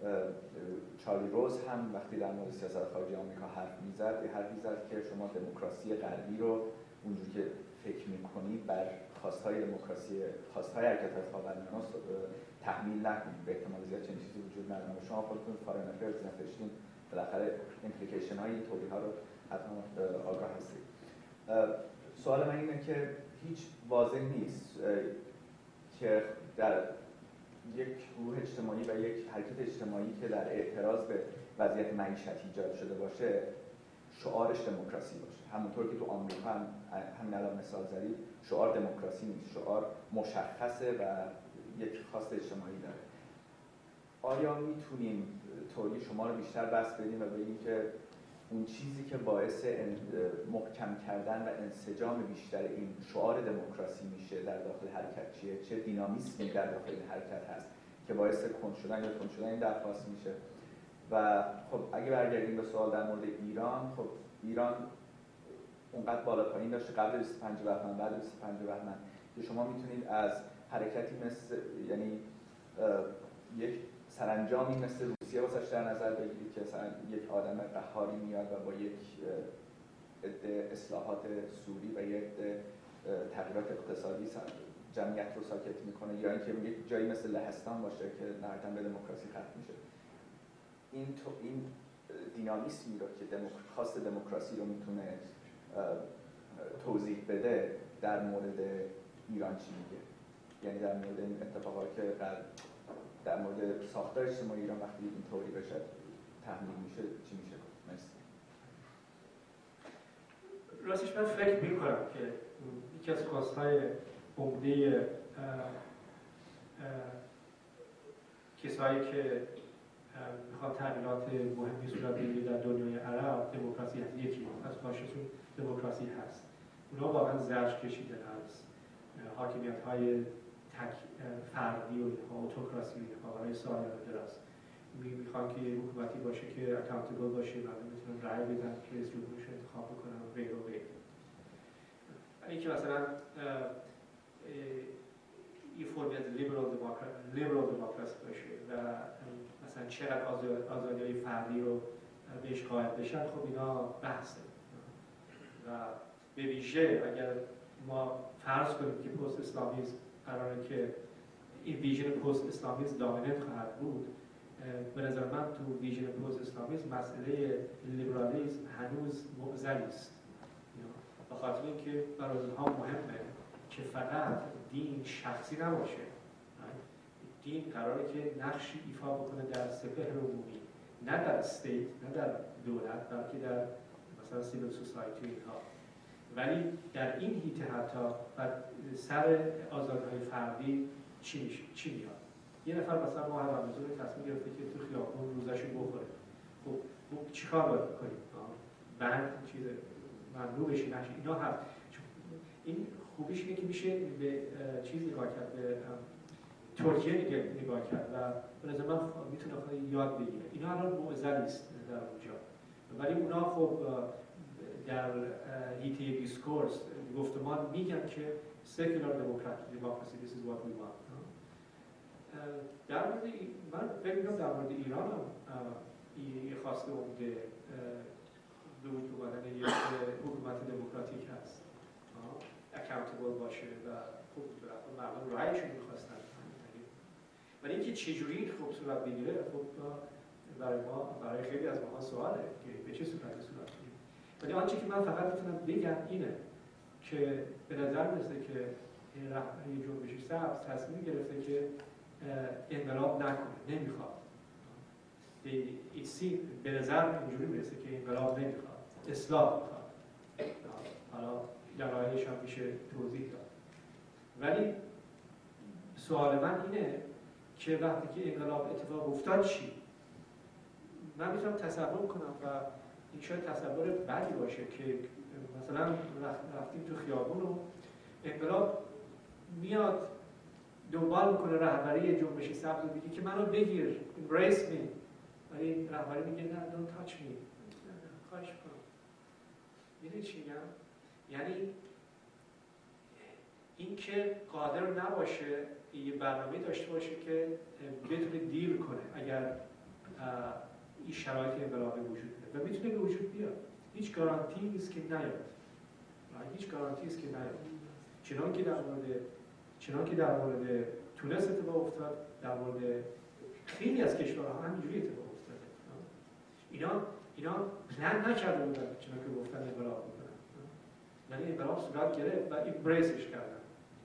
چارلی روز هم وقتی در مورد سیاست خارجی آمریکا حرف زد که شما دموکراسی غربی رو اونجوری که فکر می‌کنید بر خواست‌های حرکت‌های خاورمیانه تحمیل نکنید. به احتمال زیاد چنین چیزی وجود نداره. شما خودتون فارن افیرز نوشتین، بالاخره ایمپلیکیشن‌های این توضیح‌ها رو حتما آگاه هستید. سوال من اینه که هیچ واضح نیست که در یک گروه اجتماعی و یک حرکت اجتماعی که در اعتراض به وضعیت معیشتی ایجاد شده باشه شعارش دموکراسی باشه. همونطور که تو آمریکا هم همین الان مثال زدید، شعار دموکراسی نیست، شعار مشخصه و یک خواست اجتماعی داره. آیا میتونیم توری شما رو بیشتر بس بدیم و بگیم که اون چیزی که باعث محکم کردن و انسجام بیشتر این شعار دموکراسی میشه در داخل حرکت چیه؟ چه دینامیسمی در داخل حرکت هست که باعث کند شدن این درخواست میشه؟ و خب اگه برگردیم به سوال در مورد ایران، خب ایران اونقدر بالا پایین داشته قبل 25 بهمن، بعد 25 بهمن، که شما میتونید از حرکتی مثل یعنی یک سرانجامی مثل روسیه واسش در نظر بگیرید که مثلا یک آدم قهاری میاد و با یک عده اصلاحات سوری و یک عده تغییرات اقتصادی جمعیت رو ساکت میکنه، یا اینکه یک جایی مثل لهستان باشه که نهایتاً به دموکراسی ختم میشه. این دینامیسمی رو که خواست دموکراسی رو میتونه توضیح بده در مورد ایران چی میگه؟ یعنی در مورد این اتفاقات که در مورد ساختار اجتماعی ایران وقتی اینطوری بشه تحمیل میشه چی میشه؟ مرسی. راستش من فکر میکنم که یکی از خواستهای عمده کسایی که میخواد تغییرات مهمی صورت بگیره در دنیای عرب دموکراسی هست. یکی از خواستشون دموکراسی هست. اونا واقعا زرش کشیدن از حاکمیت‌های فردی و اتوکراسی و برای سالانه دراز. میخوان که حکومتی باشه که اکانتبل باشه، مردم میتونن رأی بدن که رئیس جمهورش انتخاب بکنن و غیره و غیره. اینکه مثلا این فرمی از لیبرال دموکراسی باشه و مثلا چقدر آزادی‌های فردی رو بهش قائل بشن، خب اینا بحثه. و به ویژه اگر ما فرض کنیم که پست اسلامیسم قراره که این ویژن پست اسلامیسم دامیننت خواهد بود، به نظر من تو ویژن پست اسلامیسم مسئله لیبرالیسم هنوز معضلی است. به خاطر اینکه برای اونها مهمه که فقط دین شخصی نباشه. دین قراره که نقشی ایفا بکنه در سپهر عمومی، نه در استیت، نه در دولت، بلکه در مثلا سیویل سوسایتی اینها. ولی در این هیته حتی سر آزادی‌های فردی چی میاد؟ یه نفر مثلا ما هر رمضان تصمیم گرفته که تو خیابون روزشو بخوره. خب چیکار باید بکنیم؟ بند چیز ممنوع بشه نشه اینا هست. این خوبیش اینه که میشه به چیز نگاه کرد، به ترکیه نگاه کرد و به نظر من میتونه خیلی یاد بگیره. اینا الان معضلی است در اونجا، ولی اونا خب در هیته دیسکورس گفتمان میگن که secular democracy this is what we want. در مورد من فکر می‌کنم در مورد ایران هم این خواسته عمده به وجود اومدن یک حکومت دموکراتیک هست، accountable باشه و خب مردم رأیشون می‌خواستن. ولی اینکه چجوری خوب صورت بگیره خب برای خیلی از ماها سواله که به چه صورتی صورت بگیره. ولی آنچه که من فقط میتونم بگم اینه که به نظر میرسه که رهبری جنبش سبز تصمیم گرفته که انقلاب نکنه، نمیخواد. به نظر اینجوری میرسه که انقلاب نمیخواد، اصلاح میخواد. حالا دلایلش هم میشه توضیح داد. ولی سوال من اینه که وقتی که انقلاب اتفاق افتاد چی؟ من میتونم تصور کنم و این شاید تصور بدی باشه که مثلا رفتیم تو خیابون و انقلاب میاد دنبال میکنه رهبری جنبش سبز و میگه که منو بگیر، embrace me، ولی رهبری میگه نه don't touch me، خواهش میکنم. میدونی چی میگم؟ یعنی این که قادر نباشه یه برنامه داشته باشه که بتونه دیل کنه اگر این شرایط انقلابی وجود داره و میتونه به وجود بیاد. هیچ گارانتی نیست که نیاد. هیچ گارانتی است که نیاد. چنان که در مورد تونس اتفاق افتاد، در مورد خیلی از کشورها همینجوری اتفاق افتاده. اینا پلن نکرده بودن چنان که گفتن انقلاب میکنن، ولی انقلاب صورت گرفت و ایمبریسش کردن.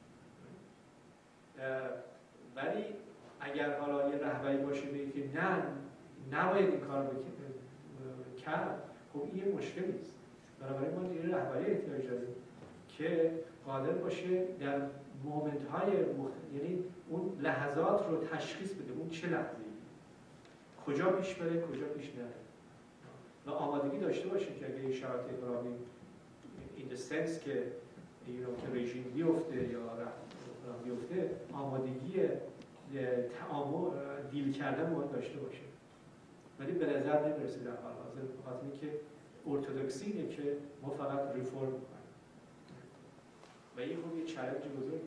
ولی اگر حالا یه رهبری باشه بگه که نه نباید این کار کرد، خب این یه مشکلی است. بنابراین ما یه رهبری احتیاج داریم که قادر باشه در مومنت‌های یعنی اون لحظات رو تشخیص بده، اون چه لحظه‌ای کجا پیش بره کجا پیش نره و آمادگی داشته باشه که اگه شرایط انقلابی این سنس که که رژیم بیفته یا بیفته، آمادگی تعامل دیل کردن باید داشته باشه. ولی به نظر نمیرسه در حال حاضر، به خاطر اینکه ارتدوکسی اینه که ما فقط ریفرم می‌کنیم و این خب یه چالش بزرگه.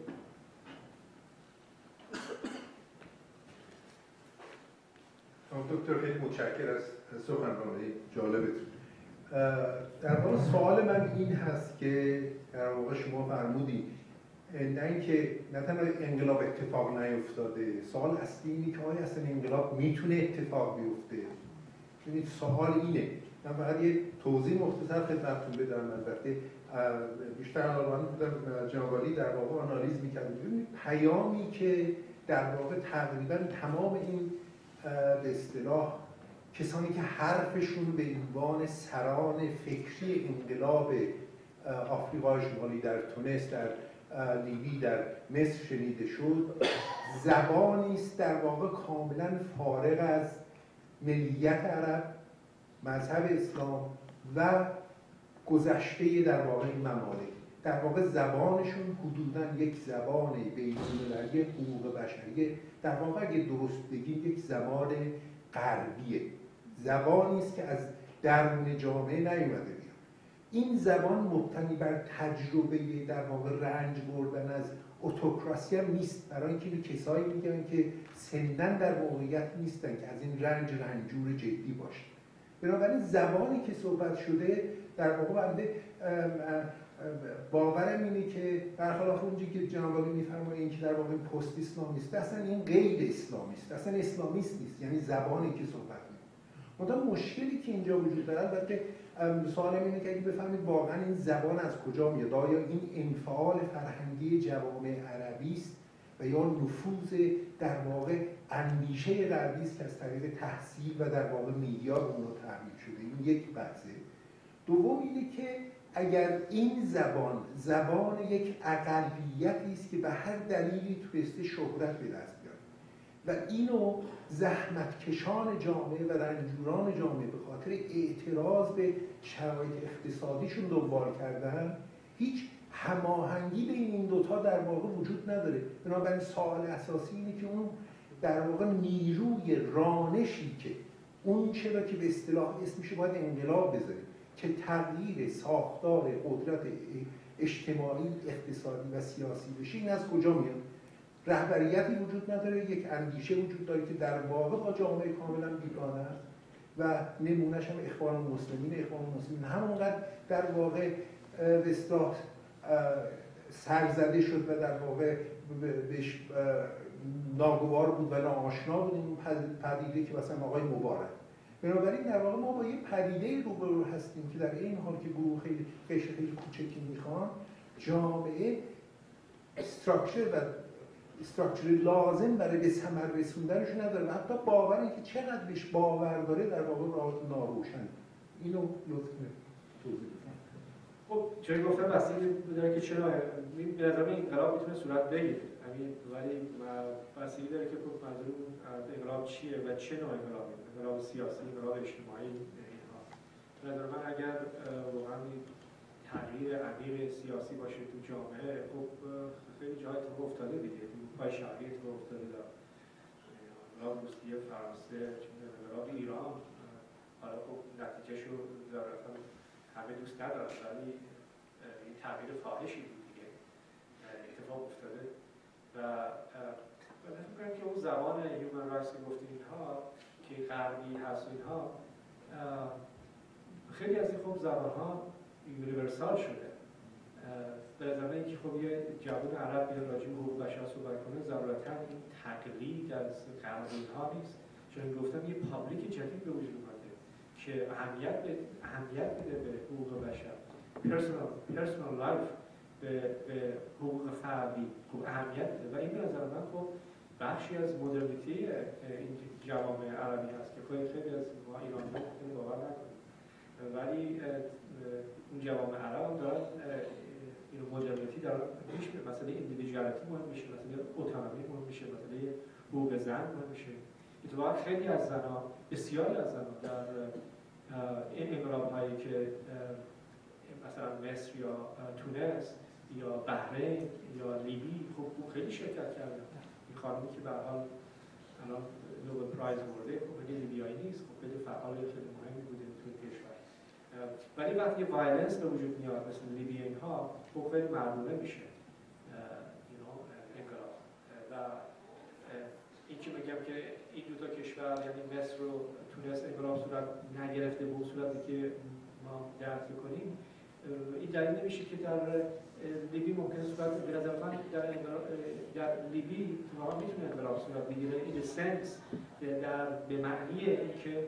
دکتر خیلی متشکرم از سخنرانی جالبتون. در واقع سوال من این هست که در واقع شما فرمودید نه اینکه نه تنها انقلاب اتفاق نیفتاده، سوال اصلی اینه که آیا اصلا انقلاب میتونه اتفاق بیفته؟ ببینید سوال اینه. من فقط یه توضیح مختصر خدمتتون بدم. من وقتی بیشتر آنلاین بودم جناب عالی در واقع آنالیز می‌کردم، ببینید پیامی که در واقع تقریبا تمام این به اصطلاح کسانی که حرفشون به عنوان سران فکری انقلاب آفریقای شمالی در تونس، در لیبی، در مصر شنیده شد، زبانی است در واقع کاملا فارغ از ملیت عرب، مذهب اسلام و گذشته در واقع این ممالک. در واقع زبانشون حدوداً یک زبان بین‌المللی حقوق بشریه، در واقع اگه درست بگیم یک زبان غربیه، زبانی است که از درون جامعه نیومده بیرون. این زبان مبتنی بر تجربه در واقع رنج بردن از اتوکراسی هم نیست، برای اینکه کسایی میگن که سنن در موقعیت نیستن که از این رنجور جدی باشه. بنابراین زبانی که صحبت شده در واقع بنده باورم اینه که برخلاف اونجایی که جناب عالی میفرمایند که در واقع پست اسلامیست، اصلا این غیر اسلامیست، اصلا اسلامیست نیست، یعنی زبانی که صحبت میکنه. منتها مشکلی که اینجا وجود داره، البته سوالم اینه که اگه بفهمید واقعا این زبان از کجا میاد، آیا این انفعال فرهنگی جوامع عربی است و یا نفوذ در واقع اندیشه غربی است که از طریق تحصیل و در واقع میدیا به اون تحمیل شده. این یک بحثه. دوم اینه که اگر این زبان یک اقلیتی است که به هر دلیلی تونسته شهرت به دست بیاره و اینو زحمتکشان جامعه و رنجوران جامعه به خاطر اعتراض به شرایط اقتصادیشون دنبال کردن، هیچ هماهنگی بین این دوتا در واقع وجود نداره. بنابراین سوال اساسی اینه که اون در واقع نیروی رانشی که اون چرا که به اصطلاح اسمش باید انقلاب بذاریم که تغییر ساختار قدرت اجتماعی، اقتصادی و سیاسی بشه، این از کجا میاد؟ رهبریتی وجود نداره، یک اندیشه وجود داره که در واقع با جامعه کاملا بیگانه است و نمونهش هم اخوان المسلمین همونقدر در واقع به اصطلاح سرزده شد و در واقع بهش ناگوار بود و ناآشنا بود این پدیده که مثلا آقای مبارک. بنابراین در واقع ما با یه پدیده روبرو هستیم که در این حال که گروه خیلی کوچکی میخوان، جامعه استراکچر لازم برای به ثمر رسوندنش نداره و حتی باور اینکه چقدر بهش باور داره در واقع ناروشن. اینو لطفاً توضیح بدید. خب چون گفتم بستگی داره که چرا به نظر من انقلاب میتونه صورت بگیره، ولی بستگی داره که خب منظور انقلاب چیه و چه نوع انقلابی، انقلاب سیاسی، انقلاب اجتماعی. اینها به نظر من اگر واقعا تغییر عمیق سیاسی باشه تو جامعه، خب خیلی جای اتفاق افتاده دیگه، پای شرقی اتفاق افتاده، در انقلاب روسیه، فرانسه، انقلاب ایران. حالا خب نتیجهشو ظاهراً همه دوست ندارن، ولی این تغییر فاحشی بود دیگه اتفاق افتاده و من فکر می‌کنم که اون زبان هیومن رایتس که گفتیم اینها که غربی هست و اینها خیلی از این خب زبان‌ها یونیورسال شده. به نظر اینکه خب یه جوان عرب بیاد راجع به حقوق بشر صحبت کنه ضرورتاً این تقلید از غربی ها نیست، چون گفتم یه پابلیک جدید به وجود اومده که اهمیت بده به حقوق بشر، پرسونال لایف به حقوق فردی خوب اهمیت بده و این به نظر من خب بخشی از مدرنیتی این جوامع عربی هست که خیلی از ما ایرانی‌ها خیلی باور نکنیم، ولی اون جوامع عرب هم دارن این مدرنیتی دارن پیش میره. مسئله ایندیویدوالیتی مهم میشه، مسئله اتونومی مهم میشه، مسئله حقوق زن مهم میشه. اتفاقا خیلی از زن‌ها، بسیاری از زن‌ها در این انقلاب‌هایی که مثلا مصر یا تونس یا بحرین یا لیبی خب خیلی شرکت کردن. این خانمی که به هر حال الان نوبل پرایز برده خب خیلی لیبیایی نیست، خب خیلی فعال خیلی مهمی بوده توی کشور. ولی وقتی وایلنس به وجود میاد مثل لیبی اینها خب خیلی مردونه میشه انقلاب. و این که بگم که این دو تا کشور یعنی مصر و تونس انقلاب صورت نگرفته به صورتی که ما درک کنیم، این دلیل نمیشه که در لیبی ممکن صورت به نظر من در لیبی واقعا میتونه انقلاب صورت بگیره. این سنس به معنی اینکه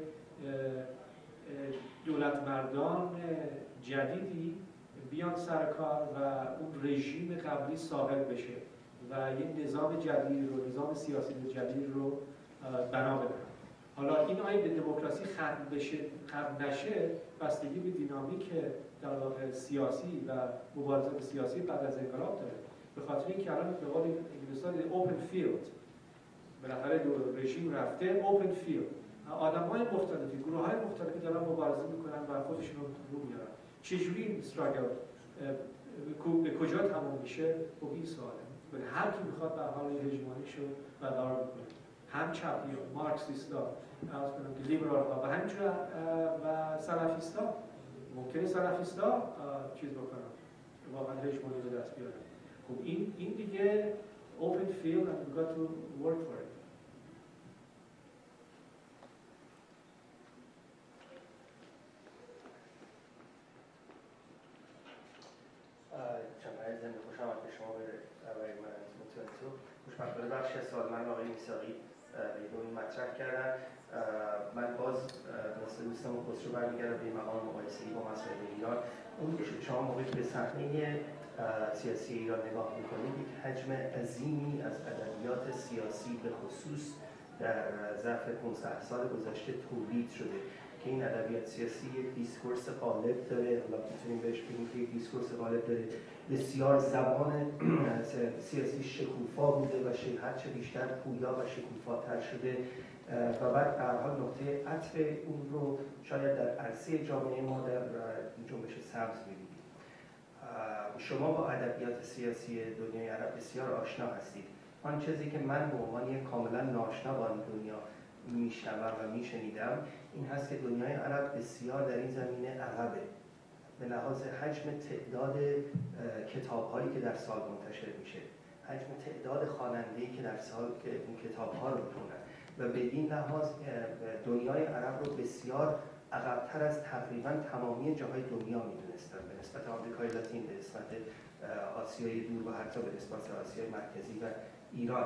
دولت مردان جدیدی بیان سر کار و اون رژیم قبلی ثابت بشه و یه نظام جدید رو، نظام سیاسی جدید رو بنا بدن. حالا این آیا به دموکراسی ختم نشه بستگی به دینامیک در واقع سیاسی و مبارزات سیاسی بعد از انقلاب داره. به خاطر اینکه الان به قول انگلیسی‌ها اوپن فیلد، بالاخره رژیم رفته اوپن فیلد، آدم‌های مختلفی، گروه‌های مختلفی دارن مبارزه میکنن و خودشون رو میارن. چجوری این استراگل به کجا تمام میشه؟ خب این سواله. ولی هر کی میخواد به حال هژمونیشو برقرار کنه، هم چپی مارکسیستا، لیبرال‌ها و همینجور و سلفیستا، ممکنه سلفیستا چیز بکنن واقعا هژمونی رو دست بیارن. خب این دیگه open field and we got to work for it. جنبه زنده خوش آمد به شما به برای من متوجه خوشبختانه بخشی از سوال من آقای میثاقی بیرونی مطرح کردن. من باز مثل دوستم خسرو برمیگردم به مقام مقایسه‌ای با مسائل ایران. اون شما موقعی به صحنه سیاسی ایران نگاه میکنید یک حجم عظیمی از ادبیات سیاسی به خصوص در ظرف 15 سال گذشته تولید شده که این ادبیات سیاسی یک دیسکورس غالب داره. حالا میتونیم بهش بگیم که یک دیسکورس غالب داره، بسیار زبان سیاسی شکوفا بوده و هرچه بیشتر پویا و شکوفاتر شده و بعد در حال نقطه عطف اون رو شاید در عرصه جامعه ما در جنبش سبز می‌بینید. شما با ادبیات سیاسی دنیای عرب بسیار آشنا هستید. آن چیزی که من به عنوان یک کاملا ناآشنا با این دنیا میشنوم و میشنیدم این هست که دنیای عرب بسیار در این زمینه عقبه به لحاظ حجم تعداد کتاب‌هایی که در سال منتشر میشه، حجم تعداد خواننده‌ای که در سال که اون کتاب‌ها رو میخونن و به این لحاظ دنیای عرب رو بسیار عقب‌تر از تقریبا تمامی جاهای دنیا میدونستن به نسبت آمریکای لاتین، به نسبت آسیای دور و حتی به نسبت آسیای مرکزی و ایران.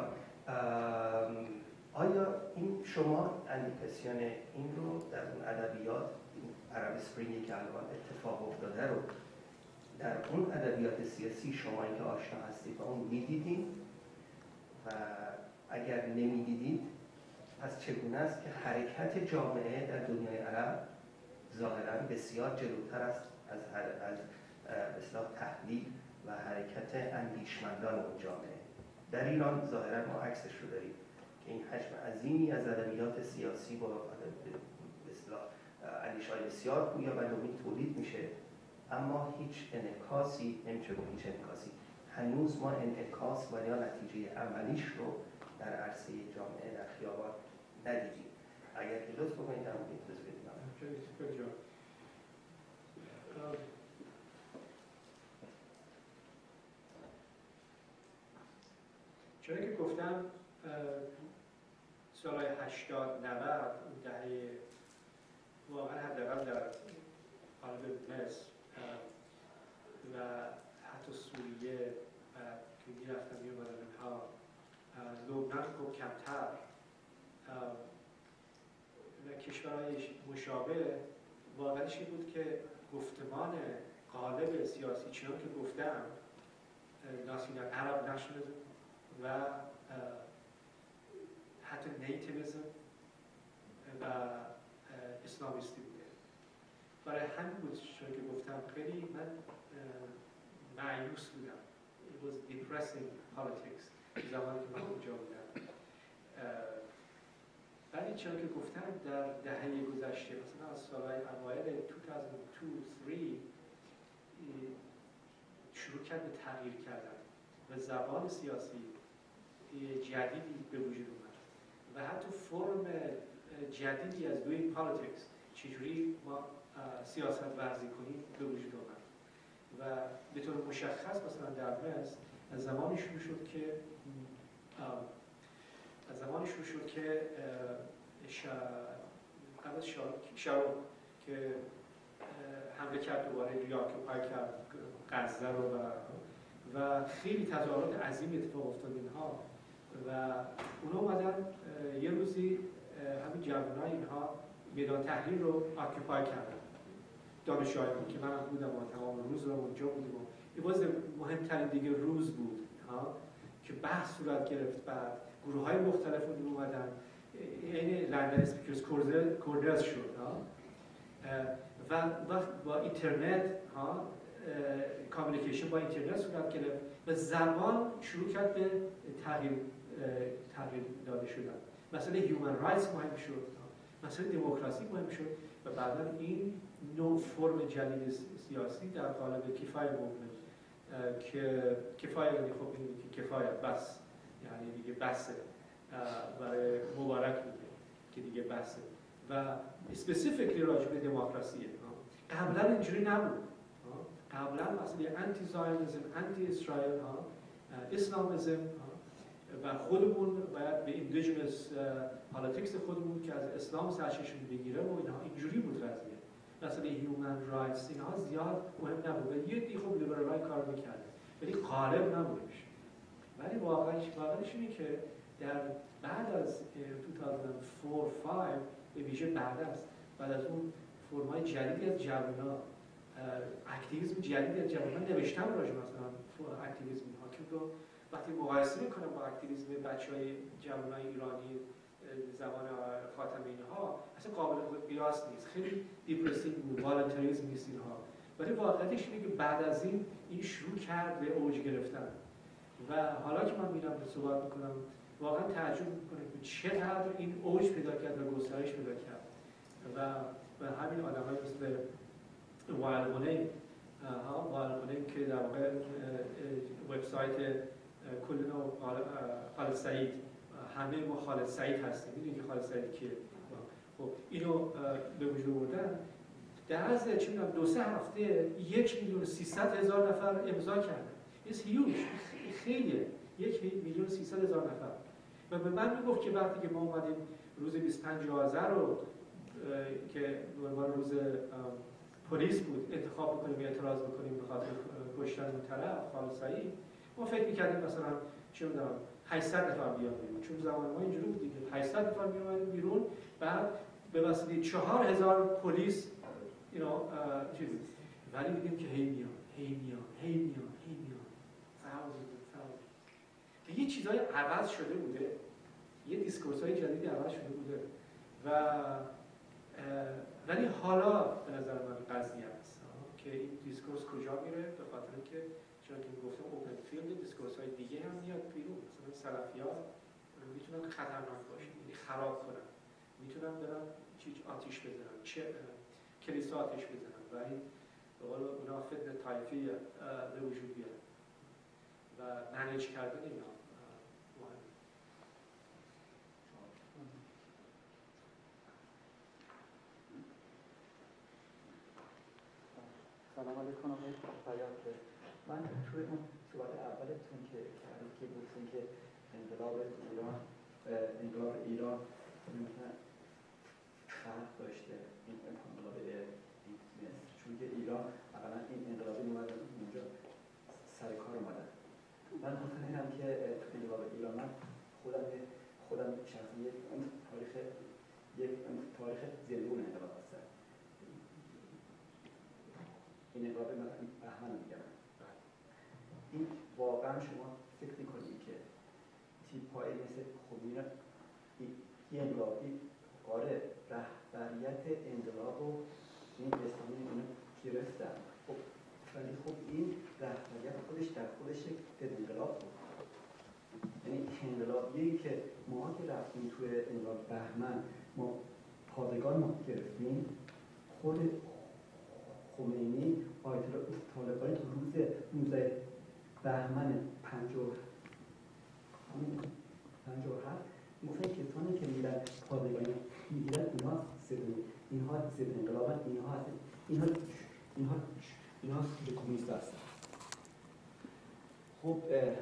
آیا این شما اندیکاسیون این رو در اون ادبیات عرب اسپرینگی که الان اتفاق افتاده رو در اون ادبیات سیاسی شما که آشنا هستید با اون میدیدین و اگر نمیدیدید پس چگونه است که حرکت جامعه در دنیای عرب ظاهراً بسیار جلوتر است از اصلاح تحلیل و حرکت اندیشمندان اون جامعه؟ در ایران ظاهراً ما عکسش رو داریم که این حجم عظیمی از ادبیات سیاسی با اصلاح اندیشه‌های بسیار پویا و نوین تولید میشه، اما هیچ انعکاسی نمیشه گفت هیچ انعکاسی. هنوز ما انعکاس و یا نتیجه عملیش رو در عرصه جامعه در خیابان ندیدیم. اگر که لطف بکنید در مورد این توضیح بدید. چرا که گفتم سالهای 80 90 اون دهه واقعا حداقل در قالب مصر و حتی سوریه که میرفتن میومدن اونها، لبنان خب کمتر و کشورهای مشابه، واقعیش این بود که گفتمان قالب سیاسی چنان که گفتم ناسیونال عرب نشنالیسم و حتی نیتیویسم و اسلامیستی بوده. برای همین بود چون که گفتم خیلی من مایوس بودم. It was depressing politics زمانی که من اونجا بودم. ولی چون که گفتم در دهه گذشته مثلا از سالهای اوایل 2002-3 شروع کرد به تغییر کردن و زبان سیاسی جدیدی به وجود اومد و حتی فرم جدیدی از دوی پالیتیکس چجوری ما سیاست ورزی کنیم به وجود اومد و به طور مشخص مثلا در مصر از زمانی شروع شد که قبل از شاروخ که حمله کرد دوباره ریاکوپای کرد غزه رو و خیلی تظاهرات عظیم اتفاق افتاد اینها و اونا اومدن یه روزی همین جوانای اینها میدان تحریر رو آکوپای کردن. دانشجویی بود که من بودم و تمام روز رو اونجا بودیم و این باز مهمترین دیگه روز بود که بحث صورت گرفت. بعد گروه‌های مختلف اومدن، این لندن اسپیکرز کورنرز شد و با اینترنت کامیونیکیشن با اینترنت صورت گرفت و زبان شروع کرد به تغییر داده شدن. مثلا هیومن رایتس مهم شد، مثلا دموکراسی مهم شد و بعدا این نوع فرم جدید سیاسی در قالب کفایه موومنت که کفایه یعنی خب این که کفایه بس یعنی دیگه بسه برای مبارک میگه که دیگه بسه و اسپسیفیکلی راجع به دموکراسیه. قبلا اینجوری نبود. قبلا مثلا انتی زایونیسم، انتی اسرائیل اسلامیسم و خودمون باید به ایندیجنس پالیتیکس خودمون که از اسلام سرچشمه بگیره و اینها اینجوری بود قضیه. مثلا هیومن رایتس اینها زیاد مهم نبود و یه دی خب لیبرالای کار میکرد ولی غالب نبودش. ولی واقعیش اینه که در بعد از 2004-5 به ویژه بعد از اون فرمای جدیدی از جوانان، اکتیویسم جدیدی از جوانان نوشتم راجع مثلا اکتیویسم ها که رو وقتی مقایسه میکنم با اکتیویسم بچهای جوانای ایرانی زمان خاتمه اینها اصلا قابل قیاس نیست. خیلی دیپرسینگ بود، والنتریسم نیست اینها. ولی واقعیتش اینه که بعد از این شروع کرد به اوج گرفتن و حالا که من میرم به صحبت میکنم واقعا تعجب میکنه که چقدر این اوج پیدا کرد و گسترش پیدا کرد و همین آدمای مثل وایلگونی که در واقع وبسایت کلنا خالد سعید، همه ما خالد سعید هستیم، میدونید که خالد سعید کیه؟ خب اینو به وجود آوردن در از چه میدونم 2-3 هفته 1,300,000 نفر امضا کردن. It's huge. خیلیه. 1,300,000 نفر. و به من میگفت که وقتی که ما اومدیم روز 25 آذر رو که عنوان روز پلیس بود انتخاب بکنیم اعتراض بکنیم به خاطر کشتن اون طرف خالد سعید، ما فکر می‌کردیم مثلا چه می‌دونم 800 نفر بیان بیرون، چون زمان ما اینجوری بود دیگه 800 نفر میومدن بیرون بعد به واسطه 4,000 پلیس چیز. ولی دیدیم که هی میان یه چیزای عوض شده بوده، یه دیسکورس‌های جدیدی عوض شده بوده ولی حالا به نظر من قضیه است که این دیسکورس کجا میره، به خاطر که چون که گفتم اوپن فیلد دیسکورس‌های دیگه هم میاد بیرون. مثلا سلفی‌ها میتونن خطرناک باشن، یعنی خراب کنن، میتونن برن آتیش بزنن، کلیسا آتیش بزنن و این به قول اونا فتنه طایفی به وجود بیارن و منیج کردن اینا مهمه. سلام علیکم آقای فریاد. من توی اون صحبت اولتون که گفتین که انقلاب ایران مثلا فرق داشته این انقلاب مصر، چون که ایران اولا این انقلابی اومدن اونجا سر کار اومدن. من مطمئنم که تو انقلاب ایران من خودم شخصی یک تاریخ زندون انقلاب هستم. این انقلاب مثلا بهمن میگم. این واقعا شما فکر میکنید که تیپ‌های مثل خمینی یه انقلابی آره رهبریت انقلاب و این اسلامی اینو گرفتن، خب ولی خب این رهبریت خودش در خودش یک انقلاب بود. یعنی انقلابیه که ما که رفتیم توی انقلاب بهمن ما پادگان ما گرفتیم، خود خمینی آیت طالقانی تو روز 19 بهمن 57 گفتن کسانی که میرن پادگانی میگیرن اینها ضد انقلابن، اینها کمونیست هستن. خب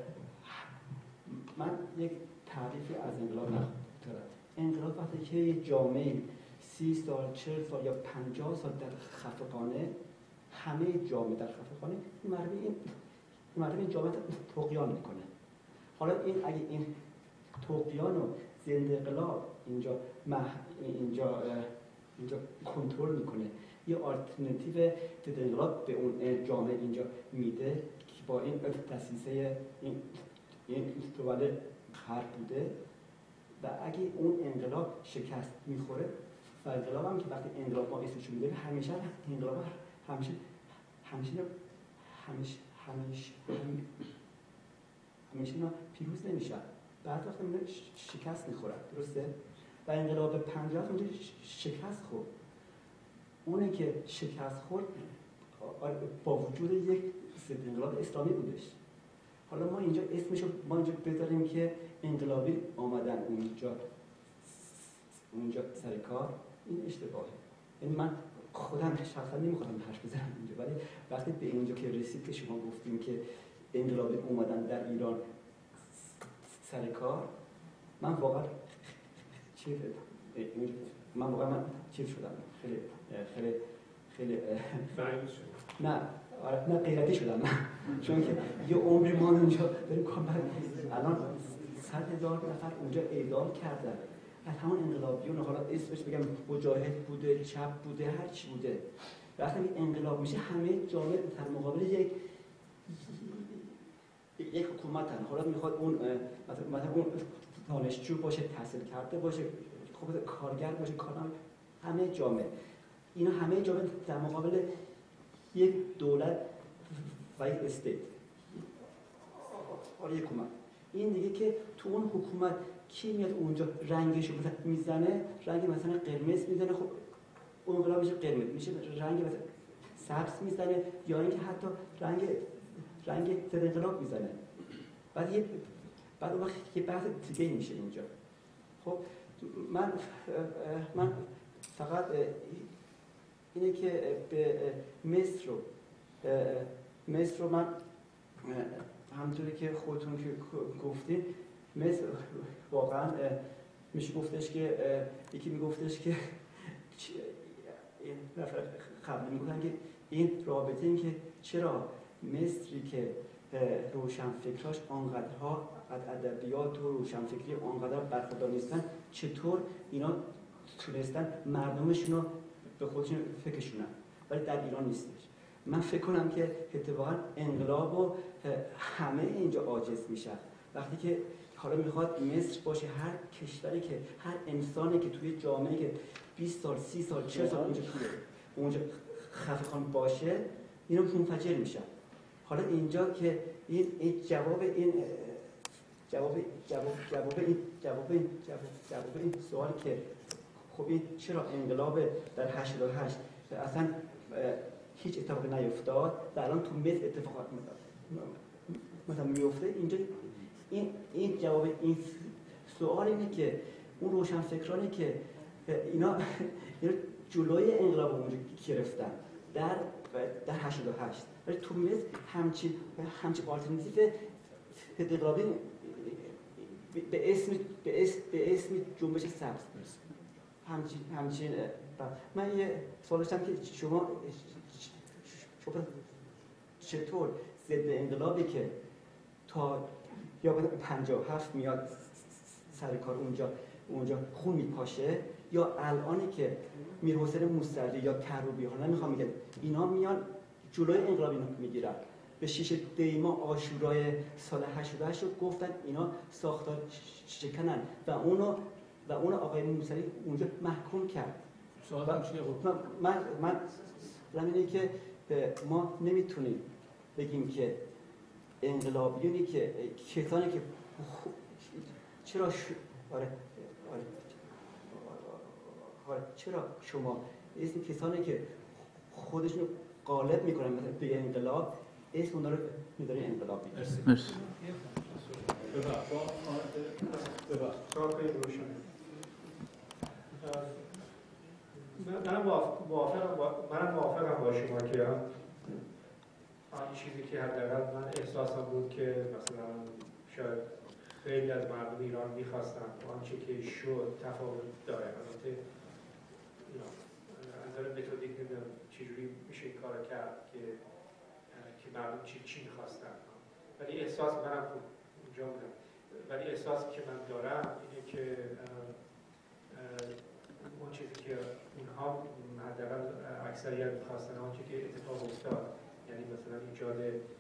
من یک تعریفی از انقلاب دارم. انقلاب وقتی که یک جامعه 30 سال 40 سال یا 50 سال در خفقانه، همه جامعه در خفقانه، این مردم این جامعه طغیان میکنه. حالا اگه این طغیان و ضد انقلاب اینجا کنترل میکنه، یه آلترناتیو ضد انقلاب به اون جامعه اینجا میده که با این دسیسه این دول غرب بوده و اگه اون انقلاب شکست میخوره و انقلاب هم که وقتی انقلاب ما اسمش میده همیشه انقلاب همیشه پیروز نمیشن، بعد وقتی میره شکست میخورن، درسته؟ و انقلاب 50 اونجا شکست خورد. اونه که شکست خورد با وجود یک ضد انقلاب اسلامی بودش. حالا ما اینجا اسمشو بذاریم که انقلابی آمدن اونجا سر کار، این اشتباهه. یعنی من خودم شخصا نمیخوام حرف بزنم اینجا، ولی وقتی به اینجا که رسید که شما گفتیم که انقلابی اومدن در ایران سر کار، من واقعا چیز شدم، خیلی نه غیرتی شدم چون که یه عمری ما اونجا داریم کار الان 100,000 نفر اونجا اعدام کردن از همون انقلابیون، حالا اسمش بگم مجاهد بوده، چپ بوده، هر چی بوده. وقتی انقلاب میشه همه جامعه در مقابل یک حکومت هست. حالا میخواد اون مثلا اون دانشجو باشه، تحصیل کرده باشه، خب کارگر باشه، کارمند، همه جامعه، اینا همه جامعه در مقابل یک دولت و یک استیت، حالا یک حکومت. این دیگه که تو اون حکومت کی میاد اونجا رنگش رو میزنه، رنگ مثلا قرمز میزنه، خب اون انقلاب میشه قرمز، میشه رنگ مثلا سبز میزنه، یا اینکه حتی رنگ ضد انقلاب میزنه. بعد اون وقت یه بحث دیگه میشه اینجا. خب من فقط اینه که به مصر رو من همونطوری که خودتون که گفتید، مصر واقعا میشه گفتش که یکی میگفتش که نفر قبلی میگفتن که این رابطه، این که چرا مصری که روشنفکراش آنقدرها از ادبیات و روشنفکری آنقدر برخوردار نیستن، چطور اینا تونستن مردمشون رو به خودشون فکرشونن، ولی در ایران نیستش. من فکر کنم که اتفاقا انقلاب و همه اینجا عاجز میشن وقتی که حالا میخواد مصر باشه، هر کشوری که هر انسانی که توی جامعه که 20 سال 30 سال 40 سال اونجا خفقان باشه، اینا منفجر میشن. حالا اینجا که این جواب این سوال که خب این چرا انقلاب در 88 اصلا هیچ اتفاقی نیفتاد و الان تو مصر اتفاقات مثلا میفته، اینجا این جواب این سوال اینه که اون روشنفکرانی که اینا جلوی انقلاب اونجا گرفتن در 88، ولی تو مصر همچین آلترناتیو انقلابی به اسم جنبش سبز همچین من یه سوال داشتم که شما چطور ضد انقلابی که تا یا 57 میاد سر کار اونجا خون میپاشه، یا الانی که میرحسین موسوی یا کروبی ها نمیخوام میگم اینا میان جلوی انقلاب اینو میگیرن. به 6 دیما عاشورای سال 88 رو گفتن اینا ساختار شکنن و اونو آقای موسوی اونجا محکوم کرد. سوالم چیه؟ من اینه که ما نمیتونیم بگیم که انقلابیونی که کسانی که چرا شما اسم کسانی که خودشون غالب میکنن مثلا به انقلاب اسم اونا رو میذارین انقلابی؟ مرسی. منم موافقم با شما که آن چیزی که حداقل من احساسم بود که مثلا شاید خیلی از مردم ایران میخواستن آنچه که شد تفاوت داره. البته از نظر متدیک نمیدونم چجوری میشه این کار کرد که مردم چی میخواستن، ولی احساس منم اونجا بودم، ولی احساسی که من دارم اینه که اون چیزی که اونها حداقل اکثریت میخواستن آنچه که اتفاق افتاد، یعنی مثلا ایجاد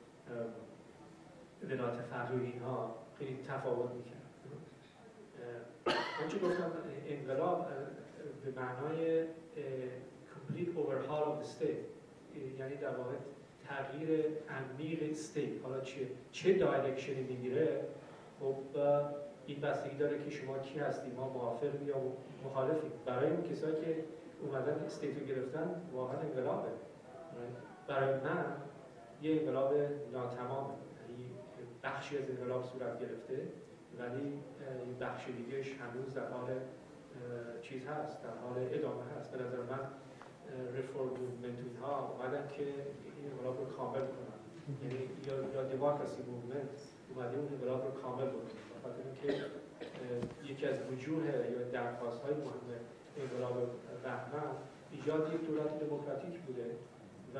ولایت فقیه اینها خیلی تفاوت میکرد. آنچه گفتم انقلاب به معنای complete overhaul of the state، یعنی در واقع تغییر عمیق استیت. حالا چه دایرکشنی میگیره، خب این بستگی داره که شما کی هستی، ما موافقیم یا مخالفیم. برای اون کسایی که اومدن استیت رو گرفتن واقعا انقلابه. برای من یه انقلاب ناتمامه، یعنی بخشی از انقلاب صورت گرفته ولی بخش دیگهش هنوز در حال چیز هست، در حال ادامه هست. به نظر من ریفورم موومنت اینها اومدن که این انقلاب رو کامل کنن، یعنی یا دموکراسی موومنت اومده اون انقلاب رو کامل کنه. خاطر اینکه یکی از وجوه یا درخواست‌های مهم انقلاب بهمن ایجاد یک دولت دموکراتیک بوده و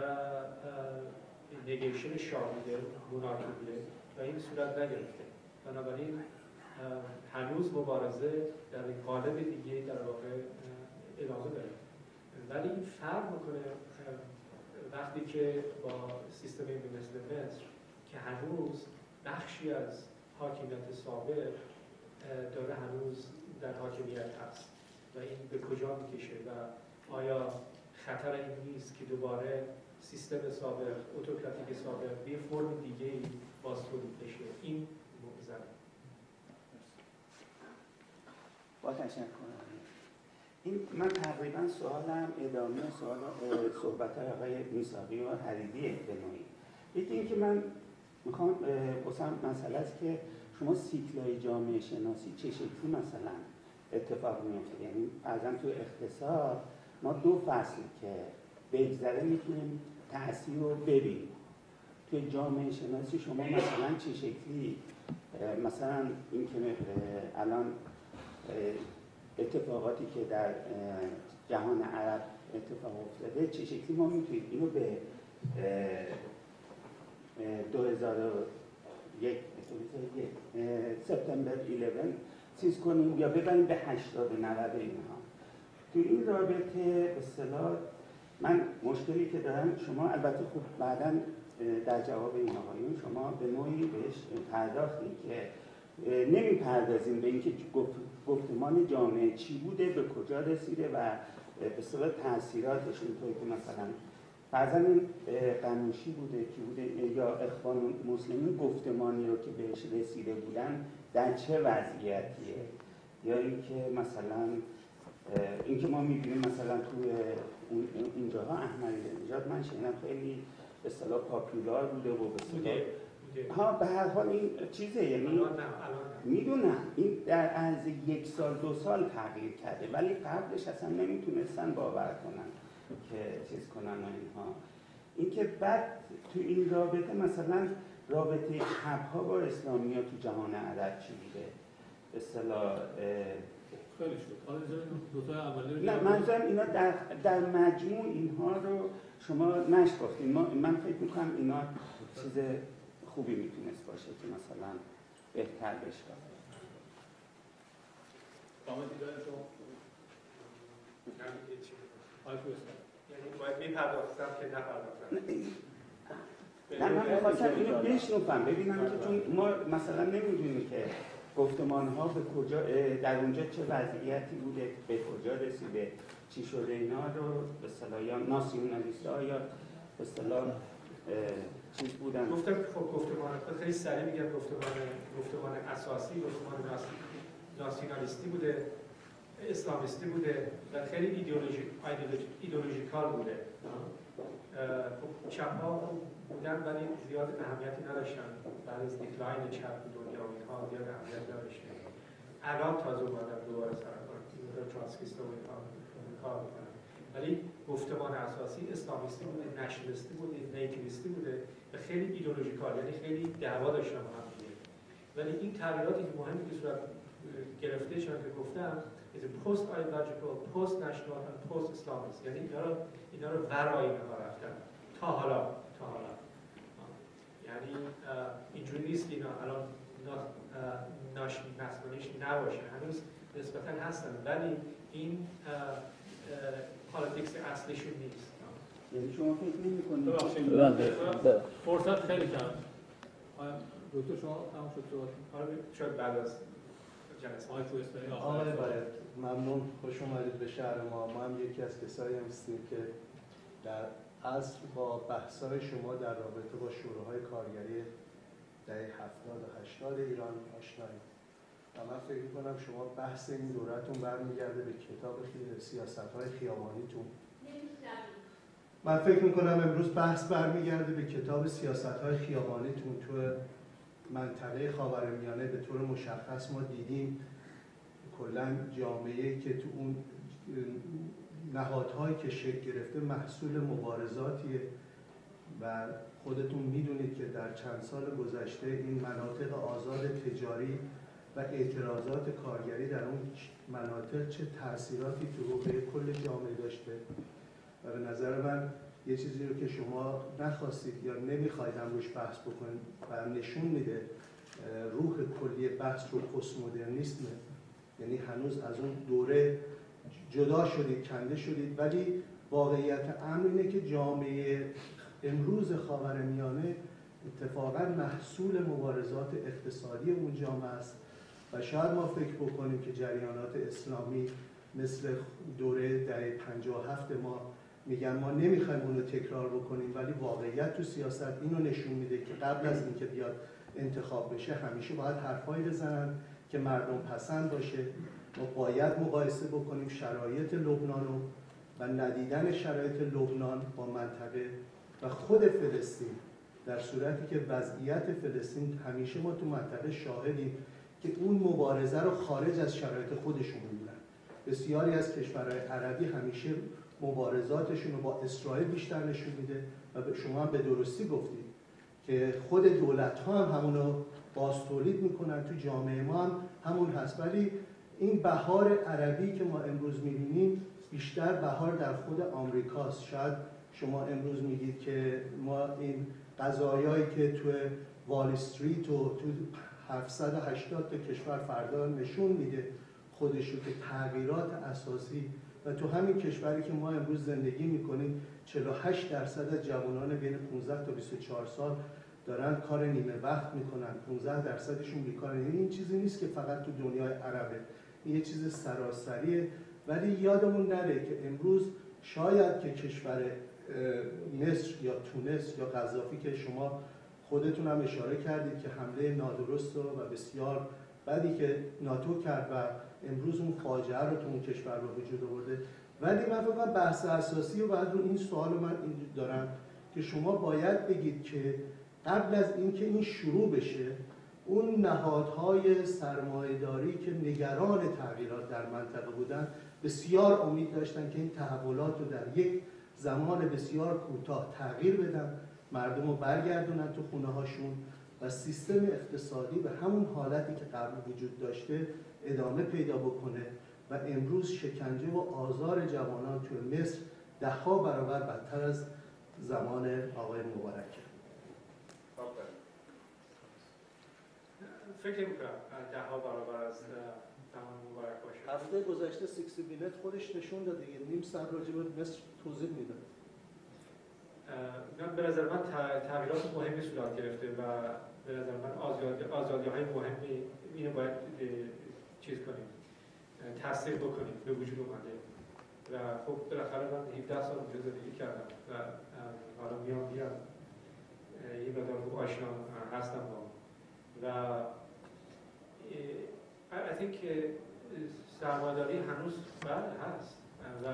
نگیشن شاه بوده، مونارکی بوده و این صورت نگرفته. بنابراین هنوز مبارزه در قالب دیگه در واقع ادامه داره، ولی این فرق میکنه وقتی که با سیستمی مثل مصر که هنوز بخشی از حاکمیت سابق داره هنوز در حاکمیت هست و این به کجا میکشه و آیا خطر این نیست که دوباره سیستم سابق، اتوکراتیک سابق به فرم دیگه باز تولید بشه؟ این موضوع. با تشکر. این من تقریبا سوالم ادامه سوال صحبت‌های آقای میثاقی و حریری به نوعی. یکی اینکه من میخوام بسام مسئله است که شما سیکلای جامعه شناسی چه شکلی مثلا اتفاق میفته؟ یعنی فرضاً تو اقتصاد ما 2 فصل که بگذره میتونیم تأثیر رو ببینیم. توی جامعه شناسی شما مثلا چه شکلی مثلا این که الان اتفاقاتی که در جهان عرب اتفاق افتاده چه شکلی ما میتونیم اینو به 2001 سپتامبر 11 چیز کنیم یا ببریم به 80 و 90 اینها. تو این رابطه به اصطلاح من مشکلی که دارم، شما البته خوب بعداً در جواب این آقایون شما به نوعی بهش پرداختید که نمیپردازیم به اینکه گفتمان جامعه چی بوده، به کجا رسیده و به اصطلاح تاثیراتش، اینطوری که مثلا بعضا قنوشی بوده که بوده یا اخوان مسلمین گفتمانی رو که بهش رسیده بودن در چه وضعیتیه، یا اینکه مثلا اینکه ما میبینیم مثلا توی اونجاها احمدی‌نژاد من شنیدم خیلی به اصطلاح پاپولار بوده و به اصطلاح ها به هر حال این چیزه، یعنی میدونم این در عرض 1 سال 2 سال تغییر کرده ولی قبلش اصلا نمیتونستن باور کنن که چیز کنن و اینها. اینکه بعد تو این رابطه مثلا رابطه چپ‌ها با اسلامی‌ها تو جهان عرب چی بوده؟ به اصطلاح خیلی شد. حالا دو تا اولی رو نه منظورم اینا در مجموع اینها رو شما نشگفتین. من فکر می‌کنم اینا چیز خوبی میتونست باشه که مثلا بهتر بشکافه. کامنتی دارید شما؟ یعنی باید میپرداختم که نپرداختم. نه من می‌خواستم اینو بشنوم ببینم که چون ما مثلا نمی‌دونیم که گفتمان‌ها به کجا در اونجا چه وضعیتی بوده، به کجا رسیده، چی شده، اینا رو به اصطلاح یا ناسیونالیست‌ها یا به اصطلاح چیز بودن. گفتم خب گفتمان خیلی سریع میگم گفتمان اساسی گفتمان ناسیونالیستی بوده، اسلامیستی بوده و خیلی ایدئولوژیکال بوده. خب چپ‌ها بودن ولی زیاد اهمیتی نداشتن. بعد از دیکلاین چپ دنیا اینها زیاد اهمیت نداشته. الان تازه اومدن دوباره سرکار ترانسکریست و اینها کار میکنن. ولی گفتمان اساسی اسلامیستی بوده، نشنالیستی بوده، نیتیویستی بوده و خیلی ایدئولوژیکال، یعنی خیلی دعوا داشتن با هم دیگه. ولی این تغییراتی که مهمی که صورت گرفته چون که گفتم is a post ideological, post national and post Islamist. یعنی اینا رو ورای اینها رفتن تا حالا. یعنی اینجوری نیست که اینا الان ناشنالیست نباشه، هنوز نسبتا هستن ولی این پالیتیکس اصلیشون نیست. یعنی شما فکر نمی‌کنید فرصت خیلی کم. دکتر شما تمام شد صحبت؟ شاید بعد از جلسه آقای باید ممنون، خوش اومدید به شهر ما. ما هم یکی از کسایی هستیم که در اصل با بحث‌های شما در رابطه با شورای کارگری دهه 70 و 80 ایران آشنایید و من فکر می‌کنم شما بحث این دورتون برمیگرده به کتاب سیاست‌های خیابانیتون. من فکر می‌کنم امروز بحث برمیگرده به کتاب سیاست‌های خیابانیتون. تو منطقه خاورمیانه به طور مشخص ما دیدیم کلاً جامعه‌ای که تو اون نهادهایی که شکل گرفته محصول مبارزاتیه و خودتون میدونید که در چند سال گذشته این مناطق آزاد تجاری و اعتراضات کارگری در اون مناطق چه تأثیراتی تو روحیه کل جامعه داشته و به نظر من یه چیزی رو که شما نخواستید یا نمیخواید روش بحث بکنید و نشون میده روح کلی بحث رو پست مدرنیسمه. یعنی هنوز از اون دوره جدا شدید، کنده شدید، ولی واقعیت امر اینه که جامعه امروز خاورمیانه اتفاقا محصول مبارزات اقتصادی اون جامعه است و شاید ما فکر بکنیم که جریانات اسلامی مثل دوره دهه 57 ما میگن ما نمیخوایم اون رو تکرار بکنیم، ولی واقعیت تو سیاست اینو نشون میده که قبل از اینکه بیاد انتخاب بشه همیشه باید حرفایی بزنن که مردم پسند باشه. ما باید مقایسه بکنیم شرایط لبنان و ندیدن شرایط لبنان با منطقه و خود فلسطین، در صورتی که وضعیت فلسطین همیشه ما تو منطقه شاهدیم که اون مبارزه رو خارج از شرایط خودشون می‌دونن. بسیاری از کشورهای عربی همیشه مبارزاتشون رو با اسرائیل بیشتر نشون میده و شما هم به درستی گفتید که خود دولت‌ها هم همونو باز تولید میکنن، تو جامعه ما هم همون هست. ولی این بهار عربی که ما امروز میبینیم بیشتر بهار در خود آمریکاست. شاید شما امروز میگید که ما این قضایایی که تو وال استریت و تو 780 تا کشور فردا نشون میده خودشو که تغییرات اساسی و تو همین کشوری که ما امروز زندگی میکنیم 48% از جوانان بین 15 تا 24 سال دارن کار نیمه وقت میکنن، 15%شون بیکارن. این چیزی نیست که فقط تو دنیای عربه، این یه چیز سراسریه. ولی یادمون نره که امروز شاید که کشور مصر یا تونس یا قذافی که شما خودتون هم اشاره کردید که حمله نادرست و بسیار بدی که ناتو کرد و امروز اون فاجعه رو تو اون کشور به وجود آورده. ولی من فقط بحث اساسی و بعد رو این سوال من دارم که شما باید بگید که قبل از اینکه این شروع بشه اون نهادهای سرمایه‌داری که نگران تغییرات در منطقه بودن بسیار امید داشتن که این تحولات رو در یک زمان بسیار کوتاه تغییر بدن، مردم رو برگردونن تو خونه هاشون و سیستم اقتصادی به همون حالتی که قبل وجود داشته ادامه پیدا بکنه و امروز شکنجه و آزار جوانان توی مصر 10 برابر بدتر از زمان آقای مبارک. فکر می‌کنم 10 برابر از زمان مبارک باشه. هفته گذشته 60 مینت خودش نشون داد دیگه، نیم ساعت راجع به مصر توضیح میداد. من به نظر من تغییرات مهمی صورت گرفته و به نظر من آزادی‌های مهمی اینو باید چیز کنیم، تصدیق بکنیم، به وجود اومده. و خب بالاخره من 17 سال اونجا زندگی کردم و حالا میام یه مقدار خوب آشنا هستم با و I think سرمایه‌داری هنوز هست و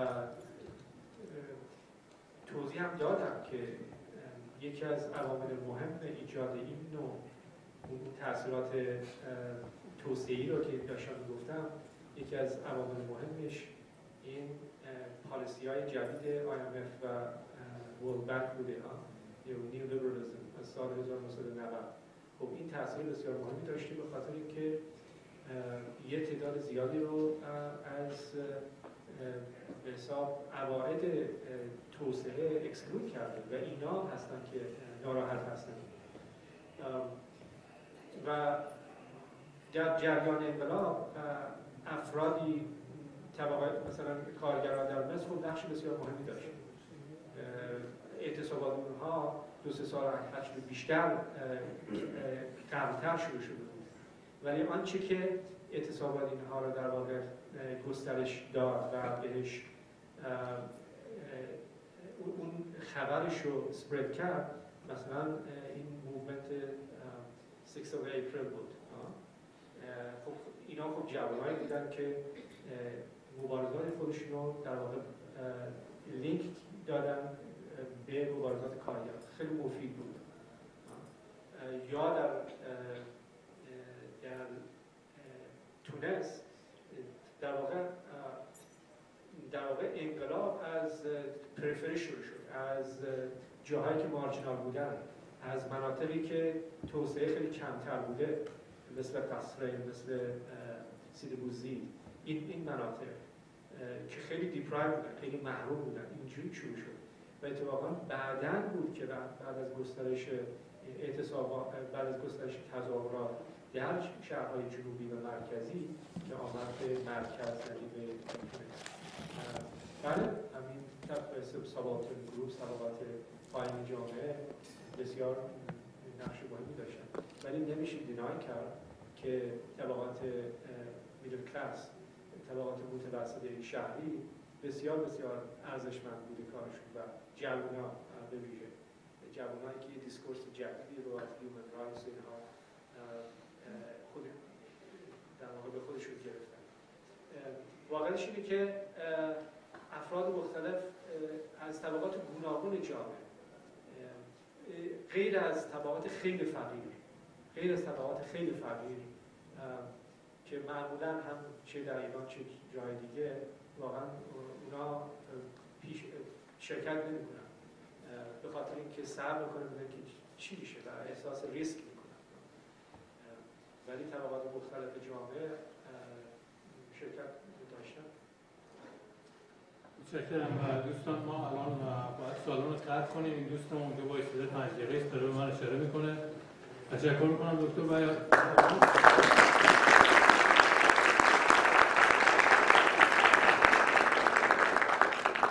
توضیح هم دادم که یکی از عوامل مهم ایجاد این نوع اون تاثیرات توسعه‌ای رو که داشتم گفتم، یکی از عوامل مهمش این پالیسی‌های جدید IMF و World Bank بوده یا نیولیبرالیسم از سال 1990. خب این تاثیر بسیار مهمی داشته به خاطر اینکه یه تعداد زیادی رو از به حساب عوائد توسعه اکسکلود کرده و اینا هستن که ناراحت هستن. و در جریان انقلاب افرادی طبقات مثلا کارگران در مصر خب نقش بسیار مهمی داشت. اعتصابات اونها 2-3 سال بیشتر قبلتر شروع شده بود، ولی آنچه که اعتصابات اینها رو در واقع گسترش داد و بهش اون خبرش رو سپرد کرد، مثلا این موومنت 6 اپریل بود. خب اینا خب جوانایی بودن که مبارزات خودشون رو در واقع لینک دادن به مبارزات کارگر، خیلی مفید بود. یا در تونس در واقع انقلاب از پریفری شروع شد، از جاهایی که مارجینال بودن، از مناطقی که توسعه خیلی کمتر بوده مثل قصره، مثل سید بوزید، این مناطق که خیلی دیپرایو بودن، خیلی محروم بودن، اینجوری شروع شد. و اتفاقا بعداً بود که بعد از گسترش اعتصابات، بعد از گسترش تظاهرات در شهرهای جنوبی و مرکزی که آمد به مرکز، یعنی به بله همین ثبات گروپ، ثبات پایین جامعه بسیار نقش مهمی داشتن، ولی نمیشه دینای کرد که طبقات میدل کلاس، طبقات متوسطه شهری بسیار ارزشمند بوده کارشون و جوونا به ویژه جوانایی که یه دیسکورس جدیدی رو از هیومن رایتس اینها خود در واقع به خودشون گرفتن. واقعیش اینه که افراد مختلف از طبقات گوناگون جامعه، غیر از طبقات خیلی فقیر که معمولا هم چه در ایران چه جای دیگه واقعا اونا شرکت نمی‌کنن به خاطر اینکه صبر می‌کنن که چی میشه و احساس ریسک می‌کنن، ولی طبقات مختلف جامعه شرکت داشتن. متشکرم دوستان. ما الان باید سالن رو قطع کنیم. این دوستمون اونجا با ایستاده 5 دقیقه است داره به من اشاره میکنه. تشکر میکنم دکتر بیات.